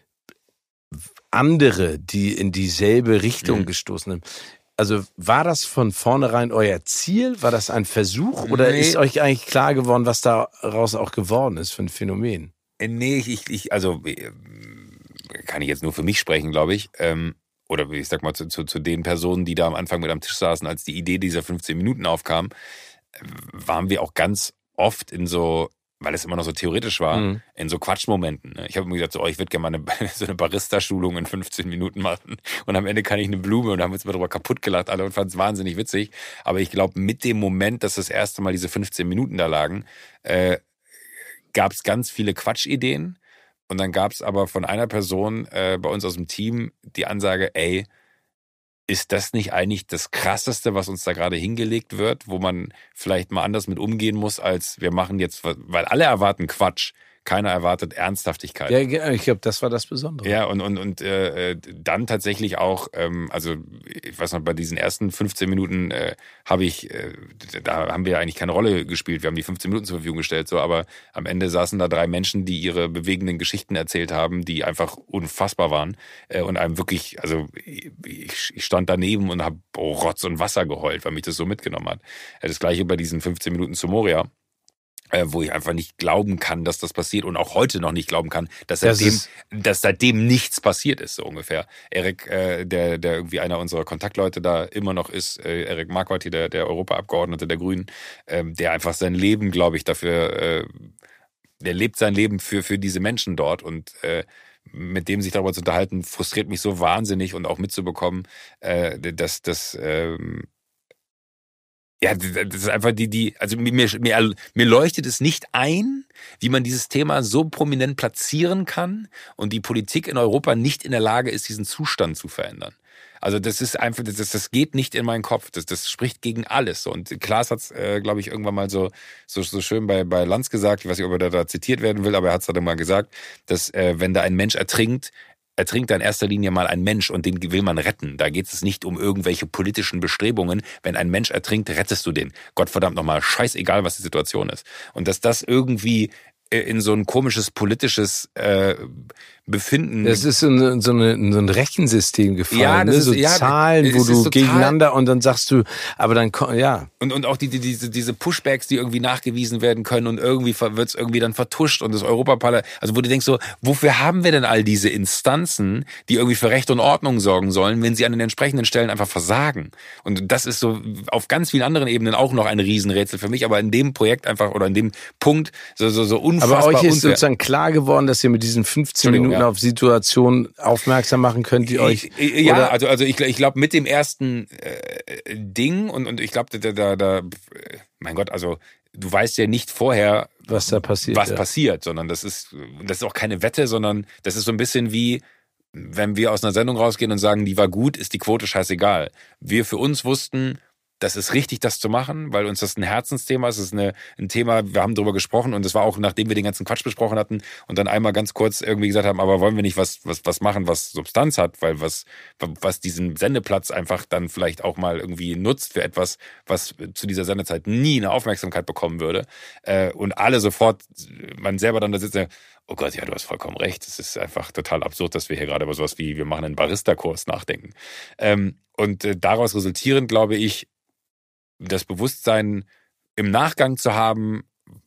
andere, die in dieselbe Richtung mhm. gestoßen haben. Also war das von vornherein euer Ziel? War das ein Versuch? Oder nee. ist euch eigentlich klar geworden, was daraus auch geworden ist für ein Phänomen? Nee, ich, ich also kann ich jetzt nur für mich sprechen, glaube ich. Ähm, oder ich sag mal zu, zu, zu den Personen, die da am Anfang mit am Tisch saßen, als die Idee dieser fünfzehn Minuten aufkam, waren wir auch ganz oft in so, weil es immer noch so theoretisch war, mhm. in so Quatschmomenten. Ich habe mir gesagt, so, oh, ich würde gerne mal eine, so eine Barista-Schulung in fünfzehn Minuten machen und am Ende kann ich eine Blume und da haben wir uns mal drüber kaputt gelacht alle und fanden es wahnsinnig witzig. Aber ich glaube, mit dem Moment, dass das erste Mal diese fünfzehn Minuten da lagen, äh, gab es ganz viele Quatschideen und dann gab es aber von einer Person äh, bei uns aus dem Team die Ansage, ey, ist das nicht eigentlich das Krasseste, was uns da gerade hingelegt wird, wo man vielleicht mal anders mit umgehen muss, als wir machen jetzt, weil alle erwarten Quatsch, keiner erwartet Ernsthaftigkeit. Ja, ich glaube, das war das Besondere. Ja, und, und, und äh, dann tatsächlich auch, ähm, also ich weiß noch, bei diesen ersten fünfzehn Minuten äh, habe ich, äh, da haben wir eigentlich keine Rolle gespielt, wir haben die fünfzehn Minuten zur Verfügung gestellt, so, aber am Ende saßen da drei Menschen, die ihre bewegenden Geschichten erzählt haben, die einfach unfassbar waren äh, und einem wirklich, also ich, ich stand daneben und habe oh, Rotz und Wasser geheult, weil mich das so mitgenommen hat. Das gleiche bei diesen fünfzehn Minuten zu Moria. Äh, wo ich einfach nicht glauben kann, dass das passiert und auch heute noch nicht glauben kann, dass seitdem, das dass seitdem nichts passiert ist, so ungefähr. Erik, äh, der, der irgendwie einer unserer Kontaktleute da immer noch ist, äh, Erik Marquardt, der, der Europaabgeordnete der Grünen, ähm, der einfach sein Leben, glaube ich, dafür, äh, der lebt sein Leben für, für diese Menschen dort und äh, mit dem sich darüber zu unterhalten, frustriert mich so wahnsinnig und auch mitzubekommen, äh, dass das ähm, ja, das ist einfach die, die, also mir, mir, mir leuchtet es nicht ein, wie man dieses Thema so prominent platzieren kann und die Politik in Europa nicht in der Lage ist, diesen Zustand zu verändern. Also das ist einfach, das, das geht nicht in meinen Kopf. Das, das spricht gegen alles. Und Klaas hat es, äh, glaube ich, irgendwann mal so, so, so schön bei, bei Lanz gesagt, ich weiß nicht, ob er da, da zitiert werden will, aber er hat es dann mal gesagt, dass äh, wenn da ein Mensch ertrinkt, ertrinkt da in erster Linie mal ein Mensch und den will man retten. Da geht es nicht um irgendwelche politischen Bestrebungen. Wenn ein Mensch ertrinkt, rettest du den. Gottverdammt nochmal, scheißegal, was die Situation ist. Und dass das irgendwie in so ein komisches politisches äh, Befinden. Das ist so, eine, so, eine, so ein Rechensystem gefallen, ja, das ne? so ist, ja, Zahlen, wo du gegeneinander und dann sagst du, aber dann, ja. Und, und auch die, die, diese, diese Pushbacks, die irgendwie nachgewiesen werden können und irgendwie wird's irgendwie dann vertuscht und das Europaparlament, also wo du denkst so, wofür haben wir denn all diese Instanzen, die irgendwie für Recht und Ordnung sorgen sollen, wenn sie an den entsprechenden Stellen einfach versagen? Und das ist so auf ganz vielen anderen Ebenen auch noch ein Riesenrätsel für mich, aber in dem Projekt einfach oder in dem Punkt so, so, so unfassbar unfassbar Aber euch ist unfair. sozusagen klar geworden, dass ihr mit diesen fünfzehn Minuten ja. auf Situationen aufmerksam machen könnt, die euch... Ja, oder? also also ich, ich glaube mit dem ersten äh, Ding und, und ich glaube, da, da, da, mein Gott, also du weißt ja nicht vorher, was da passiert, was ja. passiert, sondern das ist, das ist auch keine Wette, sondern das ist so ein bisschen wie, wenn wir aus einer Sendung rausgehen und sagen, die war gut, ist die Quote scheißegal. Wir für uns wussten, das ist richtig, das zu machen, weil uns das ein Herzensthema ist. Es ist eine, ein Thema, wir haben darüber gesprochen und das war auch, nachdem wir den ganzen Quatsch besprochen hatten und dann einmal ganz kurz irgendwie gesagt haben, aber wollen wir nicht was, was, was machen, was Substanz hat, weil was, was diesen Sendeplatz einfach dann vielleicht auch mal irgendwie nutzt für etwas, was zu dieser Sendezeit nie eine Aufmerksamkeit bekommen würde. Und alle sofort, man selber dann da sitzt, oh Gott, ja, du hast vollkommen recht. Es ist einfach total absurd, dass wir hier gerade über sowas wie, wir machen einen Barista-Kurs nachdenken. Und daraus resultierend, glaube ich, das Bewusstsein im Nachgang zu haben,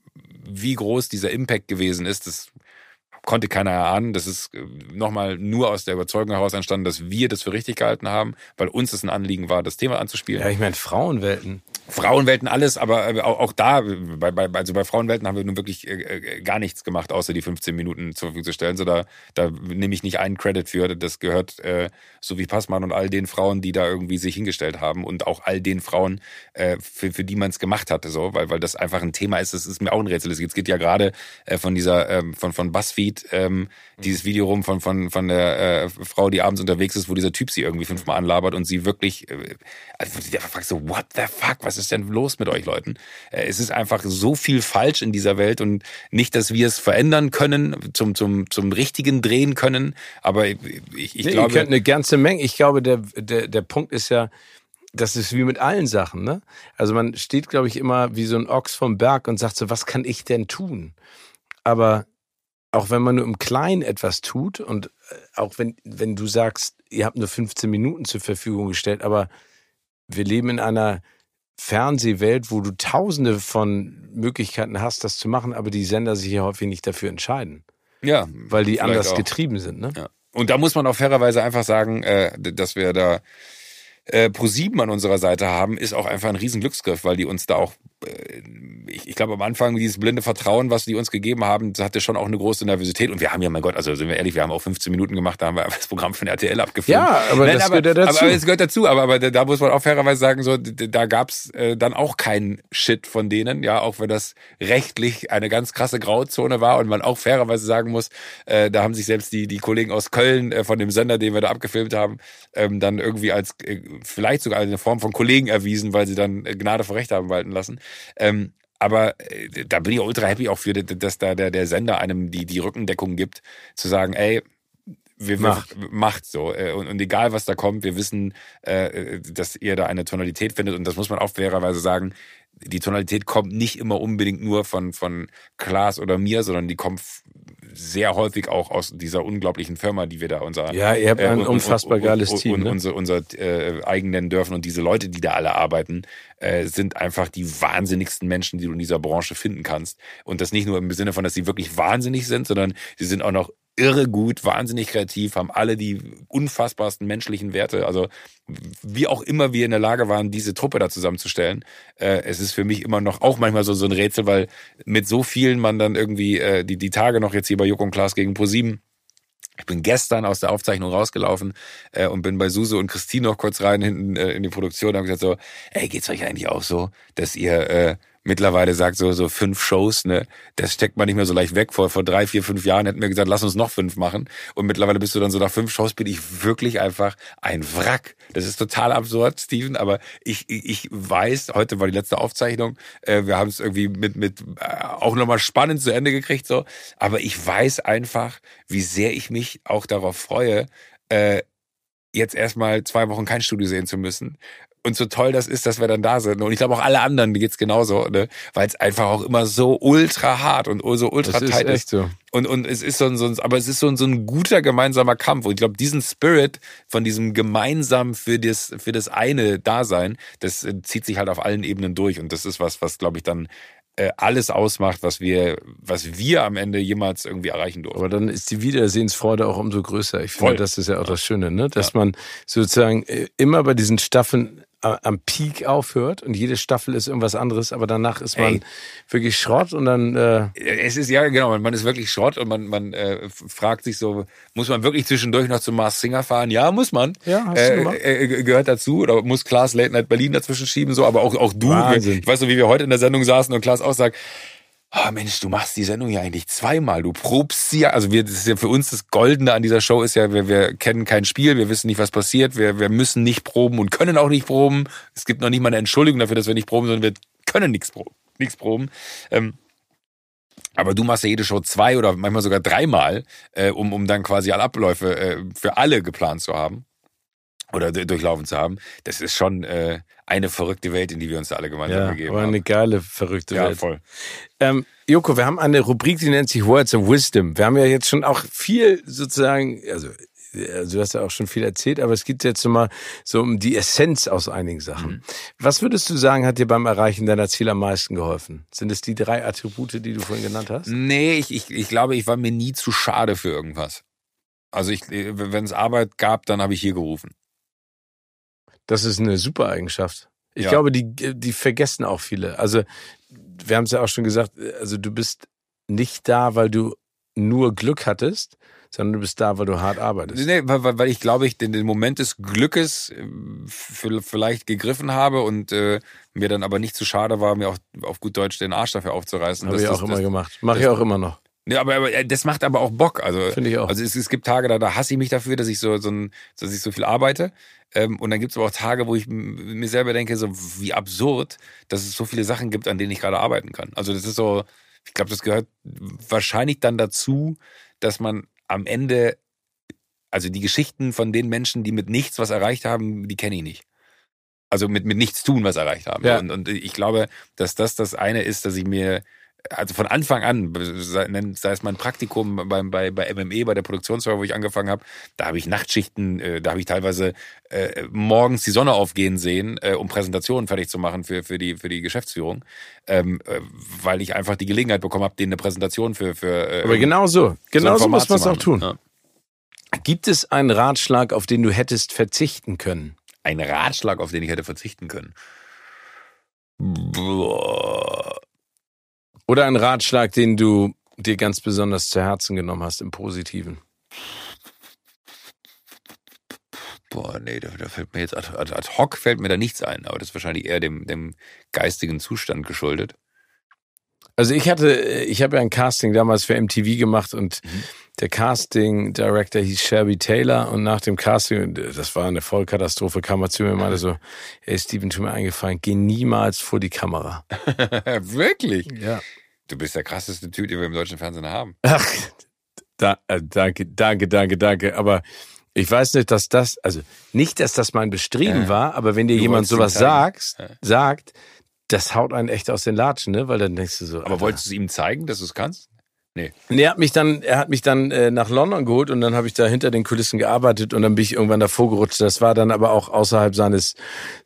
wie groß dieser Impact gewesen ist, das konnte keiner erahnen. Das ist nochmal nur aus der Überzeugung heraus entstanden, dass wir das für richtig gehalten haben, weil uns das ein Anliegen war, das Thema anzuspielen. Ja, ich meine Frauenwelten. Frauenwelten alles, aber auch, auch da, bei, bei, also bei Frauenwelten haben wir nun wirklich äh, gar nichts gemacht, außer die fünfzehn Minuten zur Verfügung zu stellen. So, da, da nehme ich nicht einen Credit für. Das gehört äh, so wie Passmann und all den Frauen, die da irgendwie sich hingestellt haben und auch all den Frauen, äh, für, für die man es gemacht hatte, so, weil, weil das einfach ein Thema ist, das ist mir auch ein Rätsel. Es geht ja gerade äh, von dieser, ähm, von, von BuzzFeed, ähm, dieses Video rum von, von, von der äh, Frau, die abends unterwegs ist, wo dieser Typ sie irgendwie fünfmal anlabert und sie wirklich, äh, also der fragt so, what the fuck, was ist denn los mit euch Leuten? Äh, es ist einfach so viel falsch in dieser Welt und nicht, dass wir es verändern können, zum, zum, zum Richtigen drehen können, aber ich, ich, ich nee, glaube... Ihr könnt eine ganze Menge, ich glaube, der, der, der Punkt ist ja, das ist wie mit allen Sachen, ne? Also man steht, glaube ich, immer wie so ein Ochs vom Berg und sagt so, was kann ich denn tun? Aber auch wenn man nur im Kleinen etwas tut und auch wenn, wenn du sagst, ihr habt nur fünfzehn Minuten zur Verfügung gestellt, aber wir leben in einer Fernsehwelt, wo du tausende von Möglichkeiten hast, das zu machen, aber die Sender sich ja häufig nicht dafür entscheiden. Ja. Weil die anders auch. getrieben sind, ne? Ja. Und da muss man auch fairerweise einfach sagen, äh, dass wir da äh, ProSieben an unserer Seite haben, ist auch einfach ein riesen Glücksgriff, weil die uns da auch, äh, ich, ich glaube am Anfang dieses blinde Vertrauen, was die uns gegeben haben, das hatte schon auch eine große Nervosität und wir haben ja, mein Gott, also sind wir ehrlich, wir haben auch fünfzehn Minuten gemacht, da haben wir einfach das Programm von R T L abgefilmt. Ja, aber Nein, das aber, gehört ja dazu. Aber, aber es gehört dazu, aber, aber da muss man auch fairerweise sagen, so, da gab's äh, dann auch keinen Shit von denen, ja, auch wenn das rechtlich eine ganz krasse Grauzone war und man auch fairerweise sagen muss, äh, da haben sich selbst die, die Kollegen aus Köln äh, von dem Sender, den wir da abgefilmt haben, ähm, dann irgendwie als, äh, vielleicht sogar eine Form von Kollegen erwiesen, weil sie dann Gnade vor Recht haben walten lassen. Ähm, aber äh, da bin ich ultra happy auch für, dass da der, der Sender einem die, die Rückendeckung gibt, zu sagen, ey, wir macht, macht so. Und, und egal, was da kommt, wir wissen, äh, dass ihr da eine Tonalität findet und das muss man auch fairerweise sagen, die Tonalität kommt nicht immer unbedingt nur von, von Klaas oder mir, sondern die kommt sehr häufig auch aus dieser unglaublichen Firma, die wir da unser ja, ihr habt ein äh, unfassbar und, geiles und, Team, und, ne? unser, unser äh, eigen nennen dürfen und diese Leute, die da alle arbeiten, äh, sind einfach die wahnsinnigsten Menschen, die du in dieser Branche finden kannst. Und das nicht nur im Sinne von, dass sie wirklich wahnsinnig sind, sondern sie sind auch noch irre gut, wahnsinnig kreativ, haben alle die unfassbarsten menschlichen Werte. Also wie auch immer wir in der Lage waren, diese Truppe da zusammenzustellen. Äh, es ist für mich immer noch auch manchmal so, so ein Rätsel, weil mit so vielen man dann irgendwie äh, die, die Tage noch jetzt hier bei Joko und Klaas gegen ProSieben. Ich bin gestern aus der Aufzeichnung rausgelaufen äh, und bin bei Suse und Christine noch kurz rein hinten äh, in die Produktion und habe gesagt so, ey, geht's euch eigentlich auch so, dass ihr äh, mittlerweile sagt, so so fünf Shows, ne, das steckt man nicht mehr so leicht weg. Vor vor drei, vier, fünf Jahren hätten wir gesagt, lass uns noch fünf machen. Und mittlerweile bist du dann so, nach fünf Shows bin ich wirklich einfach ein Wrack. Das ist total absurd, Steven, aber ich ich, ich weiß, heute war die letzte Aufzeichnung, äh, wir haben es irgendwie mit mit äh, auch nochmal spannend zu Ende gekriegt, so. Aber ich weiß einfach, wie sehr ich mich auch darauf freue, äh, jetzt erstmal zwei Wochen kein Studio sehen zu müssen. Und so toll das ist, dass wir dann da sind. Und ich glaube auch alle anderen, die geht's genauso, ne? Weil es einfach auch immer so ultra hart und so ultra das tight ist. Echt so. Und, und es ist so ein, so ein, aber es ist so ein, so ein guter gemeinsamer Kampf. Und ich glaube, diesen Spirit von diesem gemeinsam für das, für das eine Dasein, das zieht sich halt auf allen Ebenen durch. Und das ist was, was glaube ich dann äh, alles ausmacht, was wir, was wir am Ende jemals irgendwie erreichen durften. Aber dann ist die Wiedersehensfreude auch umso größer. Ich finde, Voll. das ist ja auch Ja. das Schöne, ne? Dass Ja. man sozusagen immer bei diesen Staffeln am Peak aufhört und jede Staffel ist irgendwas anderes, aber danach ist man Ey. wirklich Schrott und dann... Äh es ist, ja genau, man ist wirklich Schrott und man, man äh, fragt sich so, muss man wirklich zwischendurch noch zum Mars Singer fahren? Ja, muss man. Ja, hast äh, du gemacht. Äh, gehört dazu oder muss Klaas Late Night Berlin dazwischen schieben, so, aber auch, auch du. Wahnsinn. Ich weiß so, wie wir heute in der Sendung saßen und Klaas auch sagt, oh Mensch, du machst die Sendung ja eigentlich zweimal. Du probst sie ja. Also wir, das ist ja für uns das Goldene an dieser Show ist ja, wir, wir kennen kein Spiel, wir wissen nicht, was passiert, wir, wir müssen nicht proben und können auch nicht proben. Es gibt noch nicht mal eine Entschuldigung dafür, dass wir nicht proben, sondern wir können nichts proben. Nichts proben. Ähm, aber du machst ja jede Show zwei oder manchmal sogar dreimal, äh, um, um dann quasi alle Abläufe äh, für alle geplant zu haben. Oder durchlaufen zu haben. Das ist schon äh, eine verrückte Welt, in die wir uns da alle gemeinsam ja, begeben aber haben. eine geile, verrückte ja, Welt. Ja, voll. Ähm, Joko, wir haben eine Rubrik, die nennt sich Words of Wisdom. Wir haben ja jetzt schon auch viel sozusagen, also, also du hast ja auch schon viel erzählt, aber es geht jetzt mal so um die Essenz aus einigen Sachen. Mhm. Was würdest du sagen, hat dir beim Erreichen deiner Ziele am meisten geholfen? Sind es die drei Attribute, die du vorhin genannt hast? Nee, ich, ich, ich glaube, ich war mir nie zu schade für irgendwas. Also ich, wenn es Arbeit gab, dann habe ich hier gerufen. Das ist eine super Eigenschaft. Ich ja. glaube, die, die vergessen auch viele. Also, wir haben es ja auch schon gesagt, also du bist nicht da, weil du nur Glück hattest, sondern du bist da, weil du hart arbeitest. Nee, weil, weil ich glaube, ich den, den Moment des Glückes vielleicht gegriffen habe und äh, mir dann aber nicht zu schade war, mir auch auf gut Deutsch den Arsch dafür aufzureißen. Habe ich das, auch das, immer das, gemacht. Mache ich auch immer noch. Ja, aber, aber das macht aber auch Bock. Also finde ich auch. Also es, es gibt Tage, da, da hasse ich mich dafür, dass ich so, so ein, dass ich so viel arbeite. Ähm, und dann gibt es aber auch Tage, wo ich mir selber denke, so wie absurd, dass es so viele Sachen gibt, an denen ich gerade arbeiten kann. Also das ist so, ich glaube, das gehört wahrscheinlich dann dazu, dass man am Ende, also die Geschichten von den Menschen, die mit nichts was erreicht haben, die kenne ich nicht. Also mit, mit nichts tun, was erreicht haben. Ja. Und, und ich glaube, dass das das eine ist, dass ich mir also von Anfang an, sei, sei es mein Praktikum beim, bei, bei M M E, bei der Produktionsfirma, wo ich angefangen habe, da habe ich Nachtschichten, äh, da habe ich teilweise äh, morgens die Sonne aufgehen sehen, äh, um Präsentationen fertig zu machen für, für, die, für die Geschäftsführung, ähm, äh, weil ich einfach die Gelegenheit bekommen habe, denen eine Präsentation für... für äh, Aber genau so, genau so muss man es auch tun. Ja. Gibt es einen Ratschlag, auf den du hättest verzichten können? Ein Ratschlag, auf den ich hätte verzichten können? Boah. Oder ein Ratschlag, den du dir ganz besonders zu Herzen genommen hast, im Positiven? Boah, nee, da, da fällt mir jetzt ad, ad, ad hoc fällt mir da nichts ein, aber das ist wahrscheinlich eher dem, dem geistigen Zustand geschuldet. Also ich hatte, ich habe ja ein Casting damals für M T V gemacht und mhm. der Casting Director hieß Shelby Taylor und nach dem Casting, das war eine Vollkatastrophe, kam er zu mir und meinte so, hey Steven, tut mir eingefallen, geh niemals vor die Kamera. Wirklich? Ja. Du bist der krasseste Typ, den wir im deutschen Fernsehen haben. Ach, da, äh, danke, danke, danke, danke, aber ich weiß nicht, dass das, also nicht, dass das mein Bestreben äh, war, aber wenn dir jemand sowas sagst, äh. sagt, das haut einen echt aus den Latschen, ne? Weil dann denkst du so. Aber Alter. Wolltest du es ihm zeigen, dass du es kannst? Nee. Und er hat mich dann, er hat mich dann äh, nach London geholt und dann habe ich da hinter den Kulissen gearbeitet und dann bin ich irgendwann davor gerutscht. Das war dann aber auch außerhalb seines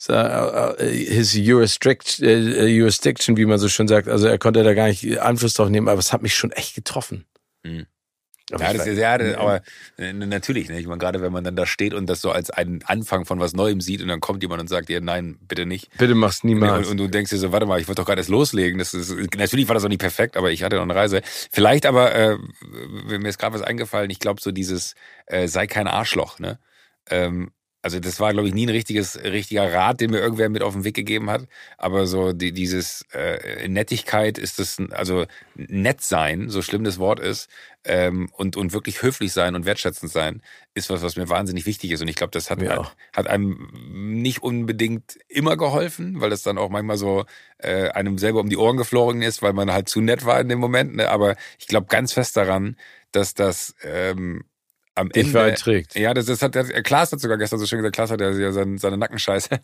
uh, his Jurisdiction, uh, Jurisdiction, wie man so schön sagt. Also er konnte da gar nicht Einfluss drauf nehmen, aber es hat mich schon echt getroffen. Mhm. Ja, das ist, ja, das, aber natürlich, ne? Ich meine, gerade wenn man dann da steht und das so als einen Anfang von was Neuem sieht und dann kommt jemand und sagt dir, nein, bitte nicht. Bitte mach's niemals. Und, und du denkst dir so, warte mal, ich wollte doch gerade erst loslegen. Das ist, natürlich war das auch nicht perfekt, aber ich hatte noch eine Reise. Vielleicht aber, äh, mir ist gerade was eingefallen, ich glaube so dieses, äh, sei kein Arschloch, ne? Ähm, Also das war, glaube ich, nie ein richtiges, richtiger Rat, den mir irgendwer mit auf den Weg gegeben hat. Aber so die, dieses äh, Nettigkeit ist das, also nett sein, so schlimm das Wort ist, ähm, und, und wirklich höflich sein und wertschätzend sein, ist was, was mir wahnsinnig wichtig ist. Und ich glaube, das hat, hat, hat einem nicht unbedingt immer geholfen, weil das dann auch manchmal so äh, einem selber um die Ohren geflogen ist, weil man halt zu nett war in dem Moment. Ne? Aber ich glaube ganz fest daran, dass das... Ähm, am Ende, dich weit trägt. Ja, das, das hat Klaas hat sogar gestern so schön gesagt, Klaas hat ja seine, seine Nackenscheiße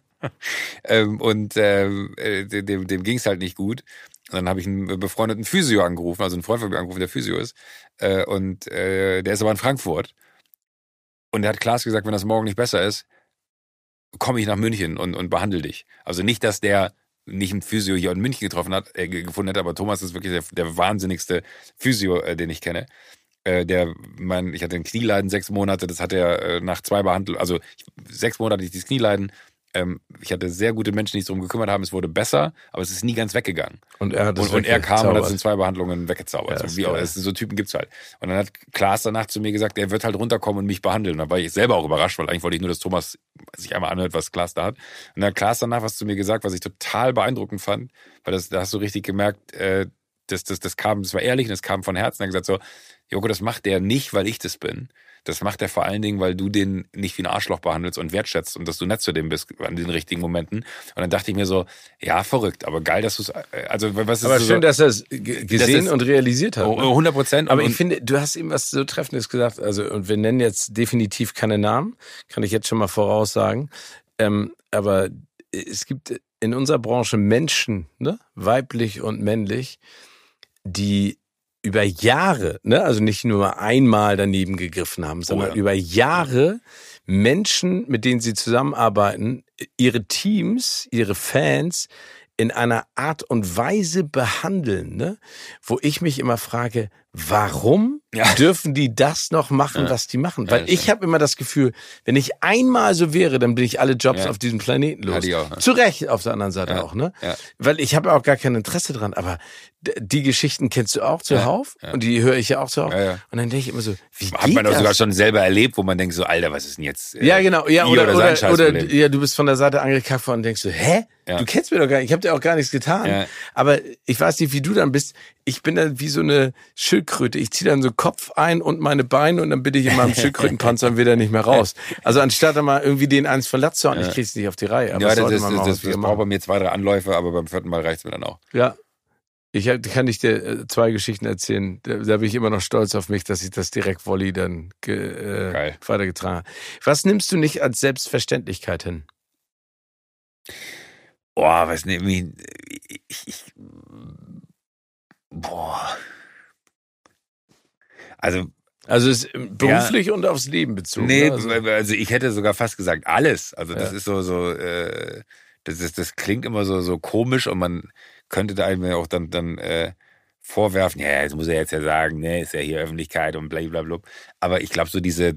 ähm, und ähm, dem, dem ging es halt nicht gut. Und dann habe ich einen befreundeten Physio angerufen, also einen Freund von mir angerufen, der Physio ist äh, und äh, der ist aber in Frankfurt und der hat Klaas gesagt, wenn das morgen nicht besser ist, komme ich nach München und, und behandle dich. Also nicht, dass der nicht einen Physio hier in München getroffen hat, äh, gefunden hätte, aber Thomas ist wirklich der, der wahnsinnigste Physio, äh, den ich kenne. Der, mein, ich hatte ein Knieleiden sechs Monate, das hat er äh, nach zwei Behandlungen, also ich, sechs Monate hatte ich dieses Knieleiden, ähm, ich hatte sehr gute Menschen, die sich darum gekümmert haben, es wurde besser, aber es ist nie ganz weggegangen. Und er hat und, und er kam und hat es in zwei Behandlungen weggezaubert. Ja, so, wie auch, es, so Typen gibt's halt. Und dann hat Klaas danach zu mir gesagt, er wird halt runterkommen und mich behandeln. Und da war ich selber auch überrascht, weil eigentlich wollte ich nur, dass Thomas sich einmal anhört, was Klaas da hat. Und dann hat Klaas danach was zu mir gesagt, was ich total beeindruckend fand, weil das, da hast du richtig gemerkt, äh, das, das, das kam, das war ehrlich und das kam von Herzen. Er hat gesagt so, Joko, das macht der nicht, weil ich das bin. Das macht er vor allen Dingen, weil du den nicht wie ein Arschloch behandelst und wertschätzt und dass du nett zu dem bist an den richtigen Momenten. Und dann dachte ich mir so, ja, verrückt, aber geil, dass du es, also was ist aber so, schön, dass er es gesehen und realisiert hat. hundert Prozent. Aber ich finde, du hast eben was so Treffendes gesagt, also, und wir nennen jetzt definitiv keine Namen, kann ich jetzt schon mal voraussagen, ähm, aber es gibt in unserer Branche Menschen, ne, weiblich und männlich, die über Jahre, ne, also nicht nur einmal daneben gegriffen haben, sondern oh ja. über Jahre Menschen, mit denen sie zusammenarbeiten, ihre Teams, ihre Fans in einer Art und Weise behandeln, ne, wo ich mich immer frage, warum ja. dürfen die das noch machen, ja. was die machen? Weil ja, ich habe immer das Gefühl, wenn ich einmal so wäre, dann bin ich alle Jobs ja. auf diesem Planeten los. Auch, ne? Zu Recht auf der anderen Seite ja. auch, ne? Ja. Weil ich habe auch gar kein Interesse dran. Aber die Geschichten kennst du auch zuhauf ja. Ja. und die höre ich ja auch zuhauf. Ja, ja. Und dann denke ich immer so, wie hat geht man doch sogar schon selber erlebt, wo man denkt so, Alter, was ist denn jetzt? Äh, ja, genau. Ja, oder oder, oder, oder ja, du bist von der Seite angekackt worden und denkst so, hä? Ja. Du kennst mir doch gar nicht. Ich habe dir auch gar nichts getan. Ja. Aber ich weiß nicht, wie du dann bist. Ich bin dann wie so eine Schildkröte. Ich ziehe dann so Kopf ein und meine Beine und dann bin ich in meinem Schildkrötenpanzer wieder nicht mehr raus. Also anstatt dann mal irgendwie den eins verletzt zu haben, ja. ich krieg's nicht auf die Reihe. Aber ja, das, das, das, das, das braucht bei mir zwei, drei Anläufe, aber beim vierten Mal reicht's mir dann auch. Ja. Ich kann ich dir zwei Geschichten erzählen. Da, da bin ich immer noch stolz auf mich, dass ich das direkt Volley dann ge, äh, weitergetragen habe. Was nimmst du nicht als Selbstverständlichkeit hin? Boah, was nehme ich, ich, ich Boah. Also, also ist beruflich ja, und aufs Leben bezogen. Nee, also. also ich hätte sogar fast gesagt alles. Also das ja. ist so, so äh, das ist, das klingt immer so, so komisch und man könnte da einem auch dann, dann äh, vorwerfen, ja, das muss er jetzt ja sagen, ne, ist ja hier Öffentlichkeit und blablabla. Aber ich glaube so diese,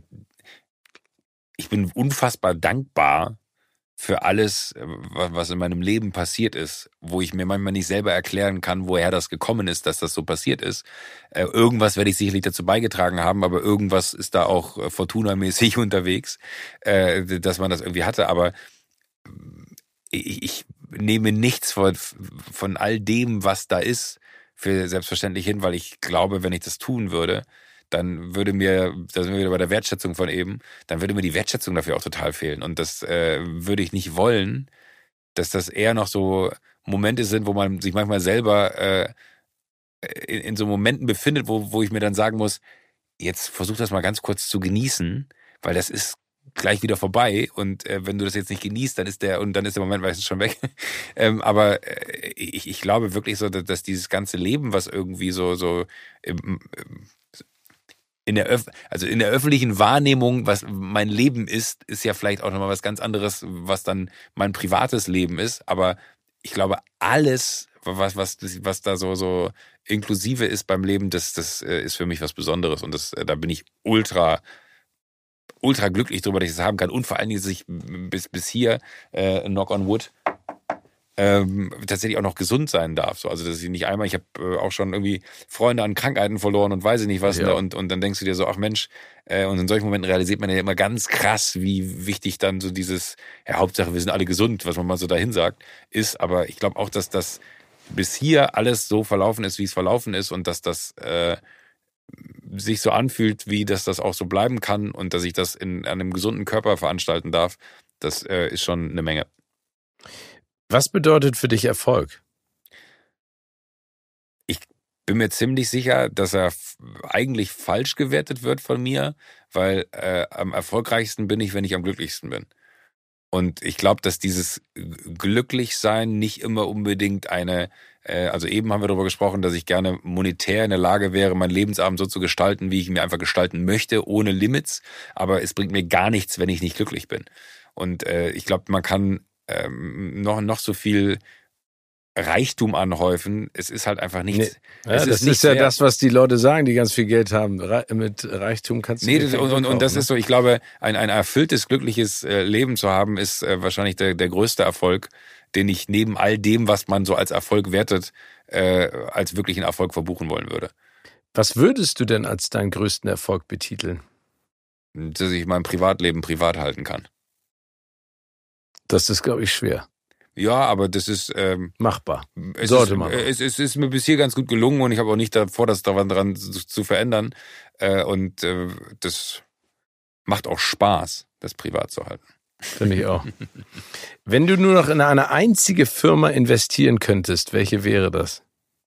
ich bin unfassbar dankbar für alles, was in meinem Leben passiert ist, wo ich mir manchmal nicht selber erklären kann, woher das gekommen ist, dass das so passiert ist. Äh, irgendwas werde ich sicherlich dazu beigetragen haben, aber irgendwas ist da auch Fortuna-mäßig unterwegs, äh, dass man das irgendwie hatte. Aber ich, ich nehme nichts von, von all dem, was da ist, für selbstverständlich hin, weil ich glaube, wenn ich das tun würde, dann würde mir, da sind wir wieder bei der Wertschätzung von eben, dann würde mir die Wertschätzung dafür auch total fehlen. Und das äh, würde ich nicht wollen, dass das eher noch so Momente sind, wo man sich manchmal selber äh, in, in so Momenten befindet, wo, wo ich mir dann sagen muss, jetzt versuch das mal ganz kurz zu genießen, weil das ist gleich wieder vorbei und äh, wenn du das jetzt nicht genießt, dann ist der und dann ist der Moment meistens schon weg. ähm, aber äh, ich, ich glaube wirklich so, dass, dass dieses ganze Leben, was irgendwie so so im, in der Öf- also in der öffentlichen Wahrnehmung, was mein Leben ist, ist ja vielleicht auch nochmal was ganz anderes, was dann mein privates Leben ist. Aber ich glaube, alles, was was was da so so inklusive ist beim Leben, das das ist für mich was Besonderes und das da bin ich ultra ultra glücklich drüber, dass ich das haben kann und vor allen Dingen, dass ich bis bis hier äh, knock on wood Ähm, tatsächlich auch noch gesund sein darf. So, also dass ich nicht einmal, ich habe äh, auch schon irgendwie Freunde an Krankheiten verloren und weiß ich nicht was. Ja. Und, und dann denkst du dir so, ach Mensch, äh, und in solchen Momenten realisiert man ja immer ganz krass, wie wichtig dann so dieses, ja Hauptsache wir sind alle gesund, was man mal so dahin sagt, ist. Aber ich glaube auch, dass das bis hier alles so verlaufen ist, wie es verlaufen ist und dass das äh, sich so anfühlt, wie dass das auch so bleiben kann und dass ich das in einem gesunden Körper veranstalten darf, das äh, ist schon eine Menge. Was bedeutet für dich Erfolg? Ich bin mir ziemlich sicher, dass er f- eigentlich falsch gewertet wird von mir, weil äh, am erfolgreichsten bin ich, wenn ich am glücklichsten bin. Und ich glaube, dass dieses Glücklichsein nicht immer unbedingt eine, äh, also eben haben wir darüber gesprochen, dass ich gerne monetär in der Lage wäre, meinen Lebensabend so zu gestalten, wie ich ihn mir einfach gestalten möchte, ohne Limits. Aber es bringt mir gar nichts, wenn ich nicht glücklich bin. Und äh, ich glaube, man kann ähm, noch, noch so viel Reichtum anhäufen, es ist halt einfach nichts. Nee. Ja, es das ist, ist ja wert. Das, was die Leute sagen, die ganz viel Geld haben. Mit Reichtum kannst du nee, nicht das, und, und, und das ne? ist so, ich glaube, ein, ein erfülltes, glückliches äh, Leben zu haben, ist äh, wahrscheinlich der, der größte Erfolg, den ich neben all dem, was man so als Erfolg wertet, äh, als wirklichen Erfolg verbuchen wollen würde. Was würdest du denn als deinen größten Erfolg betiteln? Dass ich mein Privatleben privat halten kann. Das ist, glaube ich, schwer. Ja, aber das ist ähm, machbar. Es Sollte ist, man. Es, es ist mir bis hier ganz gut gelungen und ich habe auch nicht davor, das daran dran zu, zu verändern. Äh, und äh, das macht auch Spaß, das privat zu halten. Finde ich auch. Wenn du nur noch in eine einzige Firma investieren könntest, welche wäre das?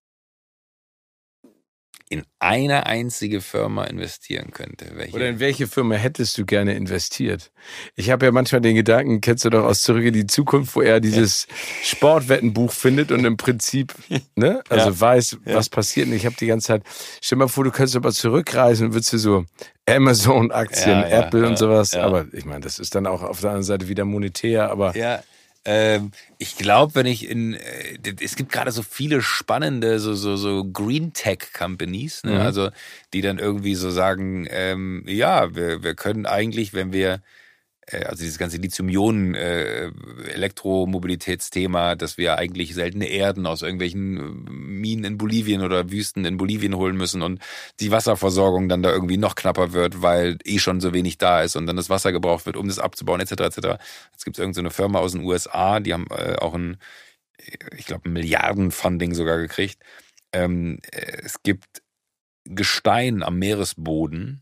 In eine einzige Firma investieren könnte. Welche? Oder in welche Firma hättest du gerne investiert? Ich habe ja manchmal den Gedanken, kennst du doch aus Zurück in die Zukunft, wo er dieses ja. Sportwettenbuch findet und im Prinzip ne, also ja. weiß, ja. was passiert. Und ich habe die ganze Zeit, stell dir mal vor, du könntest aber zurückreisen und würdest du so Amazon-Aktien, ja, Apple ja, und sowas. Ja. Aber ich meine, das ist dann auch auf der anderen Seite wieder monetär, aber... Ja. Ähm, ich glaube, wenn ich in, äh, es gibt gerade so viele spannende, so, so, so Green Tech Companies, ne? Mhm. Also, die dann irgendwie so sagen, ähm, ja, wir, wir können eigentlich, wenn wir, äh, also dieses ganze Lithium-Ionen, äh, Elektromobilitätsthema, dass wir eigentlich seltene Erden aus irgendwelchen Minen in Bolivien oder Wüsten in Bolivien holen müssen und die Wasserversorgung dann da irgendwie noch knapper wird, weil eh schon so wenig da ist und dann das Wasser gebraucht wird, um das abzubauen, et cetera et cetera. Jetzt gibt es irgendeine Firma aus den U S A, die haben äh, auch ein, ich glaube, ein Milliarden-Funding sogar gekriegt. Ähm, es gibt Gestein am Meeresboden,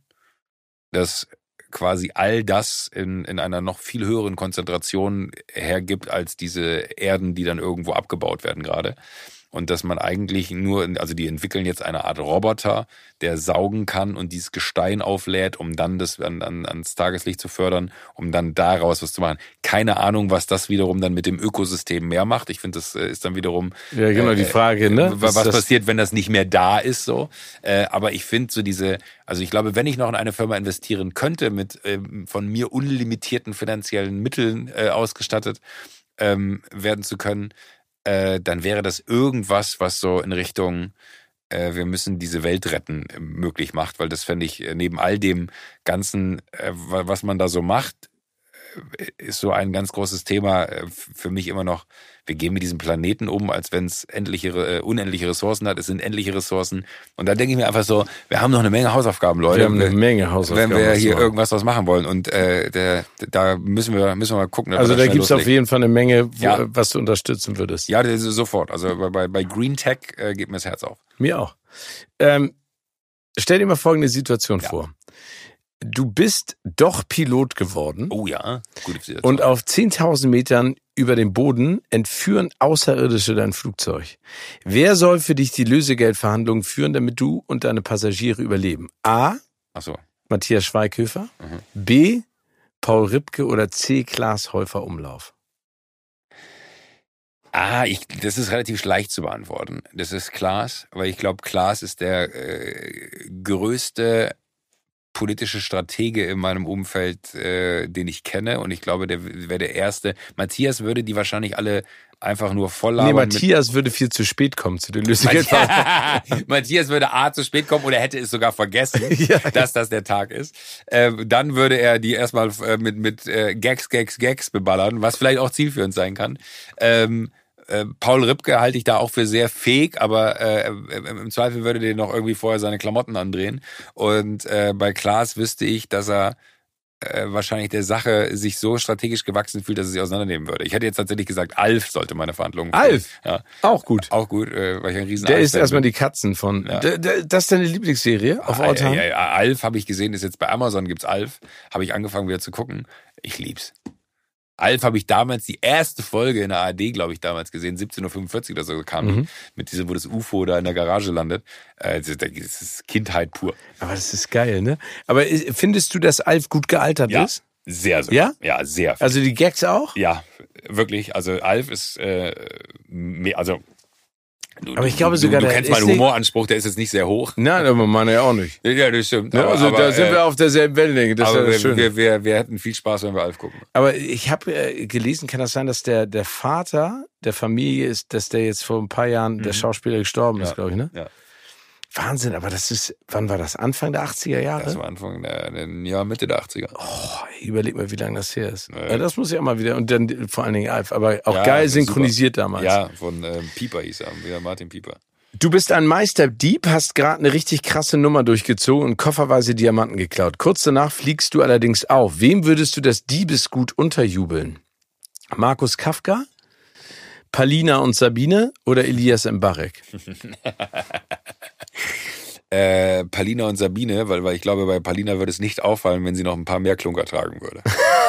das quasi all das in, in einer noch viel höheren Konzentration hergibt als diese Erden, die dann irgendwo abgebaut werden gerade. Und dass man eigentlich nur, also die entwickeln jetzt eine Art Roboter, der saugen kann und dieses Gestein auflädt, um dann das an, an, ans Tageslicht zu fördern, um dann daraus was zu machen. Keine Ahnung, was das wiederum dann mit dem Ökosystem mehr macht. Ich finde, das ist dann wiederum... Ja, genau, äh, die Frage, ne? Was, was passiert, wenn das nicht mehr da ist, so. Äh, aber ich finde so diese, also ich glaube, wenn ich noch in eine Firma investieren könnte, mit ähm, von mir unlimitierten finanziellen Mitteln äh, ausgestattet ähm, werden zu können, dann wäre das irgendwas, was so in Richtung, äh, wir müssen diese Welt retten, äh, möglich macht, weil das fände ich äh, neben all dem Ganzen, äh, was man da so macht, äh, ist so ein ganz großes Thema äh, für mich immer noch, wir gehen mit diesem Planeten um, als wenn es endliche, äh, unendliche Ressourcen hat, es sind endliche Ressourcen und da denke ich mir einfach so, wir haben noch eine Menge Hausaufgaben, Leute. Wir haben eine Menge Hausaufgaben. Wenn wir hier machen. irgendwas was machen wollen und äh, der, da müssen wir, müssen wir mal gucken. Also da gibt es auf jeden Fall eine Menge, wo, ja. was du unterstützen würdest. Ja, das ist sofort. Also bei, bei Green Tech äh, geht mir das Herz auf. Mir auch. Ähm, stell dir mal folgende Situation ja. vor. Du bist doch Pilot geworden. Oh ja, gute Situation. Und auf zehntausend Metern über dem Boden entführen Außerirdische dein Flugzeug. Wer soll für dich die Lösegeldverhandlungen führen, damit du und deine Passagiere überleben? A. Ach so. Matthias Schweighöfer. Mhm. B. Paul Ripke oder C. Klaas Häufer Umlauf. Ah, ich, das ist relativ leicht zu beantworten. Das ist Klaas, weil ich glaube, Klaas ist der äh, größte politische Stratege in meinem Umfeld, äh, den ich kenne. Und ich glaube, der wäre der Erste. Matthias würde die wahrscheinlich alle einfach nur voll labern. Nee, Matthias würde viel zu spät kommen zu den Lösegeldverhandlungen. Matthias würde A, zu spät kommen oder hätte es sogar vergessen, ja. dass das der Tag ist. Ähm, dann würde er die erstmal äh, mit, mit äh, Gags, Gags, Gags beballern, was vielleicht auch zielführend sein kann. Ähm, Äh, Paul Ripke halte ich da auch für sehr fähig, aber äh, im Zweifel würde der noch irgendwie vorher seine Klamotten andrehen. Und äh, bei Klaas wüsste ich, dass er äh, wahrscheinlich der Sache sich so strategisch gewachsen fühlt, dass er sie auseinandernehmen würde. Ich hätte jetzt tatsächlich gesagt, Alf sollte meine Verhandlungen führen. Alf? Ja. Auch gut. Auch gut, äh, weil ich ein riesen Der Alf ist erstmal die Katzen von... Ja. D- d- das ist deine Lieblingsserie auf ah, Alltime? ja, ja, ja. Alf habe ich gesehen, ist jetzt bei Amazon, gibt's Alf. Habe ich angefangen wieder zu gucken. Ich lieb's. Alf habe ich damals die erste Folge in der A R D, glaube ich, damals gesehen, siebzehn Uhr fünfundvierzig oder so kam Mhm. die, mit diesem, wo das U F O da in der Garage landet. Äh, das ist Kindheit pur. Aber das ist geil, ne? Aber findest du, dass Alf gut gealtert Ja. ist? Sehr, sehr. Ja? Ja, sehr. Also die Gags auch? Ja, wirklich. Also Alf ist, äh, mehr, also Du, aber ich glaube sogar, du, du kennst meinen Humoranspruch, der ist jetzt nicht sehr hoch. Nein, aber meine ja auch nicht. Ja, das stimmt. Ja, aber, also aber, da sind äh, wir auf derselben Wellenlänge. Das aber ist ja das wir, wir, wir, wir hätten viel Spaß, wenn wir Alf gucken. Aber ich habe äh, gelesen, kann das sein, dass der, der Vater der Familie ist, dass der jetzt vor ein paar Jahren, mhm. der Schauspieler gestorben ist, ja. glaube ich, ne? Ja. Wahnsinn, aber das ist, wann war das? Anfang der achtziger Jahre? Das war Anfang der, der ja, Mitte der achtziger. Oh, überleg mal, wie lange das her ist. Ja. Ja, das muss ich auch mal wieder, und dann vor allen Dingen Alf, aber auch ja, geil synchronisiert super. damals. Ja, von ähm, Pieper hieß er, wieder Martin Pieper. Du bist ein Meisterdieb, hast gerade eine richtig krasse Nummer durchgezogen und kofferweise Diamanten geklaut. Kurz danach fliegst du allerdings auf. Wem würdest du das Diebesgut unterjubeln? Markus Kafka, Palina und Sabine oder Elias Mbarek? äh, Palina und Sabine, weil, weil ich glaube, bei Palina würde es nicht auffallen, wenn sie noch ein paar mehr Klunker tragen würde.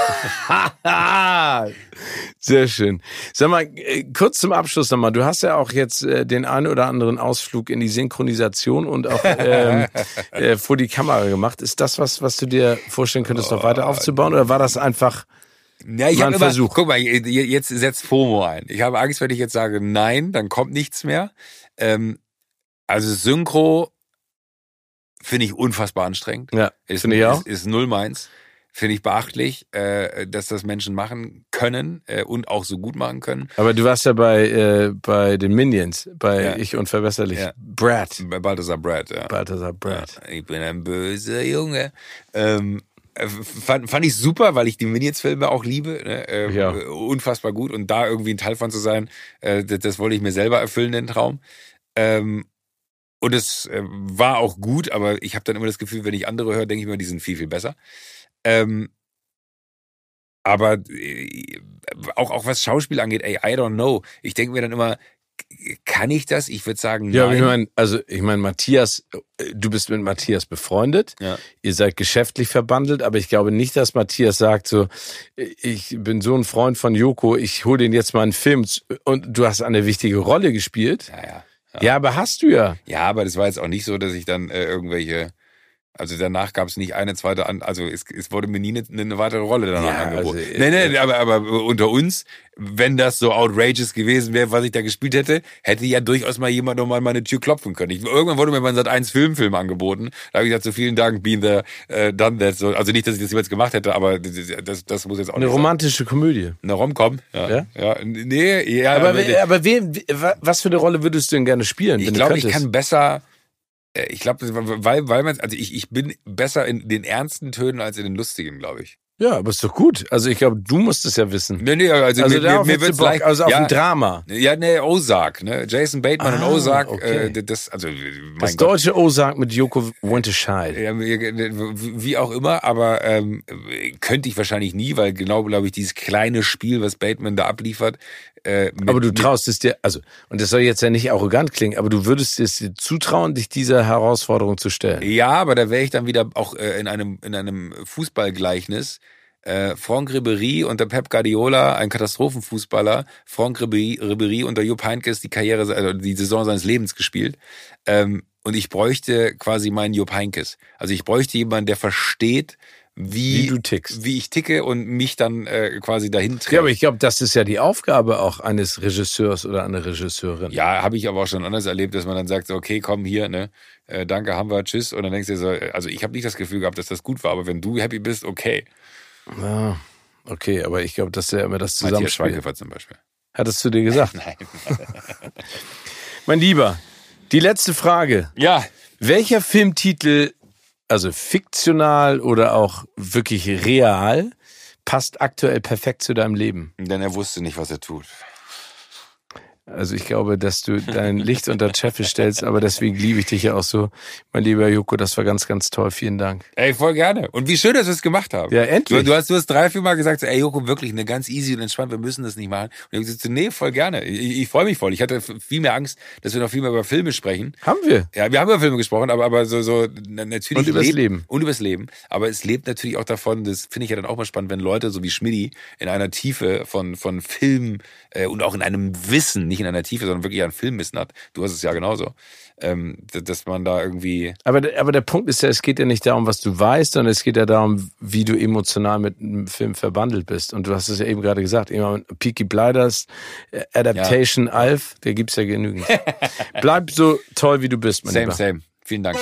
Sehr schön. Sag mal, kurz zum Abschluss nochmal. Du hast ja auch jetzt äh, den einen oder anderen Ausflug in die Synchronisation und auch ähm, äh, vor die Kamera gemacht. Ist das was, was du dir vorstellen könntest, noch weiter aufzubauen? Oder war das einfach ja, ich mal ein immer, Versuch? Guck mal, jetzt setzt FOMO ein. Ich habe Angst, wenn ich jetzt sage, nein, dann kommt nichts mehr. Ähm, also Synchro finde ich unfassbar anstrengend. Ja, finde ich auch. Ist, ist null meins. Finde ich beachtlich, äh, dass das Menschen machen können äh, und auch so gut machen können. Aber du warst ja bei äh, bei den Minions, bei ja. Ich Unverbesserlich. Ja. Brad. Bei Balthasar Brad, ja. Balthasar Brad. Ja, ich bin ein böser Junge. Ähm, fand, fand ich super, weil ich die Minions-Filme auch liebe. Ne? Äh, ja. Unfassbar gut. Und da irgendwie ein Teil von zu sein, äh, das, das wollte ich mir selber erfüllen, den Traum. Ähm, und es äh, war auch gut, aber ich habe dann immer das Gefühl, wenn ich andere höre, denke ich mir, die sind viel, viel besser. Ähm, aber äh, auch, auch was Schauspiel angeht, ey, I don't know. Ich denke mir dann immer, kann ich das? Ich würde sagen, ja, nein. Ich mein, also ich meine, Matthias, du bist mit Matthias befreundet, ja. Ihr seid geschäftlich verbandelt, aber ich glaube nicht, dass Matthias sagt so, ich bin so ein Freund von Joko, ich hole den jetzt mal einen Film und du hast eine wichtige Rolle gespielt. Ja, ja. Ja, ja aber hast du ja. Ja, aber das war jetzt auch nicht so, dass ich dann äh, irgendwelche... Also danach gab es nicht eine zweite, an, also es, es wurde mir nie eine, eine weitere Rolle danach ja, angeboten. Also, nee, nee, aber, aber unter uns, wenn das so outrageous gewesen wäre, was ich da gespielt hätte, hätte ja durchaus mal jemand nochmal meine Tür klopfen können. Ich, irgendwann wurde mir mal ein Sat eins Filmfilm angeboten. Da habe ich gesagt, so vielen Dank, been there, uh, done that. So, also nicht, dass ich das jemals gemacht hätte, aber das, das muss jetzt auch eine nicht romantische sein. Komödie. Eine Rom-Com, ja. Ja? ja. Nee, ja. Aber, aber, aber wem, was für eine Rolle würdest du denn gerne spielen? Ich glaube, ich kann besser... Ich glaube, weil, weil man, also ich, ich bin besser in den ernsten Tönen als in den lustigen, glaube ich. Ja, aber ist doch gut. Also ich glaube, du musst es ja wissen. Nee, nee, also, also mir, mir, mir wird's leicht. Also auf ja, ein Drama. Ja, nee, Ozark, ne? Jason Bateman ah, und Ozark, okay. äh, das, also, mein das Gott. deutsche Ozark mit Joko Winterscheid. Ja, wie auch immer, aber ähm, könnte ich wahrscheinlich nie, weil genau, glaube ich, dieses kleine Spiel, was Bateman da abliefert. Äh, mit, aber du traust es dir, also, und das soll jetzt ja nicht arrogant klingen, aber du würdest es dir zutrauen, dich dieser Herausforderung zu stellen. Ja, aber da wäre ich dann wieder auch äh, in einem in einem Fußballgleichnis. Äh, Franck Ribéry unter Pep Guardiola, ein Katastrophenfußballer. Franck Ribéry, Ribéry unter Jupp Heynckes die Karriere, also die Saison seines Lebens gespielt. Ähm, und ich bräuchte quasi meinen Jupp Heynckes. Also ich bräuchte jemanden, der versteht, wie, wie du tickst. Wie ich ticke und mich dann äh, quasi dahin trägt. Ja, aber ich glaube, das ist ja die Aufgabe auch eines Regisseurs oder einer Regisseurin. Ja, habe ich aber auch schon anders erlebt, dass man dann sagt, so, okay, komm hier, ne, äh, danke, haben wir, tschüss. Und dann denkst du dir so, also ich habe nicht das Gefühl gehabt, dass das gut war, aber wenn du happy bist, okay. Ja, okay, aber ich glaube, dass er immer das Matthias Zusammenspiel. Schweighöfer zum Beispiel. Hattest du dir gesagt? Nein. Mein Lieber, die letzte Frage. Ja. Welcher Filmtitel, also fiktional oder auch wirklich real, passt aktuell perfekt zu deinem Leben? Denn er wusste nicht, was er tut. Also ich glaube, dass du dein Licht unter den Scheffel stellst, aber deswegen liebe ich dich ja auch so. Mein lieber Joko, das war ganz, ganz toll. Vielen Dank. Ey, voll gerne. Und wie schön, dass wir es gemacht haben. Ja, endlich. Du, du, hast, du hast drei, vier Mal gesagt, so, ey Joko, wirklich eine ganz easy und entspannt, wir müssen das nicht machen. Und ich habe gesagt, nee, voll gerne. Ich, ich freue mich voll. Ich hatte viel mehr Angst, dass wir noch viel mehr über Filme sprechen. Haben wir? Ja, wir haben über Filme gesprochen, aber, aber so, so natürlich. Und übers lebt, Leben. Und übers Leben. Aber es lebt natürlich auch davon, das finde ich ja dann auch mal spannend, wenn Leute so wie Schmidti in einer Tiefe von, von Film äh, und auch in einem Wissen, nicht nicht in einer Tiefe, sondern wirklich an Filmwissen hat. Du hast es ja genauso. Ähm, dass man da irgendwie... Aber, aber der Punkt ist ja, es geht ja nicht darum, was du weißt, sondern es geht ja darum, wie du emotional mit einem Film verbandelt bist. Und du hast es ja eben gerade gesagt, immer Peaky Blinders, Adaptation, ja. Alf, der gibt's ja genügend. Bleib so toll, wie du bist, mein Same, Lieber. same. Vielen Dank.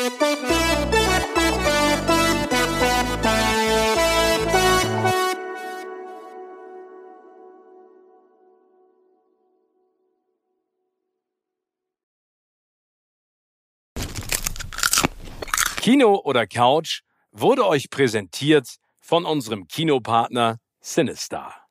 Kino oder Couch wurde euch präsentiert von unserem Kinopartner Cinestar.